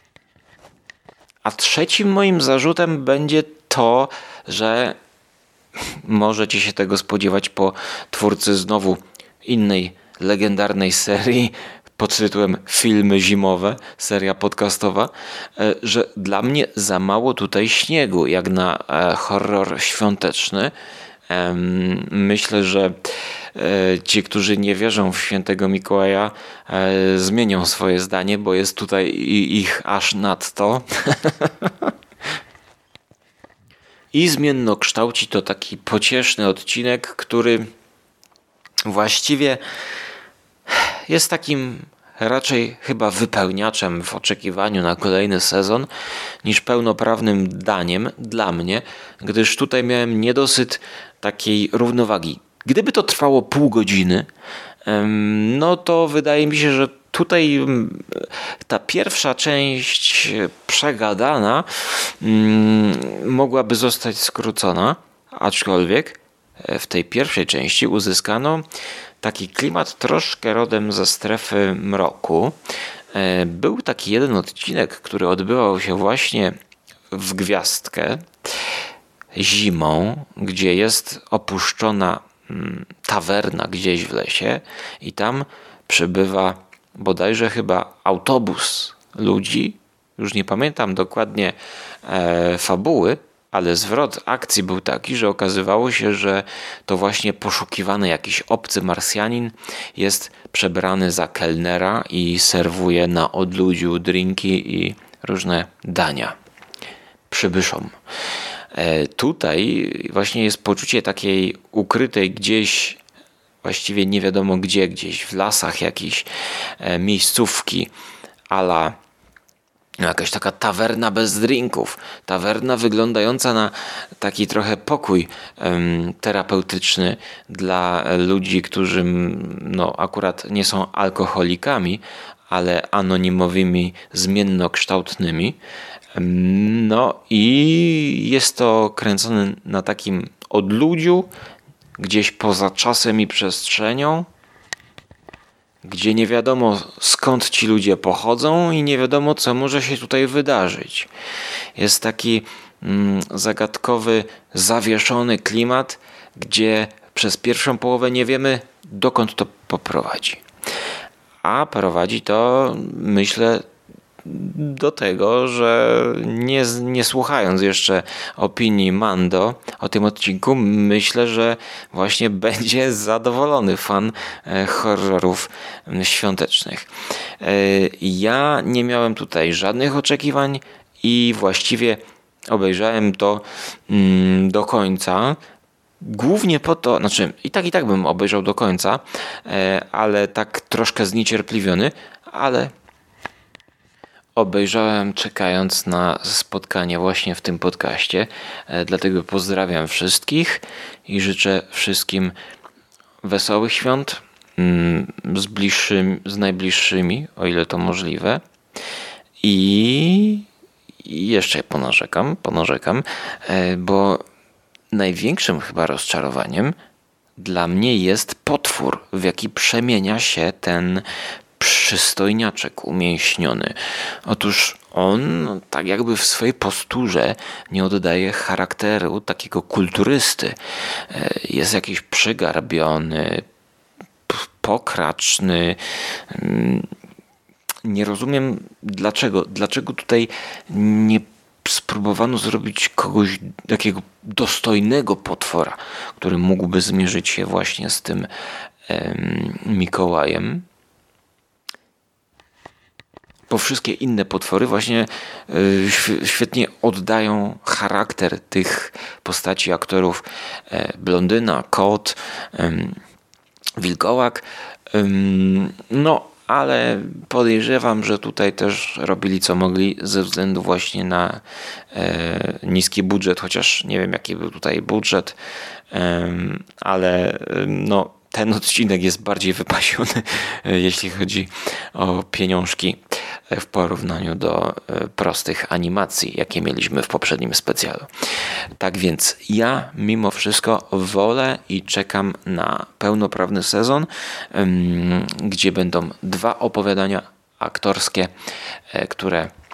a trzecim moim zarzutem będzie to, że możecie się tego spodziewać po twórcy znowu innej legendarnej serii pod tytułem Filmy zimowe, seria podcastowa, że dla mnie za mało tutaj śniegu, jak na horror świąteczny. Myślę, że ci, którzy nie wierzą w świętego Mikołaja, zmienią swoje zdanie, bo jest tutaj ich aż nadto. I zmiennokształci to taki pocieszny odcinek, który właściwie jest takim raczej chyba wypełniaczem w oczekiwaniu na kolejny sezon niż pełnoprawnym daniem dla mnie, gdyż tutaj miałem niedosyt takiej równowagi. Gdyby to trwało pół godziny, no to wydaje mi się, że tutaj ta pierwsza część przegadana mogłaby zostać skrócona, aczkolwiek w tej pierwszej części uzyskano taki klimat troszkę rodem ze strefy mroku. Był taki jeden odcinek, który odbywał się właśnie w Gwiazdkę zimą, gdzie jest opuszczona tawerna gdzieś w lesie i tam przybywa bodajże chyba autobus ludzi. Już nie pamiętam dokładnie e, fabuły, ale zwrot akcji był taki, że okazywało się, że to właśnie poszukiwany jakiś obcy Marsjanin jest przebrany za kelnera i serwuje na odludziu drinki i różne dania przybyszom. E, tutaj właśnie jest poczucie takiej ukrytej gdzieś, właściwie nie wiadomo gdzie, gdzieś w lasach jakiejś e, miejscówki a la jakaś taka tawerna bez drinków. Tawerna wyglądająca na taki trochę pokój um, terapeutyczny dla ludzi, którzy no, akurat nie są alkoholikami, ale anonimowymi, zmiennokształtnymi. No i jest to kręcone na takim odludziu, gdzieś poza czasem i przestrzenią, gdzie nie wiadomo skąd ci ludzie pochodzą i nie wiadomo co może się tutaj wydarzyć. Jest taki mm, zagadkowy, zawieszony klimat, gdzie przez pierwszą połowę nie wiemy dokąd to poprowadzi. A prowadzi to, myślę, do tego, że nie, nie słuchając jeszcze opinii Mando o tym odcinku, myślę, że właśnie będzie zadowolony fan horrorów świątecznych. Ja nie miałem tutaj żadnych oczekiwań i właściwie obejrzałem to do końca. Głównie po to, znaczy i tak i tak bym obejrzał do końca, ale tak troszkę zniecierpliwiony, ale obejrzałem czekając na spotkanie właśnie w tym podcaście, dlatego pozdrawiam wszystkich i życzę wszystkim wesołych świąt z, bliższym, z najbliższymi, o ile to możliwe. I jeszcze ponarzekam, ponarzekam, bo największym chyba rozczarowaniem dla mnie jest potwór, w jaki przemienia się ten przystojniaczek umięśniony. Otóż on tak jakby w swojej posturze nie oddaje charakteru takiego kulturysty. Jest jakiś przygarbiony, pokraczny. Nie rozumiem dlaczego. Dlaczego tutaj nie spróbowano zrobić kogoś takiego dostojnego potwora, który mógłby zmierzyć się właśnie z tym em, Mikołajem. Bo wszystkie inne potwory właśnie y, świetnie oddają charakter tych postaci aktorów. E, blondyna, kot, y, wilkołak. Y, no, ale podejrzewam, że tutaj też robili co mogli ze względu właśnie na e, niski budżet, chociaż nie wiem jaki był tutaj budżet, e, ale e, no, ten odcinek jest bardziej wypasiony, e, jeśli chodzi o pieniążki w porównaniu do prostych animacji, jakie mieliśmy w poprzednim specjalu. Tak więc ja mimo wszystko wolę i czekam na pełnoprawny sezon, gdzie będą dwa opowiadania aktorskie, które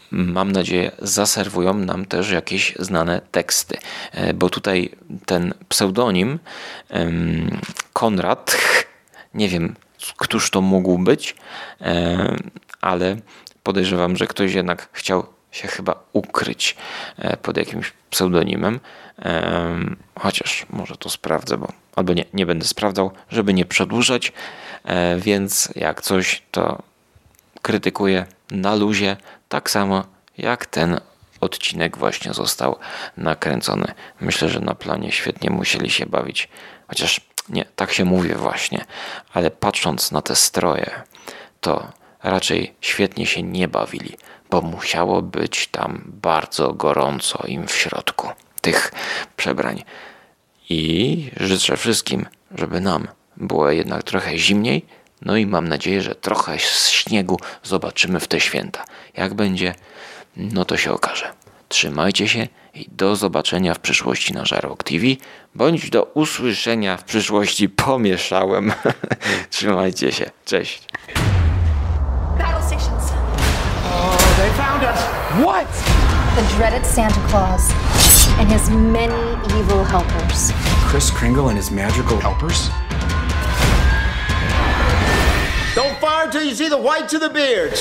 mam nadzieję, zaserwują nam też jakieś znane teksty, bo tutaj ten pseudonim Konrad, nie wiem, któż to mógł być, ale podejrzewam, że ktoś jednak chciał się chyba ukryć pod jakimś pseudonimem, chociaż może to sprawdzę, bo albo nie, nie będę sprawdzał, żeby nie przedłużać, więc jak coś, to krytykuję na luzie, tak samo jak ten odcinek właśnie został nakręcony. Myślę, że na planie świetnie musieli się bawić, chociaż nie, tak się mówię właśnie, ale patrząc na te stroje, to raczej świetnie się nie bawili, bo musiało być tam bardzo gorąco im w środku tych przebrań. I życzę wszystkim, żeby nam było jednak trochę zimniej, no i mam nadzieję, że trochę śniegu zobaczymy w te święta. Jak będzie, no to się okaże. Trzymajcie się i do zobaczenia w przyszłości na Żarłok T V, bądź do usłyszenia w przyszłości pomieszałem. Trzymajcie się, cześć. Battle stations. Oh, they found us. What? The dreaded Santa Claus and his many evil helpers. Kris Kringle and his magical helpers? Don't fire till you see the whites of the beards.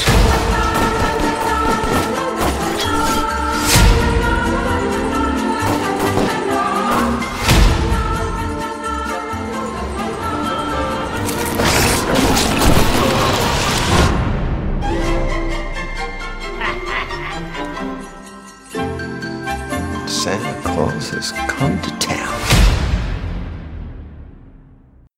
Santa Claus has come to town.